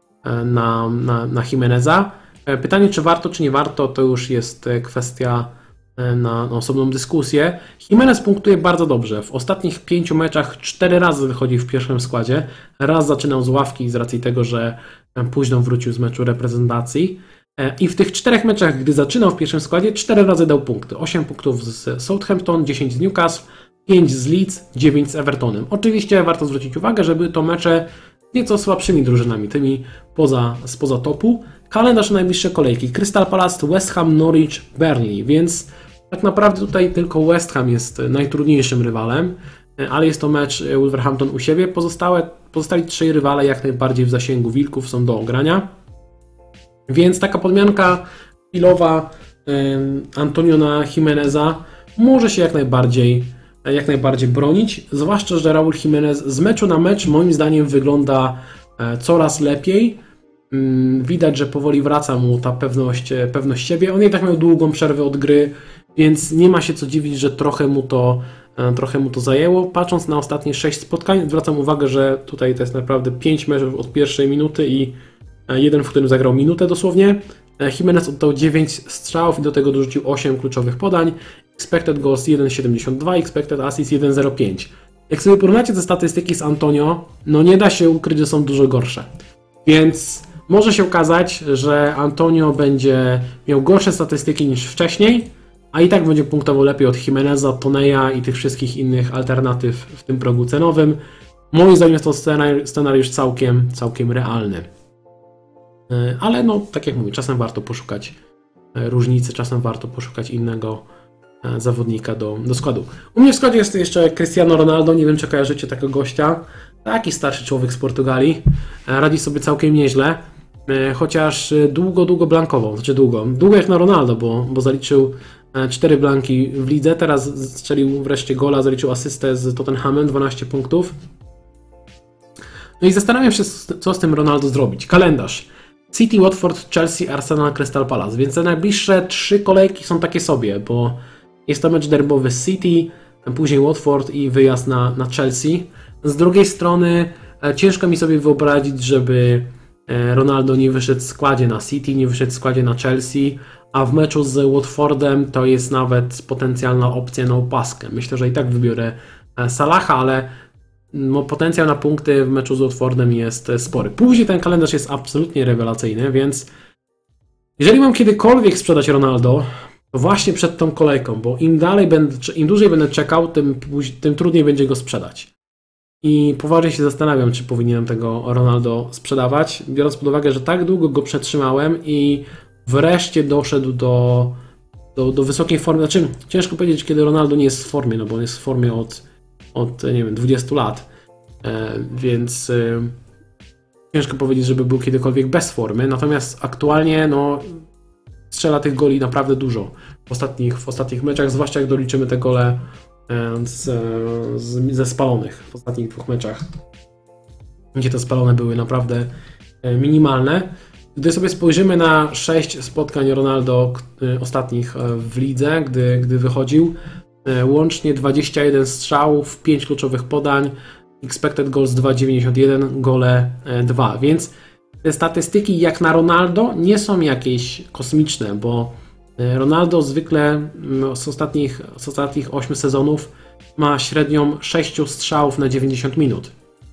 na Jimeneza. Pytanie, czy warto, czy nie warto, to już jest kwestia na osobną dyskusję. Jimenez punktuje bardzo dobrze. W ostatnich 5 meczach 4 razy wychodzi w pierwszym składzie. Raz zaczynał z ławki z racji tego, że późno wrócił z meczu reprezentacji. I w tych 4 meczach, gdy zaczynał w pierwszym składzie, 4 razy dał punkty. 8 punktów z Southampton, 10 z Newcastle, 5 z Leeds, 9 z Evertonem. Oczywiście warto zwrócić uwagę, że były to mecze nieco słabszymi drużynami, tymi spoza topu. Kalendarz na najbliższe kolejki: Crystal Palace, West Ham, Norwich, Burnley, więc tak naprawdę tutaj tylko West Ham jest najtrudniejszym rywalem, ale jest to mecz Wolverhampton u siebie. Pozostali 3 rywale jak najbardziej w zasięgu wilków, są do ogrania. Więc taka podmianka chwilowa Antonio na Jimeneza może się jak najbardziej bronić, zwłaszcza, że Raúl Jiménez z meczu na mecz moim zdaniem wygląda coraz lepiej. Widać, że powoli wraca mu ta pewność siebie. On jednak miał długą przerwę od gry, więc nie ma się co dziwić, że trochę mu to zajęło. Patrząc na ostatnie 6 spotkań, zwracam uwagę, że tutaj to jest naprawdę 5 meczów od pierwszej minuty i jeden, w którym zagrał minutę dosłownie. Jimenez oddał 9 strzałów i do tego dorzucił 8 kluczowych podań. Expected goals 1,72, expected assist 1,05. Jak sobie porównacie te statystyki z Antonio, no nie da się ukryć, że są dużo gorsze. Więc może się okazać, że Antonio będzie miał gorsze statystyki niż wcześniej, a i tak będzie punktował lepiej od Jimeneza, Toneya i tych wszystkich innych alternatyw w tym progu cenowym. Moim zdaniem jest to scenariusz całkiem realny. Ale no, tak jak mówię, czasem warto poszukać różnicy, czasem warto poszukać innego zawodnika do składu. U mnie w składzie jest jeszcze Cristiano Ronaldo, nie wiem, czy kojarzycie takiego gościa. Taki starszy człowiek z Portugalii, radzi sobie całkiem nieźle, chociaż długo blankował, znaczy długo jak na Ronaldo, bo zaliczył 4 blanki w lidze, teraz strzelił wreszcie gola, zaliczył asystę z Tottenhamem, 12 punktów. No i zastanawiam się, co z tym Ronaldo zrobić. Kalendarz: City, Watford, Chelsea, Arsenal, Crystal Palace, więc te najbliższe 3 kolejki są takie sobie, bo jest to mecz derbowy z City, później Watford i wyjazd na Chelsea. Z drugiej strony ciężko mi sobie wyobrazić, żeby Ronaldo nie wyszedł w składzie na City, nie wyszedł w składzie na Chelsea, a w meczu z Watfordem to jest nawet potencjalna opcja na opaskę. Myślę, że i tak wybiorę Salaha, ale potencjał na punkty w meczu z Watfordem jest spory. Później ten kalendarz jest absolutnie rewelacyjny, więc jeżeli mam kiedykolwiek sprzedać Ronaldo, to właśnie przed tą kolejką, bo im dłużej będę czekał, tym trudniej będzie go sprzedać. I poważnie się zastanawiam, czy powinienem tego Ronaldo sprzedawać, biorąc pod uwagę, że tak długo go przetrzymałem i wreszcie doszedł do wysokiej formy. Znaczy, ciężko powiedzieć, kiedy Ronaldo nie jest w formie, no bo on jest w formie od nie wiem, 20 lat, więc ciężko powiedzieć, żeby był kiedykolwiek bez formy, natomiast aktualnie no, strzela tych goli naprawdę dużo w ostatnich meczach, zwłaszcza jak doliczymy te gole ze spalonych w ostatnich 2 meczach, gdzie te spalone były naprawdę minimalne. Gdy sobie spojrzymy na 6 spotkań Ronaldo ostatnich w lidze, gdy wychodził, łącznie 21 strzałów, 5 kluczowych podań, expected goals 2,91, gole 2, więc te statystyki jak na Ronaldo nie są jakieś kosmiczne, bo Ronaldo zwykle z ostatnich 8 sezonów ma średnią 6 strzałów na 90 minut.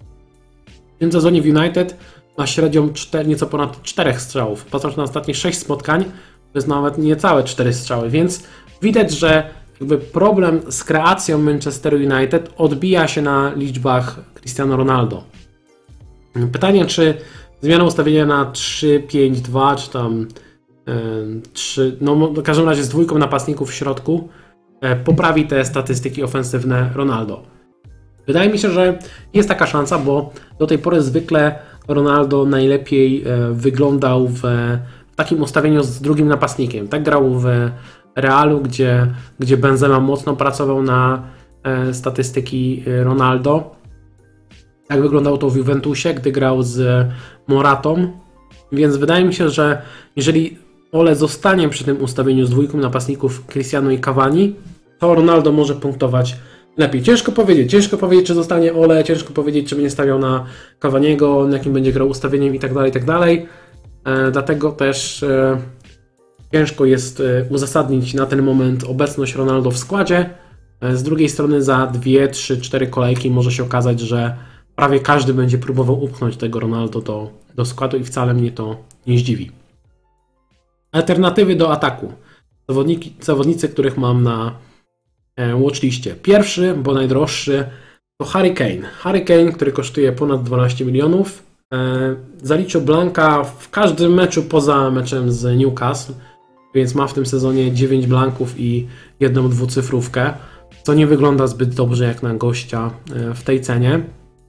W tym sezonie w United ma średnią nieco ponad 4 strzałów. Patrząc na ostatnie 6 spotkań, to jest nawet niecałe 4 strzały, więc widać, że jakby problem z kreacją Manchesteru United odbija się na liczbach Cristiano Ronaldo. Pytanie, czy zmiana ustawienia na 3-5-2, czy tam 3, no w każdym razie z dwójką napastników w środku, poprawi te statystyki ofensywne Ronaldo. Wydaje mi się, że jest taka szansa, bo do tej pory zwykle Ronaldo najlepiej wyglądał w takim ustawieniu z drugim napastnikiem. Tak grał w Realu, gdzie Benzema mocno pracował na statystyki Ronaldo. Tak wyglądało to w Juventusie, gdy grał z Moratą. Więc wydaje mi się, że jeżeli Ole zostanie przy tym ustawieniu z dwójką napastników Cristiano i Cavani, to Ronaldo może punktować lepiej. Ciężko powiedzieć, czy zostanie Ole, ciężko powiedzieć, czy będzie stawiał na Cavaniego, na jakim będzie grał ustawieniem itd. Dlatego też ciężko jest uzasadnić na ten moment obecność Ronaldo w składzie. Z drugiej strony za 2, 3, 4 kolejki może się okazać, że prawie każdy będzie próbował upchnąć tego Ronaldo do składu i wcale mnie to nie zdziwi. Alternatywy do ataku. Zawodnicy, których mam na watchliście. Pierwszy, bo najdroższy, to Harry Kane. Harry Kane, który kosztuje ponad 12 milionów. Zaliczył blanka w każdym meczu poza meczem z Newcastle, więc ma w tym sezonie 9 blanków i jedną dwucyfrówkę, co nie wygląda zbyt dobrze jak na gościa w tej cenie.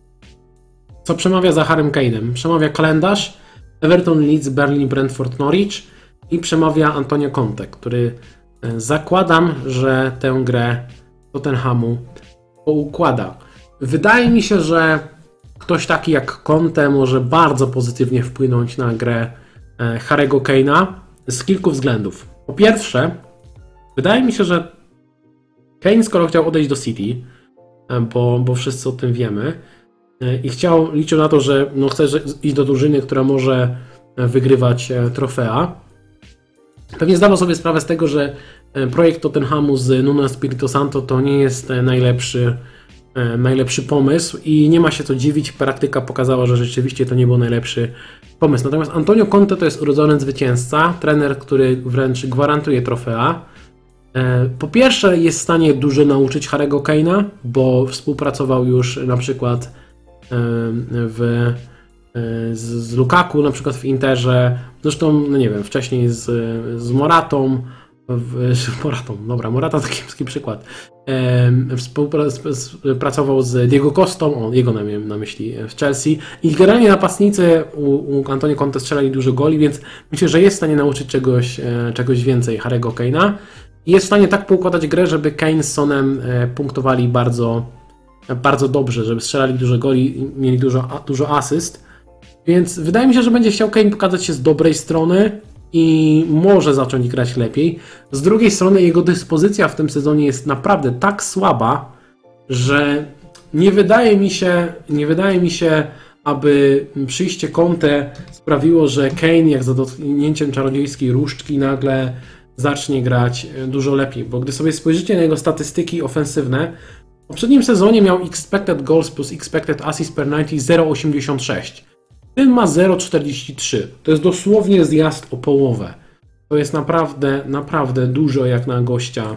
Co przemawia za Harrym Kane'em? Przemawia kalendarz Everton, Leeds, Burnley, Brentford, Norwich i przemawia Antonio Conte, który zakładam, że tę grę Tottenhamu poukłada. Wydaje mi się, że ktoś taki jak Conte może bardzo pozytywnie wpłynąć na grę Harry'ego Kane'a z kilku względów. Po pierwsze, wydaje mi się, że Kane, skoro chciał odejść do City, bo wszyscy o tym wiemy, i liczył na to, że chce iść do drużyny, która może wygrywać trofea, pewnie zdawał sobie sprawę z tego, że projekt Tottenhamu z Nuno Espirito Santo to nie jest najlepszy pomysł i nie ma się co dziwić, praktyka pokazała, że rzeczywiście to nie był najlepszy pomysł. Natomiast Antonio Conte to jest urodzony zwycięzca, trener, który wręcz gwarantuje trofea. Po pierwsze jest w stanie dużo nauczyć Harry'ego Kane'a, bo współpracował już na przykład z Lukaku, na przykład w Interze, zresztą, nie wiem, wcześniej z Moratą, Morata taki przykład. Pracował z Diego Costą, jego miałem na myśli w Chelsea i generalnie napastnicy u Antonio Conte strzelali dużo goli, więc myślę, że jest w stanie nauczyć czegoś więcej Harry'ego Kane'a i jest w stanie tak poukładać grę, żeby Kane z Sonem punktowali bardzo, bardzo dobrze, żeby strzelali dużo goli, mieli dużo asyst, więc wydaje mi się, że będzie chciał Kane pokazać się z dobrej strony i może zacząć grać lepiej. Z drugiej strony jego dyspozycja w tym sezonie jest naprawdę tak słaba, że nie wydaje mi się, aby przyjście Conte sprawiło, że Kane jak za dotknięciem czarodziejskiej różdżki nagle zacznie grać dużo lepiej, bo gdy sobie spojrzycie na jego statystyki ofensywne, w poprzednim sezonie miał expected goals plus expected assist per 90 0,86. Ten ma 0,43. To jest dosłownie zjazd o połowę. To jest naprawdę dużo jak na gościa,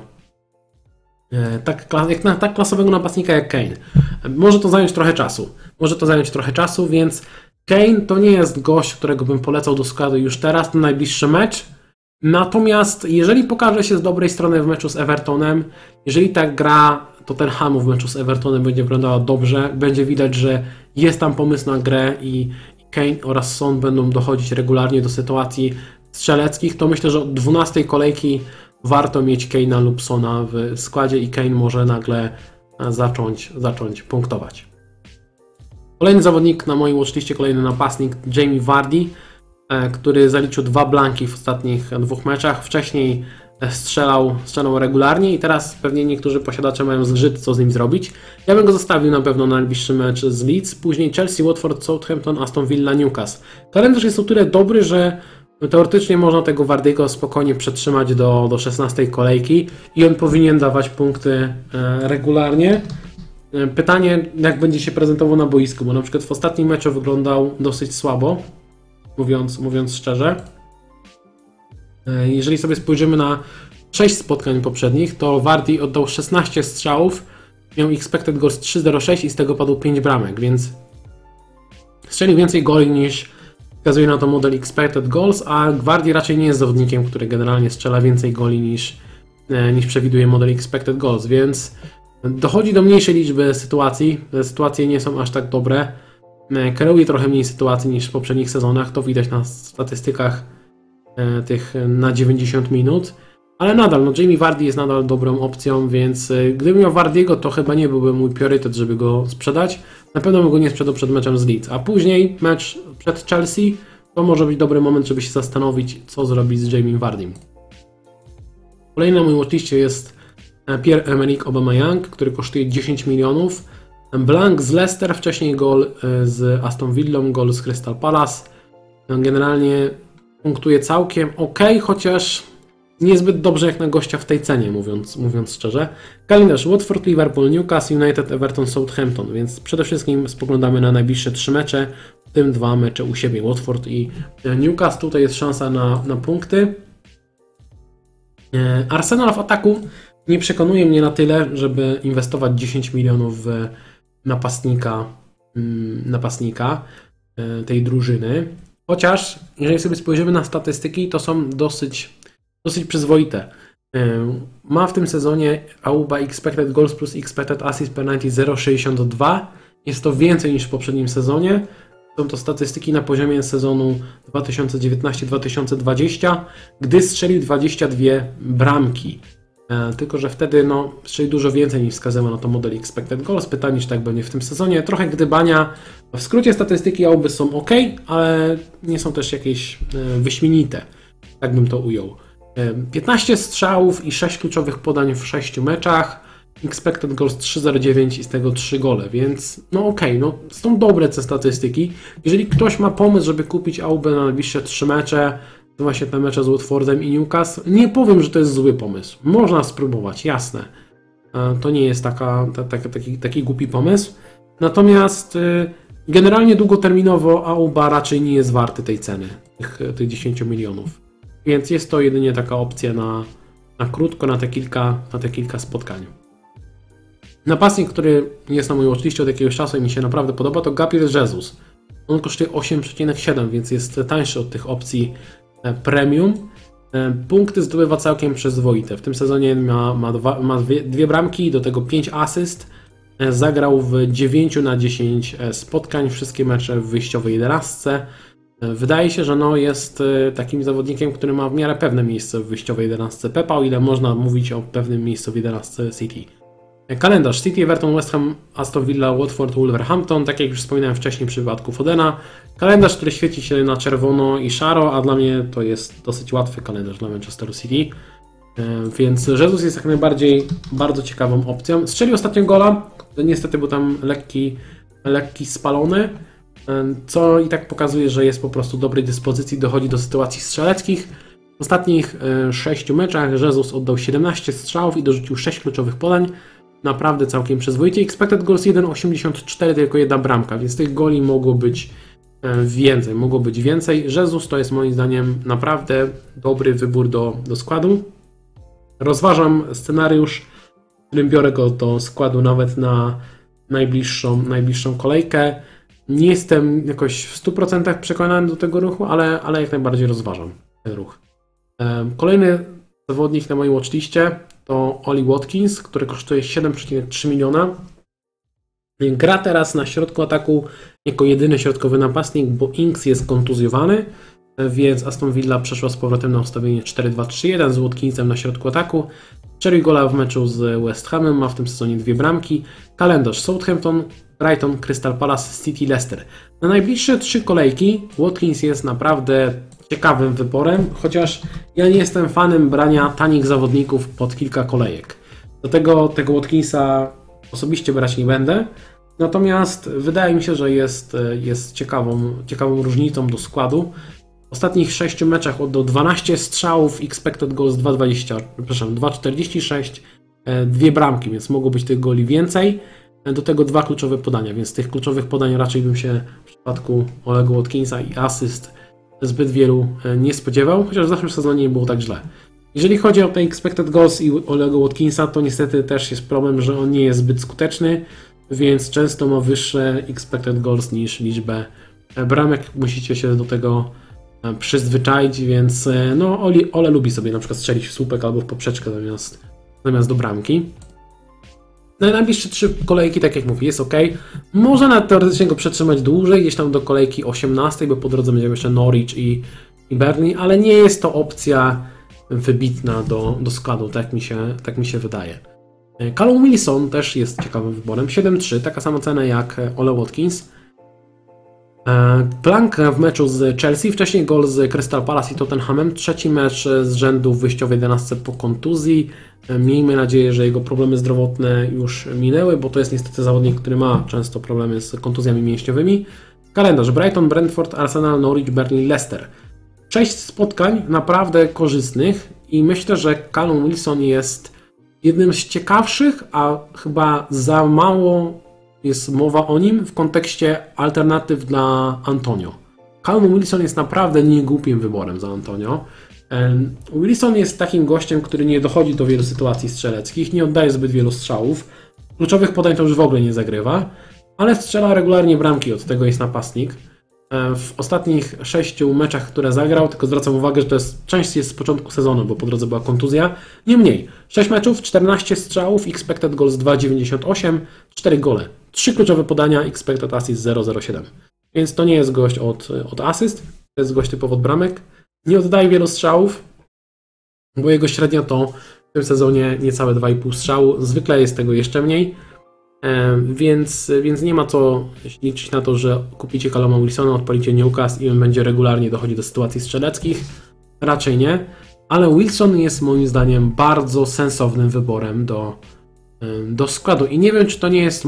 jak na tak klasowego napastnika jak Kane. Może to zająć trochę czasu, więc Kane to nie jest gość, którego bym polecał do składu już teraz na najbliższy mecz. Natomiast jeżeli pokaże się z dobrej strony w meczu z Evertonem, jeżeli ta gra Tottenhamu w meczu z Evertonem będzie wyglądała dobrze, będzie widać, że jest tam pomysł na grę i Kane oraz Son będą dochodzić regularnie do sytuacji strzeleckich, to myślę, że od 12 kolejki warto mieć Kane'a lub Sona w składzie i Kane może nagle zacząć punktować. Kolejny zawodnik na moim watchliście, kolejny napastnik Jamie Vardy, który zaliczył 2 blanki w ostatnich 2 meczach. Wcześniej strzelał regularnie i teraz pewnie niektórzy posiadacze mają zgrzyt, co z nim zrobić. Ja bym go zostawił na pewno na najbliższy mecz z Leeds, później Chelsea, Watford, Southampton, Aston Villa, Newcastle. Kalendarz jest o tyle dobry, że no teoretycznie można tego Wardiego spokojnie przetrzymać do 16 kolejki i on powinien dawać punkty regularnie. Pytanie, jak będzie się prezentował na boisku, bo na przykład w ostatnim meczu wyglądał dosyć słabo, mówiąc szczerze. Jeżeli sobie spojrzymy na 6 spotkań poprzednich, to Wardy oddał 16 strzałów, miał expected goals 3,06 i z tego padło 5 bramek, więc strzelił więcej goli niż wskazuje na to model expected goals, a Wardy raczej nie jest zawodnikiem, który generalnie strzela więcej goli niż przewiduje model expected goals, więc dochodzi do mniejszej liczby sytuacji. Te sytuacje nie są aż tak dobre. Kreuje trochę mniej sytuacji niż w poprzednich sezonach, to widać na statystykach tych na 90 minut. Ale nadal, no Jamie Vardy jest nadal dobrą opcją, więc gdybym miał Vardy'ego, to chyba nie byłby mój priorytet, żeby go sprzedać. Na pewno bym go nie sprzedał przed meczem z Leeds, a później mecz przed Chelsea to może być dobry moment, żeby się zastanowić, co zrobić z Jamie Vardym. Kolejny na moim watchliście jest Pierre-Emerick Aubameyang, który kosztuje 10 milionów. Blank z Leicester, wcześniej gol z Aston Villą, gol z Crystal Palace. Generalnie punktuje całkiem ok, chociaż niezbyt dobrze jak na gościa w tej cenie, mówiąc szczerze. Kalendarz: Watford, Liverpool, Newcastle United, Everton, Southampton, więc przede wszystkim spoglądamy na najbliższe 3 mecze, w tym 2 mecze u siebie, Watford i Newcastle. Tutaj jest szansa na punkty. Arsenal w ataku nie przekonuje mnie na tyle, żeby inwestować 10 milionów w napastnika tej drużyny. Chociaż, jeżeli sobie spojrzymy na statystyki, to są dosyć przyzwoite. Ma w tym sezonie Auba expected goals plus expected assist per 90 0,62. Jest to więcej niż w poprzednim sezonie. Są to statystyki na poziomie sezonu 2019-2020, gdy strzelił 22 bramki. Tylko że wtedy strzelił dużo więcej niż wskazywał na to model expected goals. Pytanie, czy tak będzie w tym sezonie. Trochę gdybania. W skrócie statystyki Auby są ok, ale nie są też jakieś wyśmienite. Tak bym to ujął. 15 strzałów i 6 kluczowych podań w 6 meczach. Expected goals 3,09 i z tego 3 gole, więc są dobre te statystyki. Jeżeli ktoś ma pomysł, żeby kupić Aubę na najbliższe 3 mecze, to właśnie te mecze z Watfordem i Newcastle, nie powiem, że to jest zły pomysł. Można spróbować, jasne. To nie jest taki głupi pomysł. Natomiast generalnie długoterminowo Auba raczej nie jest warty tej ceny, tych 10 milionów. Więc jest to jedynie taka opcja na krótko, na te kilka spotkań. Napastnik, który jest na moim watchliście od jakiegoś czasu i mi się naprawdę podoba, to Gabriel Jesus. On kosztuje 8,7, więc jest tańszy od tych opcji premium. Punkty zdobywa całkiem przyzwoite. W tym sezonie ma 2 bramki, do tego 5 asyst. Zagrał w 9 na 10 spotkań, wszystkie mecze w wyjściowej 11. Wydaje się, że jest takim zawodnikiem, który ma w miarę pewne miejsce w wyjściowej 11 Pepa, o ile można mówić o pewnym miejscu w 11 City. Kalendarz: City, Everton, West Ham, Aston Villa, Watford, Wolverhampton, tak jak już wspominałem wcześniej przy wypadku Fodena. Kalendarz, który świeci się na czerwono i szaro, a dla mnie to jest dosyć łatwy kalendarz dla Manchesteru City. Więc Jesus jest jak najbardziej bardzo ciekawą opcją. Strzelił ostatnio gola, niestety był tam lekki spalony, co i tak pokazuje, że jest po prostu dobrej dyspozycji, dochodzi do sytuacji strzeleckich. W ostatnich 6 meczach Jesus oddał 17 strzałów i dorzucił 6 kluczowych podań. Naprawdę całkiem przyzwoicie. Expected goals 1,84, tylko 1 bramka, więc tych goli mogło być więcej. Jesus to jest moim zdaniem naprawdę dobry wybór do składu. Rozważam scenariusz, w którym biorę go do składu nawet na najbliższą kolejkę. Nie jestem jakoś w 100% przekonany do tego ruchu, ale jak najbardziej rozważam ten ruch. Kolejny zawodnik na moim watchliście to Oli Watkins, który kosztuje 7,3 miliona. Gra teraz na środku ataku jako jedyny środkowy napastnik, bo Ings jest kontuzjowany, więc Aston Villa przeszła z powrotem na ustawienie 4-2-3-1 z Watkinsem na środku ataku. 4 gola w meczu z West Hamem, ma w tym sezonie 2 bramki. Kalendarz: Southampton, Brighton, Crystal Palace, City, Leicester. Na najbliższe 3 kolejki Watkins jest naprawdę ciekawym wyborem, chociaż ja nie jestem fanem brania tanich zawodników pod kilka kolejek. Do tego Watkinsa osobiście brać nie będę, natomiast wydaje mi się, że jest ciekawą różnicą do składu. ostatnich 6 meczach oddał 12 strzałów, expected goals 2,20, przepraszam, 2,46, 2 bramki, więc mogło być tych goli więcej. Do tego 2 kluczowe podania, więc tych kluczowych podań raczej bym się w przypadku Olego Watkinsa i asyst zbyt wielu nie spodziewał, chociaż w zeszłym sezonie nie było tak źle. Jeżeli chodzi o te expected goals i Olego Watkinsa, to niestety też jest problem, że on nie jest zbyt skuteczny, więc często ma wyższe expected goals niż liczbę bramek. Musicie się do tego przyzwyczaić, więc no Ole lubi sobie na przykład strzelić w słupek albo w poprzeczkę zamiast do bramki. Najbliższe 3 kolejki, tak jak mówię, jest ok. Można teoretycznie go przetrzymać dłużej, gdzieś tam do kolejki 18, bo po drodze będziemy jeszcze Norwich i Burnley, ale nie jest to opcja wybitna do składu, tak mi się wydaje. Callum Wilson też jest ciekawym wyborem, 7,3, taka sama cena jak Ole Watkins. Blank w meczu z Chelsea, wcześniej gol z Crystal Palace i Tottenhamem, 3. mecz z rzędu w wyjściowej 11 po kontuzji. Miejmy nadzieję, że jego problemy zdrowotne już minęły, bo to jest niestety zawodnik, który ma często problemy z kontuzjami mięśniowymi. Kalendarz: Brighton, Brentford, Arsenal, Norwich, Burnley, Leicester. 6 spotkań naprawdę korzystnych i myślę, że Callum Wilson jest jednym z ciekawszych, a chyba za mało jest mowa o nim w kontekście alternatyw dla Antonio. Callum Wilson jest naprawdę niegłupim wyborem za Antonio. Wilson jest takim gościem, który nie dochodzi do wielu sytuacji strzeleckich, nie oddaje zbyt wielu strzałów, kluczowych podań to już w ogóle nie zagrywa, ale strzela regularnie bramki, od tego jest napastnik. W ostatnich 6 meczach, które zagrał, tylko zwracam uwagę, że to część jest z początku sezonu, bo po drodze była kontuzja. Niemniej, 6 meczów, 14 strzałów, expected goals 2,98, 4 gole, 3 kluczowe podania, expected assist 0,07. Więc to nie jest gość od asyst, to jest gość typowo od bramek. Nie oddaje wielu strzałów, bo jego średnia to w tym sezonie niecałe 2,5 strzału, zwykle jest tego jeszcze mniej. Więc nie ma co liczyć na to, że kupicie Calluma Wilsona, odpalicie Newcastle i on będzie regularnie dochodzić do sytuacji strzeleckich. Raczej nie, ale Wilson jest moim zdaniem bardzo sensownym wyborem do składu i nie wiem, czy to nie jest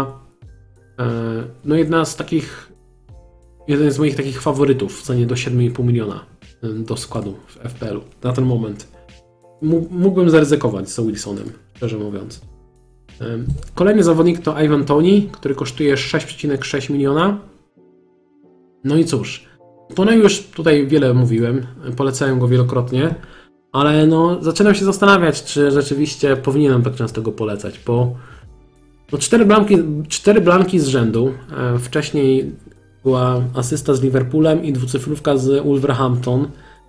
jeden z moich takich faworytów w cenie do 7,5 miliona do składu w FPL-u na ten moment. Mógłbym zaryzykować z Wilsonem, szczerze mówiąc. Kolejny zawodnik to Ivan Toney, który kosztuje 6,6 miliona. No i cóż, Toney już tutaj wiele mówiłem, polecałem go wielokrotnie, ale no zaczynam się zastanawiać, czy rzeczywiście powinienem tak często go polecać, bo 4 bramki z rzędu, wcześniej była asysta z Liverpoolem i dwucyfrówka z Wolverhampton.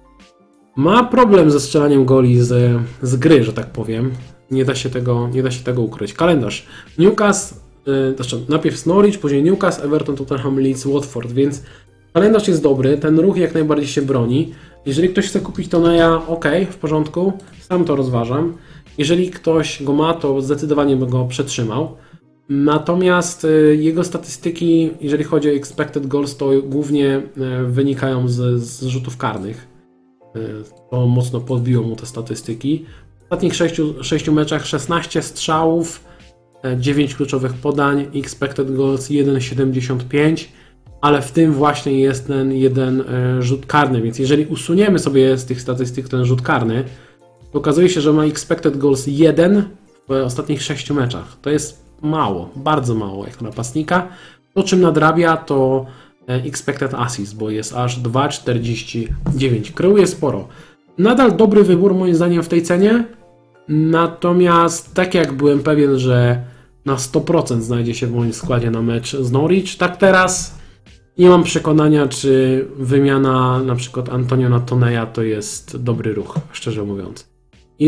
Ma problem ze strzelaniem goli z gry, że tak powiem. Nie da się tego ukryć. Kalendarz: Newcastle, najpierw Norwich, później Newcastle, Everton, Tottenham, Leeds, Watford, więc kalendarz jest dobry, ten ruch jak najbardziej się broni. Jeżeli ktoś chce kupić Toneya, ok, w porządku, sam to rozważam. Jeżeli ktoś go ma, to zdecydowanie bym go przetrzymał. Natomiast jego statystyki, jeżeli chodzi o expected goals, to głównie wynikają z rzutów karnych. To mocno podbiło mu te statystyki. W ostatnich 6 meczach 16 strzałów, 9 kluczowych podań, expected goals 1,75, ale w tym właśnie jest ten jeden rzut karny, więc jeżeli usuniemy sobie z tych statystyk ten rzut karny, to okazuje się, że ma expected goals 1 w ostatnich 6 meczach. To jest mało, bardzo mało jak napastnika. To czym nadrabia to expected assist, bo jest aż 2,49. Kreuje sporo. Nadal dobry wybór moim zdaniem w tej cenie, natomiast tak jak byłem pewien, że na 100% znajdzie się w moim składzie na mecz z Norwich, tak teraz nie mam przekonania, czy wymiana na przykład Antonio na Toneya to jest dobry ruch, szczerze mówiąc. I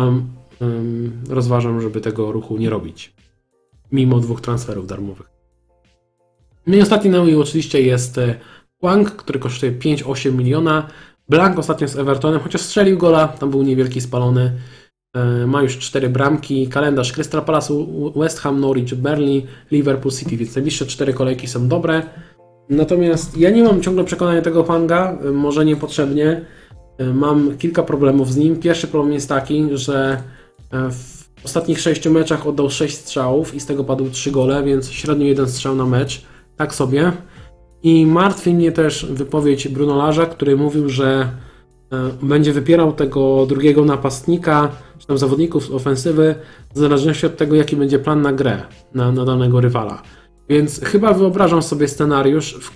rozważam, żeby tego ruchu nie robić, mimo 2 transferów darmowych. No i ostatni na mój oczywiście jest Hwang, który kosztuje 5,8 miliona. Blank ostatnio z Evertonem, chociaż strzelił gola, tam był niewielki spalony. Ma już 4 bramki. Kalendarz: Crystal Palace, West Ham, Norwich, Burnley, Liverpool City, więc najbliższe 4 kolejki są dobre. Natomiast ja nie mam ciągle przekonania tego Hwanga, może niepotrzebnie. Mam kilka problemów z nim. Pierwszy problem jest taki, że w ostatnich 6 meczach oddał 6 strzałów i z tego padły 3 gole, więc średnio 1 strzał na mecz. Tak sobie. I martwi mnie też wypowiedź Bruno Lage'a, który mówił, że będzie wypierał tego drugiego napastnika, czy tam zawodników z ofensywy, w zależności od tego, jaki będzie plan na grę, na danego rywala. Więc chyba wyobrażam sobie scenariusz, w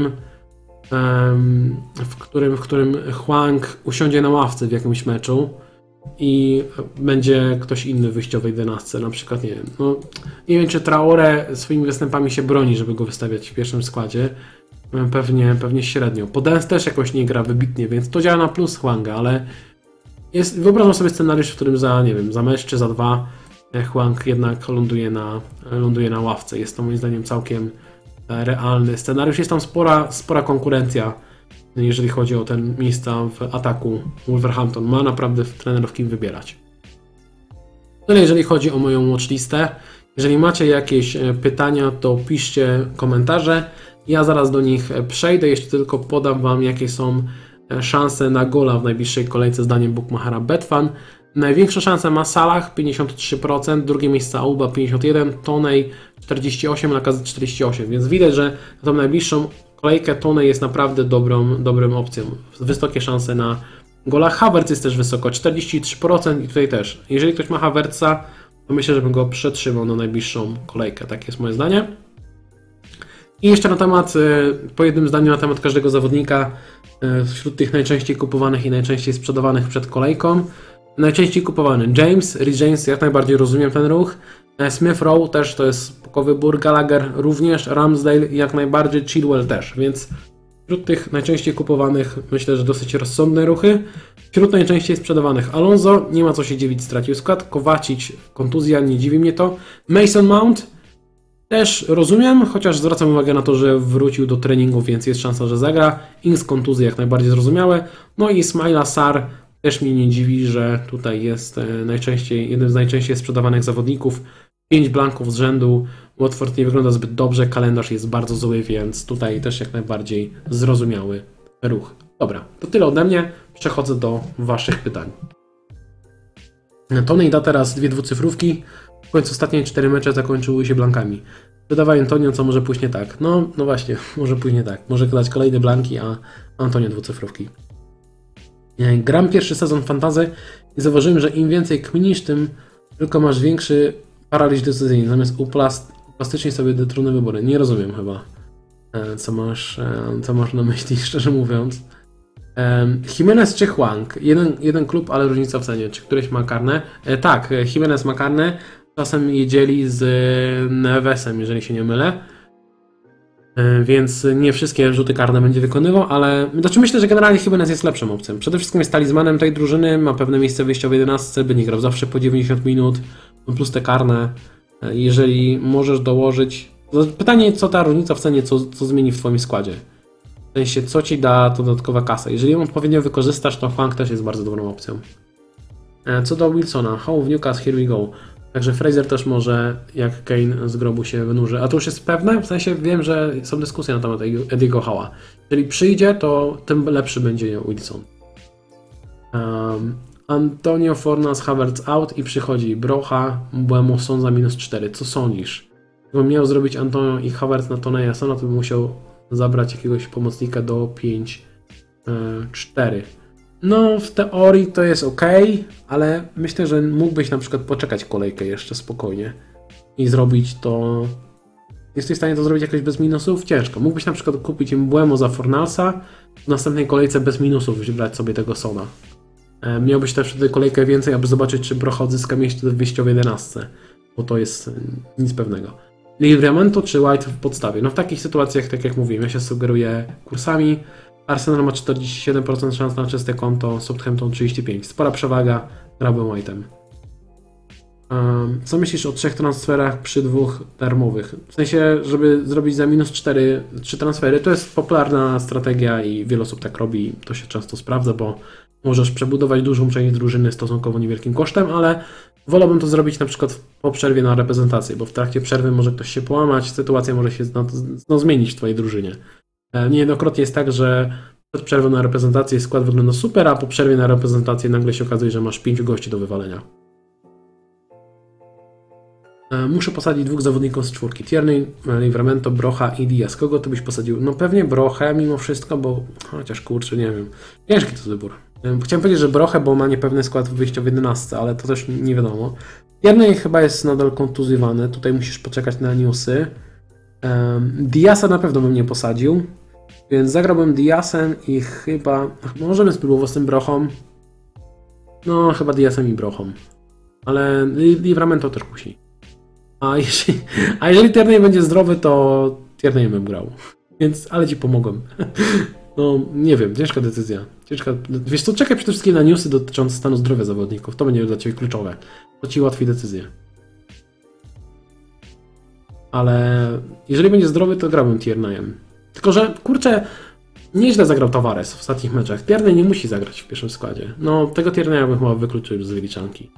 którym Hwang usiądzie na ławce w jakimś meczu i będzie ktoś inny w wyjściowej 11, na przykład, nie wiem, no, nie wiem, czy Traore swoimi występami się broni, żeby go wystawiać w pierwszym składzie. Pewnie średnio. Podence też jakoś nie gra wybitnie, więc to działa na plus Hwanga, ale wyobrażam sobie scenariusz, w którym nie wiem, za mecz czy za dwa Hwang jednak ląduje na ławce. Jest to moim zdaniem całkiem realny scenariusz. Jest tam spora konkurencja, jeżeli chodzi o ten miejsca w ataku. Wolverhampton ma naprawdę trenerów kim wybierać. Tyle jeżeli chodzi o moją watchlistę. Jeżeli macie jakieś pytania, to piszcie komentarze. Ja zaraz do nich przejdę, jeszcze tylko podam Wam, jakie są szanse na gola w najbliższej kolejce zdaniem bookmachera Betfan. Największe szanse ma Salah 53%, drugie miejsce Auba 51%, Toney 48%, Lacazette 48%, więc widać, że na tą najbliższą kolejkę Toney jest naprawdę dobrą opcją. Wysokie szanse na gola. Havertz jest też wysoko, 43% i tutaj też. Jeżeli ktoś ma Havertza, to myślę, że bym go przetrzymał na najbliższą kolejkę. Takie jest moje zdanie. I jeszcze po jednym zdaniu na temat każdego zawodnika wśród tych najczęściej kupowanych i najczęściej sprzedawanych przed kolejką. Najczęściej kupowany James, Reece James, jak najbardziej rozumiem ten ruch. Smith Rowe też to jest spoko wybór, Gallagher również, Ramsdale jak najbardziej, Chilwell też, więc wśród tych najczęściej kupowanych myślę, że dosyć rozsądne ruchy. Wśród najczęściej sprzedawanych Alonso, nie ma co się dziwić, stracił skład. Kovacic, kontuzja, nie dziwi mnie to. Mason Mount też rozumiem, chociaż zwracam uwagę na to, że wrócił do treningu, więc jest szansa, że zagra. Ings kontuzje jak najbardziej zrozumiałe. No i Ismaila Sarr też mnie nie dziwi, że tutaj jest jednym z najczęściej sprzedawanych zawodników. 5 blanków z rzędu. Watford nie wygląda zbyt dobrze, kalendarz jest bardzo zły, więc tutaj też jak najbardziej zrozumiały ruch. Dobra, to tyle ode mnie. Przechodzę do Waszych pytań. Toney da teraz 2 dwucyfrówki. W końcu ostatnie 4 mecze zakończyły się blankami. Wydawaje Antonio, co może pójść nie tak. No właśnie, może pójść nie tak. Może dać kolejne blanki, a Antonio dwucyfrówki. Gram pierwszy sezon fantasy i zauważyłem, że im więcej kminisz, tym tylko masz większy paraliż decyzyjny, zamiast uplastycznić sobie trudne wybory. Nie rozumiem chyba, co masz na myśli, szczerze mówiąc. Jimenez czy Hwang? Jeden klub, ale różnica w cenie. Czy któryś ma karne? Tak, Jimenez ma karne. Czasem jedzieli z Nevesem, jeżeli się nie mylę. Więc nie wszystkie rzuty karne będzie wykonywał, ale myślę, że generalnie Jimenez jest lepszą opcją. Przede wszystkim jest talizmanem tej drużyny, ma pewne miejsce wyjścia w 11, będzie grał zawsze po 90 minut, plus te karne. Jeżeli możesz dołożyć... Pytanie, co ta różnica w cenie, co zmieni w Twoim składzie? W sensie, co Ci da to dodatkowa kasa. Jeżeli ją odpowiednio wykorzystasz, to Hwang też jest bardzo dobrą opcją. Co do Wilsona, How of Newcastle, here we go. Także Fraser też może, jak Kane z grobu się wynurzy. A to już jest pewne? W sensie wiem, że są dyskusje na temat Ediego Howe'a. Jeżeli przyjdzie, to tym lepszy będzie Wilson. Antonio Fornas, Havertz out i przychodzi Brocha, Mbeumo Son za -4. Co sądzisz? Gdybym miał zrobić Antonio i Havertz na Toneya Sona, to bym musiał zabrać jakiegoś pomocnika do 5-4. No, w teorii to jest ok, ale myślę, że mógłbyś na przykład poczekać kolejkę jeszcze spokojnie i zrobić to. Jesteś w stanie to zrobić jakoś bez minusów? Ciężko. Mógłbyś na przykład kupić Mbeumo za Fornalsa, w następnej kolejce bez minusów wybrać sobie tego Sona. Miałbyś też wtedy kolejkę więcej, aby zobaczyć, czy Brocha odzyska miejsce w wyjściowej 11, bo to jest nic pewnego. Livramento czy White w podstawie? No w takich sytuacjach, tak jak mówiłem, ja się sugeruję kursami. Arsenal ma 47% szans na czyste konto, Southampton 35%. Spora przewaga, grałbym White'em. Co myślisz o 3 transferach przy 2 darmowych? W sensie, żeby zrobić za -4 3 transfery, to jest popularna strategia i wiele osób tak robi. To się często sprawdza, bo możesz przebudować dużą część drużyny stosunkowo niewielkim kosztem, ale wolałbym to zrobić na przykład po przerwie na reprezentację, bo w trakcie przerwy może ktoś się połamać, sytuacja może się zmienić w Twojej drużynie. Niejednokrotnie jest tak, że przed przerwą na reprezentację skład wygląda super, a po przerwie na reprezentację nagle się okazuje, że masz 5 gości do wywalenia. Muszę posadzić 2 zawodników z 4. Tierney, Livramento, Brocha i Diaz. Kogo ty byś posadził? No pewnie Brochę mimo wszystko, bo chociaż kurczę, nie wiem. Ciężki to wybór. Chciałem powiedzieć, że Brochę, bo ma niepewny skład wyjścia w 11, ale to też nie wiadomo. Tierney chyba jest nadal kontuzjowany. Tutaj musisz poczekać na newsy. Diaza na pewno bym nie posadził. Więc zagrałbym Diazem i chyba... Możemy spróbować z tym Brochą. No, chyba Diazem i Brochą. Ale Livramento też musi. A jeżeli Tierney będzie zdrowy, to Tierney bym grał. Więc, ale ci pomogłem. No, nie wiem, ciężka decyzja. Wiesz co, czekaj przede wszystkim na newsy dotyczące stanu zdrowia zawodników. To będzie dla ciebie kluczowe. To ci ułatwi decyzję. Ale jeżeli będzie zdrowy, to grałbym Tierneyem. Tylko że, kurczę, nieźle zagrał Tavares w ostatnich meczach. Tierney nie musi zagrać w pierwszym składzie. No, tego Tierneya bym chyba wykluczył z wyliczanki.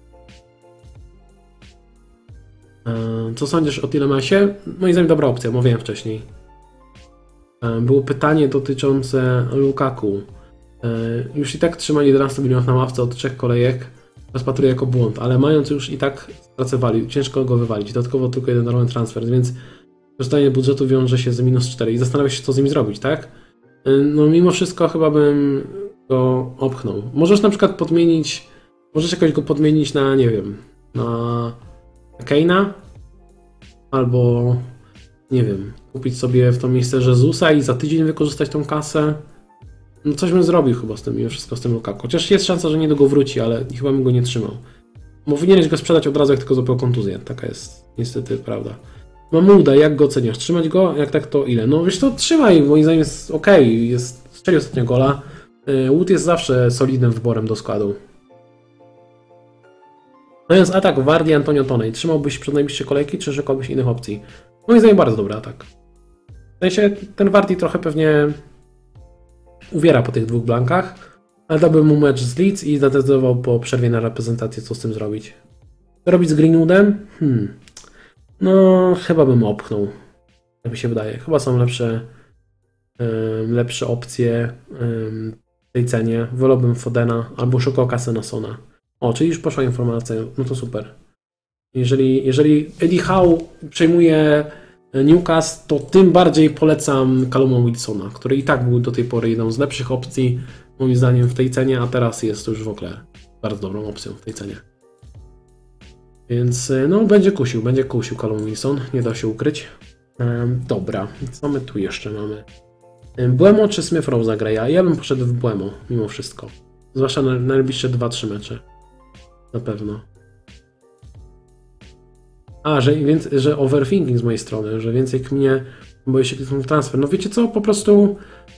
Co sądzisz o Tielemasie? Moim zdaniem dobra opcja, mówiłem wcześniej. Było pytanie dotyczące Lukaku. Już i tak trzymali 11 milionów na ławce od 3 kolejek. Rozpatruję jako błąd, ale mając już i tak stracę value, ciężko go wywalić. Dodatkowo tylko jeden darmowy transfer, więc korzystanie budżetu wiąże się z -4 i zastanawiam się, co z nim zrobić, tak? No mimo wszystko chyba bym go opchnął. Możesz na przykład podmienić, możesz jakoś go podmienić na, nie wiem, na Kane'a, albo nie wiem, kupić sobie w to miejsce Jezusa i za tydzień wykorzystać tą kasę. No coś bym zrobił chyba z tym, mimo wszystko z tym Lukaku. Chociaż jest szansa, że niedługo wróci, ale chyba bym go nie trzymał. Powinieneś go sprzedać od razu, jak tylko złapał kontuzję. Taka jest niestety prawda. Mamuda, jak go oceniasz? Trzymać go? Jak tak, to ile? No wiesz to trzymaj, moim zdaniem jest ok. Strzelił ostatnio gola. Wood jest zawsze solidnym wyborem do składu. No więc atak Wardy, Antonio Tonej. Trzymałbyś przed najbliższe kolejki, czy szukałbyś innych opcji? Moim zdaniem bardzo dobry atak. W sensie ten Wardy trochę pewnie uwiera po tych 2 blankach, ale dałbym mu mecz z Leeds i zdecydował po przerwie na reprezentację, co z tym zrobić. Co robić z Greenwoodem? No, chyba bym opchnął. Jak mi się wydaje. Chyba są lepsze opcje w tej cenie. Wolałbym Fodena albo szukał kasę na Sona. O, czyli już poszła informacja. No to super. Jeżeli Eddie Howe przejmuje Newcastle, to tym bardziej polecam Calluma Wilsona, który i tak był do tej pory jedną z lepszych opcji, moim zdaniem, w tej cenie, a teraz jest to już w ogóle bardzo dobrą opcją w tej cenie. Więc no, będzie kusił Callum Wilson, nie da się ukryć. Dobra, co my tu jeszcze mamy? Buemo czy Smith Rowe zagra? Ja bym poszedł w Buemo, mimo wszystko. Zwłaszcza na najbliższe 2-3 mecze. Na pewno. A, że overthinking z mojej strony, że więcej kminie, boję się kliknąć transfer. No wiecie co, po prostu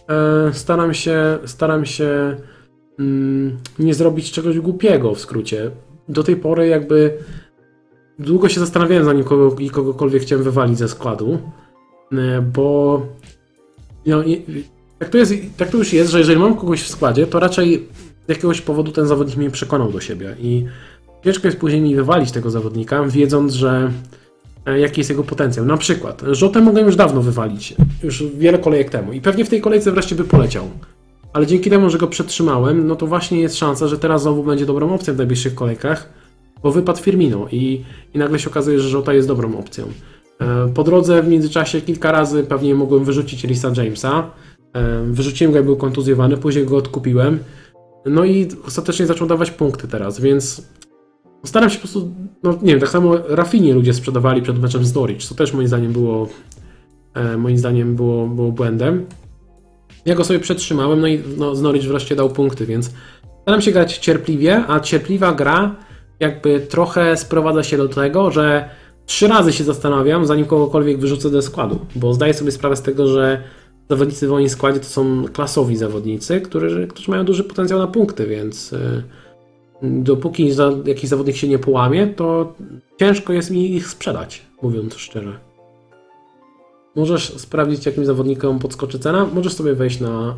staram się nie zrobić czegoś głupiego w skrócie. Do tej pory jakby długo się zastanawiałem, zanim kogokolwiek chciałem wywalić ze składu, bo no, tak to już jest, że jeżeli mam kogoś w składzie, to raczej z jakiegoś powodu ten zawodnik mnie przekonał do siebie i ciężko jest później mi wywalić tego zawodnika, wiedząc, że jaki jest jego potencjał. Na przykład, Rzotę mogłem już dawno wywalić, już wiele kolejek temu i pewnie w tej kolejce wreszcie by poleciał. Ale dzięki temu, że go przetrzymałem, no to właśnie jest szansa, że teraz znowu będzie dobrą opcją w najbliższych kolejkach, bo wypadł Firmino i nagle się okazuje, że Rzota jest dobrą opcją. Po drodze w międzyczasie kilka razy pewnie mogłem wyrzucić Reesa Jamesa. Wyrzuciłem go, jak był kontuzjowany, później go odkupiłem. No i ostatecznie zaczął dawać punkty teraz, więc staram się po prostu, no nie wiem, tak samo Rafinie ludzie sprzedawali przed meczem z Norwich, co też moim zdaniem było błędem. Ja go sobie przetrzymałem, no i z Norwich wreszcie dał punkty, więc staram się grać cierpliwie, a cierpliwa gra jakby trochę sprowadza się do tego, że 3 razy się zastanawiam, zanim kogokolwiek wyrzucę do składu, bo zdaję sobie sprawę z tego, że zawodnicy w moim składzie to są klasowi zawodnicy, którzy mają duży potencjał na punkty, więc dopóki jakiś zawodnik się nie połamie, to ciężko jest mi ich sprzedać, mówiąc szczerze. Możesz sprawdzić, jakim zawodnikom podskoczy cena. Możesz sobie wejść na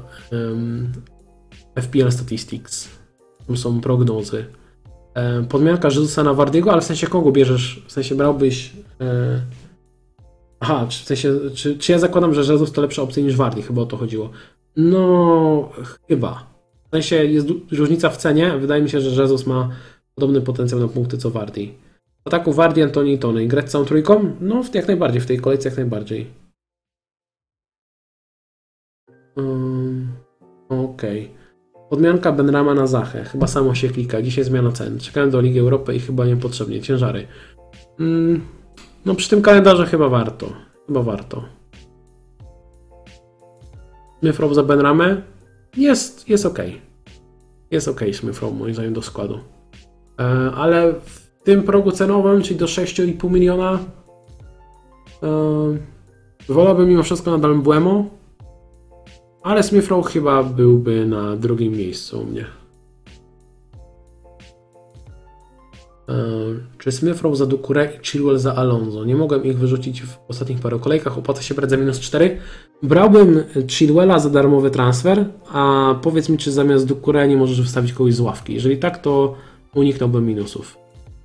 FPL Statistics. Tam są prognozy. Podmianka Jezusa na Wardiego, ale w sensie kogo bierzesz? W sensie brałbyś... Aha, w sensie, czy ja zakładam, że Jezus to lepsza opcja niż Wardy? Chyba o to chodziło. No, chyba. W sensie jest różnica w cenie. Wydaje mi się, że Jezus ma podobny potencjał na punkty co Wardy. ataku Wardy, Antoni i Tony. Grać całą trójką? No, jak najbardziej, w tej kolejce jak najbardziej. Okej. Podmianka Benrama na Zachę. Chyba samo się klika. Dzisiaj zmiana cen. Czekałem do Ligi Europy i chyba niepotrzebnie. Ciężary. No przy tym kalendarzu chyba warto. Smith-Rowe za Benramę? Jest ok. Jest ok Smith-Rowe moim zdaniem do składu. Ale w tym progu cenowym, czyli do 6,5 miliona, wolałbym mimo wszystko nadal Mbeumo, ale Smith-Rowe chyba byłby na drugim miejscu u mnie. Czy Smith-Rowe za Doucouré i Chilwell za Alonso? Nie mogłem ich wyrzucić w ostatnich paru kolejkach, opłaca się brać za -4. Brałbym Chilwella za darmowy transfer, a powiedz mi, czy zamiast Doucouré nie możesz wystawić kogoś z ławki. Jeżeli tak, to uniknąłbym minusów.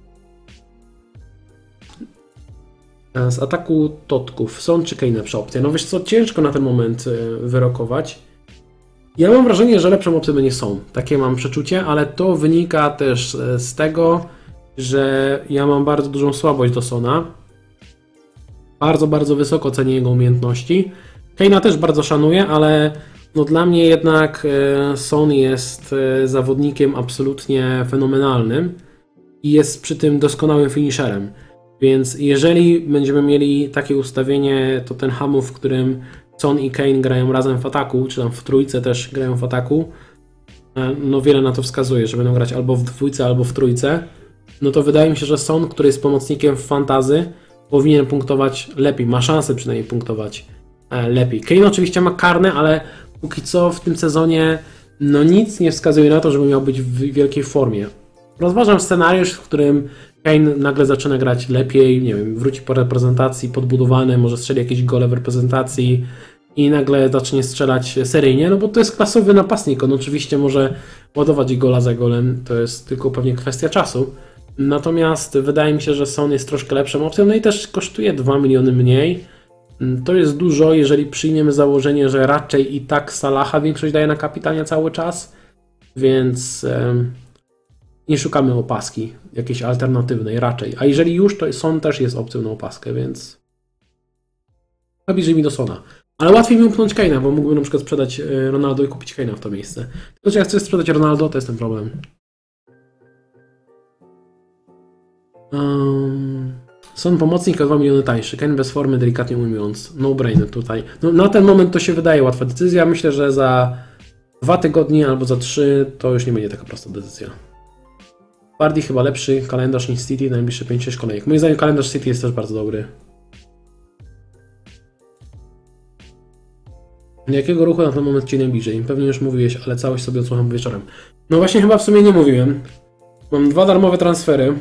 Z ataku Totków, Son czy Kane lepsza opcja? No wiesz co, ciężko na ten moment wyrokować. Ja mam wrażenie, że lepszą opcją będzie Son. Takie mam przeczucie, ale to wynika też z tego, że ja mam bardzo dużą słabość do Sona. Bardzo wysoko cenię jego umiejętności. Kane'a też bardzo szanuję, ale no dla mnie jednak Son jest zawodnikiem absolutnie fenomenalnym i jest przy tym doskonałym finisherem. Więc jeżeli będziemy mieli takie ustawienie Tottenhamu, w którym Son i Kane grają razem w ataku, czy tam w trójce też grają w ataku, no wiele na to wskazuje, że będą grać albo w dwójce, albo w trójce, no to wydaje mi się, że Son, który jest pomocnikiem w fantasy, powinien punktować lepiej, ma szansę przynajmniej punktować lepiej. Kane oczywiście ma karne, ale póki co w tym sezonie no nic nie wskazuje na to, żeby miał być w wielkiej formie. Rozważam scenariusz, w którym Kane nagle zaczyna grać lepiej, nie wiem, wróci po reprezentacji podbudowany, może strzeli jakieś gole w reprezentacji i nagle zacznie strzelać seryjnie, no bo to jest klasowy napastnik, on oczywiście może ładować gola za golem, to jest tylko pewnie kwestia czasu. Natomiast wydaje mi się, że Son jest troszkę lepszą opcją, no i też kosztuje 2 miliony mniej. To jest dużo, jeżeli przyjmiemy założenie, że raczej i tak Salaha większość daje na kapitanie cały czas, więc nie szukamy opaski jakiejś alternatywnej raczej. A jeżeli już, to Son też jest opcją na opaskę, więc bliżej mi do Sona. Ale łatwiej mi upchnąć Kane'a, bo mógłbym na przykład sprzedać Ronaldo i kupić Kane'a w to miejsce. Tylko, że jak chcę sprzedać Ronaldo, to jest ten problem. Son pomocnik o 2 miliony tańszy. Kane bez formy, delikatnie ujmując. No brainer tutaj. No, na ten moment to się wydaje łatwa decyzja. Myślę, że za 2 tygodnie albo za 3 to już nie będzie taka prosta decyzja. Bardziej chyba lepszy kalendarz niż City, najbliższe 5-6 kolejek. Moim zdaniem kalendarz City jest też bardzo dobry. Jakiego ruchu na ten moment Ci najbliżej? Pewnie już mówiłeś, ale całość sobie odsłucham wieczorem. No właśnie chyba w sumie nie mówiłem. Mam 2 darmowe transfery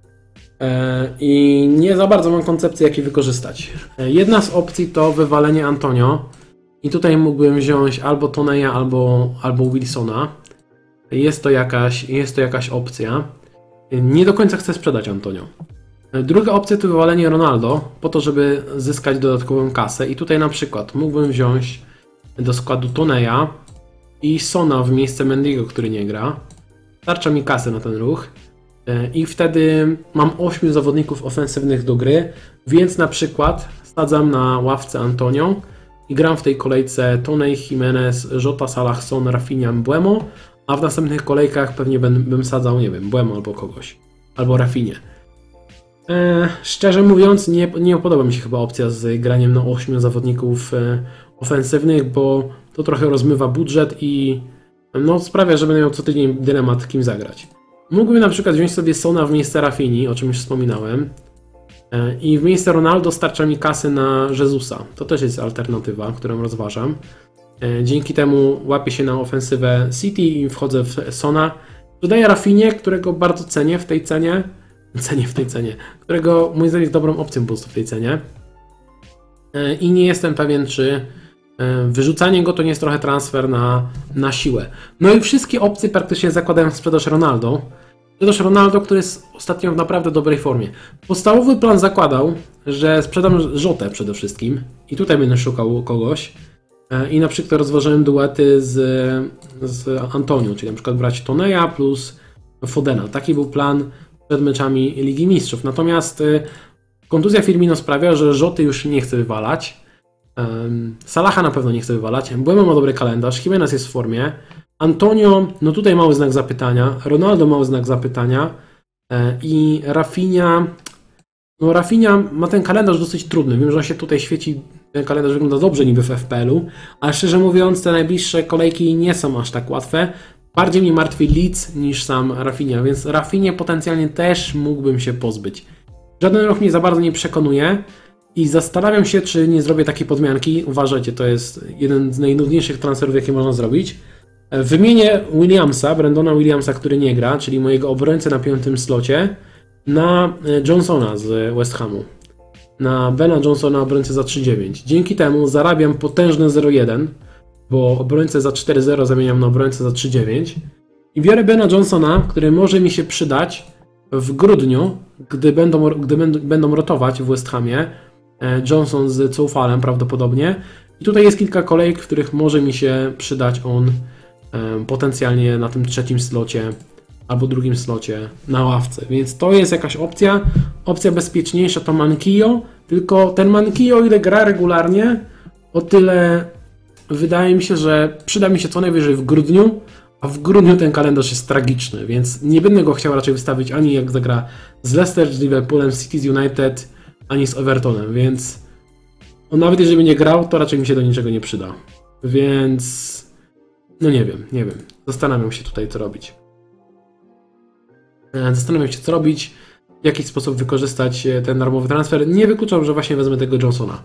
i nie za bardzo mam koncepcję, jak je wykorzystać. Jedna z opcji to wywalenie Antonio i tutaj mógłbym wziąć albo Toneya, albo Wilsona. Jest to jakaś opcja. Nie do końca chcę sprzedać Antonio. Druga opcja to wywalenie Ronaldo, po to, żeby zyskać dodatkową kasę. I tutaj na przykład mógłbym wziąć do składu Toneya i Sona w miejsce Mendiego, który nie gra. Starcza mi kasę na ten ruch. I wtedy mam 8 zawodników ofensywnych do gry, więc na przykład stadzam na ławce Antonio i gram w tej kolejce Toney, Jimenez, Jota, Salah, Son, Rafinha, Mbeumo, a w następnych kolejkach pewnie bym sadzał, nie wiem, Mbeumo albo kogoś, albo Rafinha. Szczerze mówiąc, nie podoba mi się chyba opcja z graniem na 8 zawodników ofensywnych, bo to trochę rozmywa budżet i no, sprawia, że będę miał co tydzień dylemat, kim zagrać. Mógłbym na przykład wziąć sobie Sona w miejsce Rafinhi, o czym już wspominałem, i w miejsce Ronaldo starcza mi kasy na Jezusa. To też jest alternatywa, którą rozważam. Dzięki temu łapię się na ofensywę City i wchodzę w Sona. Dodaję Rafinhię, którego bardzo cenię w tej cenie, którego moim zdaniem jest dobrą opcją po prostu w tej cenie. I nie jestem pewien, czy wyrzucanie go to nie jest trochę transfer na siłę. No i wszystkie opcje praktycznie zakładają sprzedaż Ronaldo. Sprzedaż Ronaldo, który jest ostatnio w naprawdę dobrej formie. Podstawowy plan zakładał, że sprzedam Jotę przede wszystkim i tutaj będę szukał kogoś. I na przykład rozważałem duety z Antonią, czyli na przykład brać Toneya plus Fodena. Taki był plan przed meczami Ligi Mistrzów. Natomiast kontuzja Firmino sprawia, że Joty już nie chce wywalać. Salaha na pewno nie chce wywalać. Mbeumo ma dobry kalendarz, Jimenez jest w formie. Antonio, no tutaj mały znak zapytania. Ronaldo mały znak zapytania. I Rafinha, no Rafinha ma ten kalendarz dosyć trudny. Wiem, że on się tutaj świeci, ten kalendarz wygląda dobrze niby w FPL-u, ale szczerze mówiąc te najbliższe kolejki nie są aż tak łatwe. Bardziej mnie martwi Leeds niż sam Rafinha, więc Rafinha potencjalnie też mógłbym się pozbyć. Żaden ruch mnie za bardzo nie przekonuje i zastanawiam się, czy nie zrobię takiej podmianki. Uważajcie, to jest jeden z najnudniejszych transferów, jakie można zrobić. Wymienię Williamsa, Brandona Williamsa, który nie gra, czyli mojego obrońcę na 5. slocie, na Johnsona z West Hamu. Na Bena Johnsona obrońcę za 3,9. Dzięki temu zarabiam potężne 0,1, bo obrońcę za 4,0 zamieniam na obrońcę za 3,9. I biorę Bena Johnsona, który może mi się przydać w grudniu, gdy będą rotować w West Hamie. Johnson z Coufalem prawdopodobnie. I tutaj jest kilka kolejek, w których może mi się przydać on potencjalnie na tym 3. slocie albo 2. slocie na ławce. Więc to jest jakaś opcja. Opcja bezpieczniejsza to Manquillo, tylko ten Manquillo, o ile gra regularnie, o tyle wydaje mi się, że przyda mi się co najwyżej w grudniu, a w grudniu ten kalendarz jest tragiczny, więc nie będę go chciał raczej wystawić ani jak zagra z Leicester, z Liverpoolem, z City, z United, ani z Evertonem, więc on nawet jeżeli będzie grał, to raczej mi się do niczego nie przyda. Więc no nie wiem. Zastanawiam się tutaj co robić. W jaki sposób wykorzystać ten darmowy transfer. Nie wykluczam, że właśnie wezmę tego Johnsona.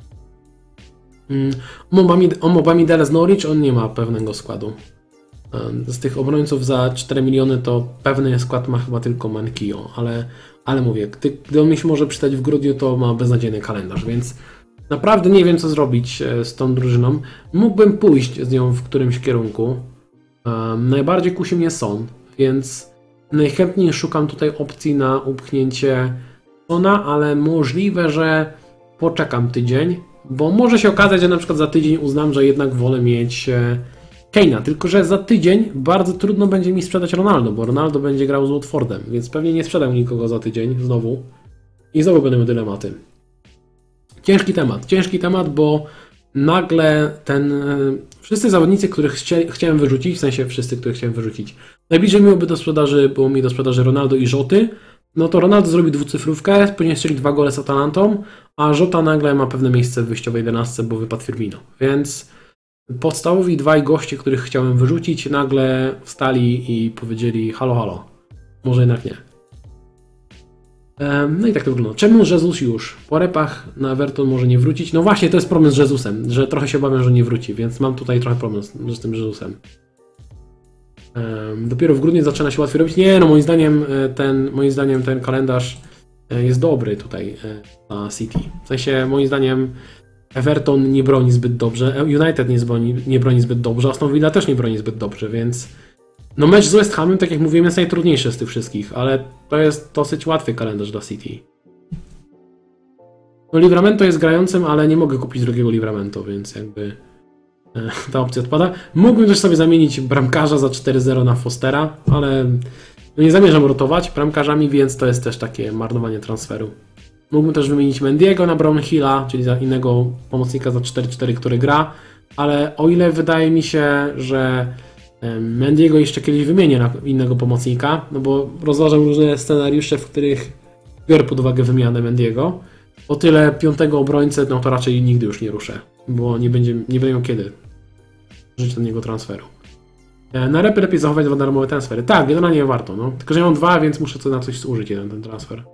Omobamidele z Norwich, on nie ma pewnego składu. Z tych obrońców za 4 miliony to pewny skład ma chyba tylko Manquillo, ale mówię, gdy on mi się może przydać w grudniu, to ma beznadziejny kalendarz, więc naprawdę nie wiem co zrobić z tą drużyną. Mógłbym pójść z nią w którymś kierunku. Najbardziej kusi mnie Son, więc najchętniej szukam tutaj opcji na upchnięcie Sona, ale możliwe, że poczekam tydzień, bo może się okazać, że na przykład za tydzień uznam, że jednak wolę mieć Kane'a, tylko że za tydzień bardzo trudno będzie mi sprzedać Ronaldo, bo Ronaldo będzie grał z Watfordem, więc pewnie nie sprzedam nikogo za tydzień znowu i znowu będę miał dylematy. Ciężki temat, bo nagle wszyscy zawodnicy, których chciałem wyrzucić, w sensie wszyscy, których chciałem wyrzucić, najbliżej było mi do sprzedaży Ronaldo i Joty, no to Ronaldo zrobi dwucyfrówkę, powinien strzelić 2 gole z Atalantą, a Jota nagle ma pewne miejsce w wyjściowej 11, bo wypadł Firmino, więc podstawowi dwaj goście, których chciałem wyrzucić, nagle wstali i powiedzieli halo, może jednak nie. No i tak to wygląda. Czemu Jesus już? Po repach na Everton może nie wrócić? No właśnie, to jest problem z Jesusem, że trochę się obawiam, że nie wróci, więc mam tutaj trochę problem z tym Jesusem. Dopiero w grudniu zaczyna się łatwiej robić. Nie, no moim zdaniem ten kalendarz jest dobry tutaj na City. W sensie, moim zdaniem Everton nie broni zbyt dobrze, United nie broni zbyt dobrze, Aston Villa też nie broni zbyt dobrze, więc no mecz z West Hamem, tak jak mówiłem, jest najtrudniejszy z tych wszystkich, ale to jest dosyć łatwy kalendarz dla City. No Livramento jest grającym, ale nie mogę kupić drugiego Livramento, więc jakby ta opcja odpada. Mógłbym też sobie zamienić bramkarza za 4-0 na Fostera, ale no nie zamierzam rotować bramkarzami, więc to jest też takie marnowanie transferu. Mógłbym też wymienić Mendiego na Brownhilla, czyli za innego pomocnika za 4-4, który gra, ale o ile wydaje mi się, że Mendiego jeszcze kiedyś wymienię na innego pomocnika, no bo rozważam różne scenariusze, w których biorę pod uwagę wymianę Mendiego, o tyle 5. obrońcę, no to raczej nigdy już nie ruszę, bo nie będę miał kiedy żyć do niego transferu. Na repy lepiej zachować 2 darmowe transfery. Tak, generalnie warto, no. Tylko że ja mam 2, więc muszę na coś zużyć ten transfer.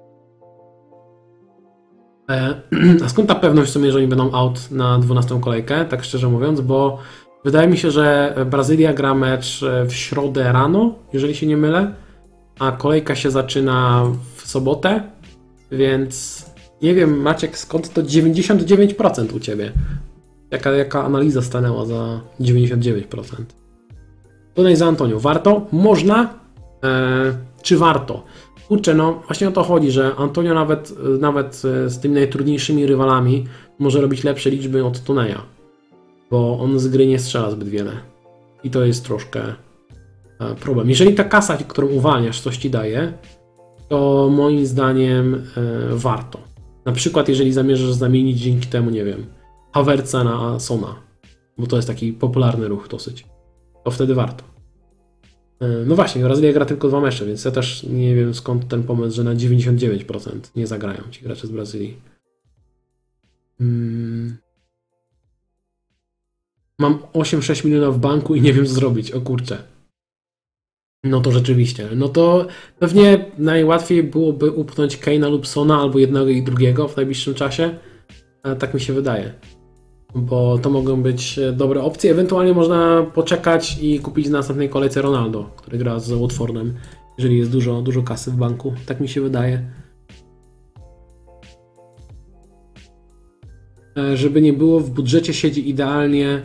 A skąd ta pewność w sumie, że oni będą out na 12. kolejkę, tak szczerze mówiąc, bo wydaje mi się, że Brazylia gra mecz w środę rano, jeżeli się nie mylę, a kolejka się zaczyna w sobotę, więc nie wiem, Maciek, skąd to 99% u Ciebie? Jaka analiza stanęła za 99%? Tutaj za Antonio. Warto? Można? Czy warto? Kurczę, no właśnie o to chodzi, że Antonio nawet z tymi najtrudniejszymi rywalami może robić lepsze liczby od Toneja, bo on z gry nie strzela zbyt wiele i to jest troszkę problem. Jeżeli ta kasa, którą uwalniasz, coś Ci daje, to moim zdaniem warto. Na przykład, jeżeli zamierzasz zamienić dzięki temu, nie wiem, Havertza na Sona, bo to jest taki popularny ruch dosyć, to wtedy warto. No właśnie, Brazylia gra tylko 2 mecze, więc ja też nie wiem skąd ten pomysł, że na 99% nie zagrają ci gracze z Brazylii. Mam 8-6 milionów w banku i nie wiem co zrobić, o kurczę. No to rzeczywiście. No to pewnie najłatwiej byłoby upchnąć Kane'a lub Sona, albo jednego i drugiego w najbliższym czasie. Tak mi się wydaje. Bo to mogą być dobre opcje. Ewentualnie można poczekać i kupić w następnej kolejce Ronaldo, który gra z Watfordem, jeżeli jest dużo kasy w banku. Tak mi się wydaje. Żeby nie było, w budżecie siedzi idealnie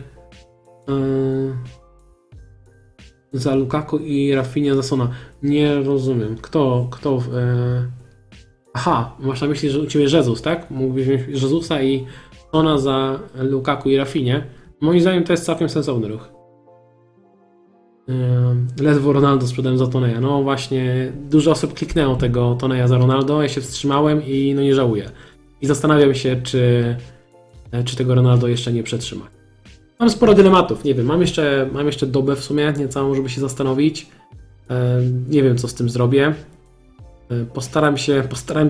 za Lukaku i Rafinha za Sona. Nie rozumiem. Kto Aha, masz na myśli, że u Ciebie Jesus, tak? Mógłbyś wziąć Jezusa i Sona za Lukaku i Rafinha. Moim zdaniem to jest całkiem sensowny ruch. Ledwo Ronaldo sprzedałem za Toneja. No właśnie, dużo osób kliknęło tego Toneja za Ronaldo, ja się wstrzymałem i no nie żałuję. I zastanawiam się, czy tego Ronaldo jeszcze nie przetrzyma. Mam sporo dylematów, nie wiem, mam jeszcze dobę w sumie, niecałą, żeby się zastanowić. Nie wiem, co z tym zrobię. Postaram się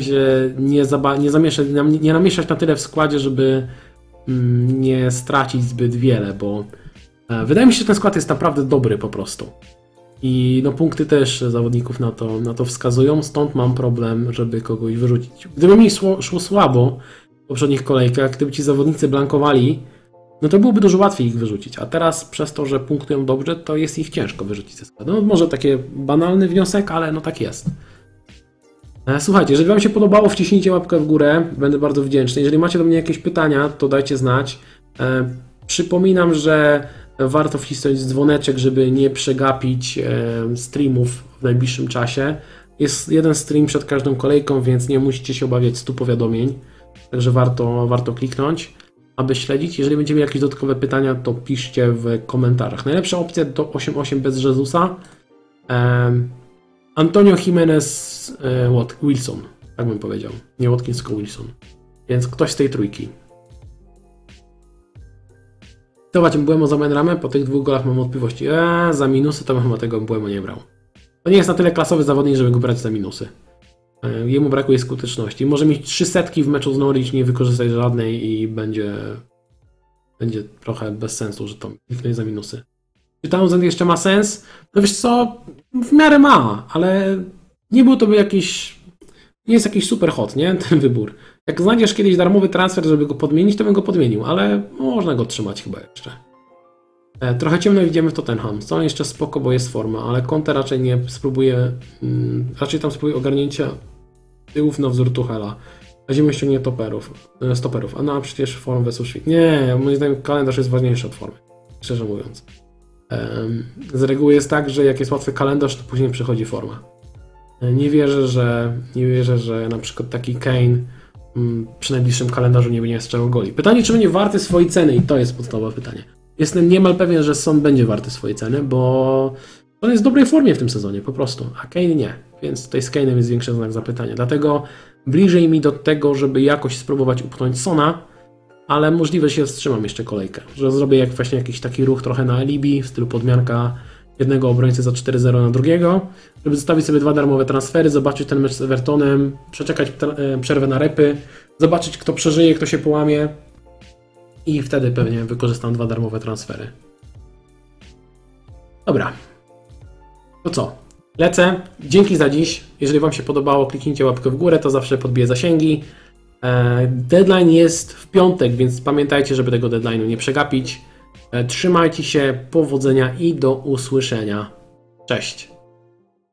nie namieszać na tyle w składzie, żeby nie stracić zbyt wiele, bo wydaje mi się, że ten skład jest naprawdę dobry po prostu. I no punkty też zawodników na to wskazują, stąd mam problem, żeby kogoś wyrzucić. Gdyby mi szło słabo w poprzednich kolejkach, gdyby ci zawodnicy blankowali, no to byłoby dużo łatwiej ich wyrzucić, a teraz przez to, że punktują dobrze, to jest ich ciężko wyrzucić ze składu. No może taki banalny wniosek, ale no tak jest. Słuchajcie, jeżeli Wam się podobało, wciśnijcie łapkę w górę, będę bardzo wdzięczny. Jeżeli macie do mnie jakieś pytania, to dajcie znać. Przypominam, że warto wcisnąć dzwoneczek, żeby nie przegapić streamów w najbliższym czasie. Jest jeden stream przed każdą kolejką, więc nie musicie się obawiać 100 powiadomień, także warto kliknąć, aby śledzić. Jeżeli będziecie mieli jakieś dodatkowe pytania, to piszcie w komentarzach. Najlepsza opcja to 8-8 bez Jezusa. Antonio Jimenez, Wilson, tak bym powiedział. Nie Watkins, tylko Wilson. Więc ktoś z tej trójki. Zobaczcie, Mbeumo za Benramę, po tych 2 golach mam wątpliwości. Za minusy to bym chyba tego Mbeumo nie brał. To nie jest na tyle klasowy zawodnik, żeby go brać za minusy. Jemu brakuje skuteczności. Może mieć 3 setki w meczu z Norwich, nie wykorzystać żadnej i będzie trochę bez sensu, że to kliknąć za minusy. Czy Townsend jeszcze ma sens? No wiesz co, w miarę ma, ale nie był to nie jest jakiś super hot, nie? Ten wybór. Jak znajdziesz kiedyś darmowy transfer, żeby go podmienić, to bym go podmienił, ale można go trzymać chyba jeszcze. Trochę ciemno widzimy w Tottenham. Są jeszcze spoko, bo jest forma, ale Conte raczej nie spróbuje, raczej tam spróbuje ogarnięcia tyłów na wzór Tuchela. A zimą ściągnie stoperów. A no a przecież form wesel świt. Nie, moim zdaniem kalendarz jest ważniejszy od formy, szczerze mówiąc. Z reguły jest tak, że jak jest łatwy kalendarz, to później przychodzi forma. Nie wierzę, że na przykład taki Kane przy najbliższym kalendarzu nie będzie strzelał goli. Pytanie, czy będzie warty swojej ceny, i to jest podstawowe pytanie. Jestem niemal pewien, że Son będzie warty swojej ceny, bo on jest w dobrej formie w tym sezonie, po prostu, a Kane nie. Więc tutaj z Kane'em jest większy znak zapytania. Dlatego bliżej mi do tego, żeby jakoś spróbować upchnąć Sona, ale możliwe, że się wstrzymam jeszcze kolejkę. Że zrobię właśnie jakiś taki ruch trochę na alibi, w stylu podmianka jednego obrońcy za 4-0 na drugiego, żeby zostawić sobie 2 darmowe transfery, zobaczyć ten mecz z Evertonem, przeczekać przerwę na repy, zobaczyć kto przeżyje, kto się połamie i wtedy pewnie wykorzystam 2 darmowe transfery. Dobra. To co? Lecę. Dzięki za dziś. Jeżeli Wam się podobało, kliknijcie łapkę w górę, to zawsze podbije zasięgi. Deadline jest w piątek, więc pamiętajcie, żeby tego deadline'u nie przegapić. Trzymajcie się, powodzenia i do usłyszenia. Cześć!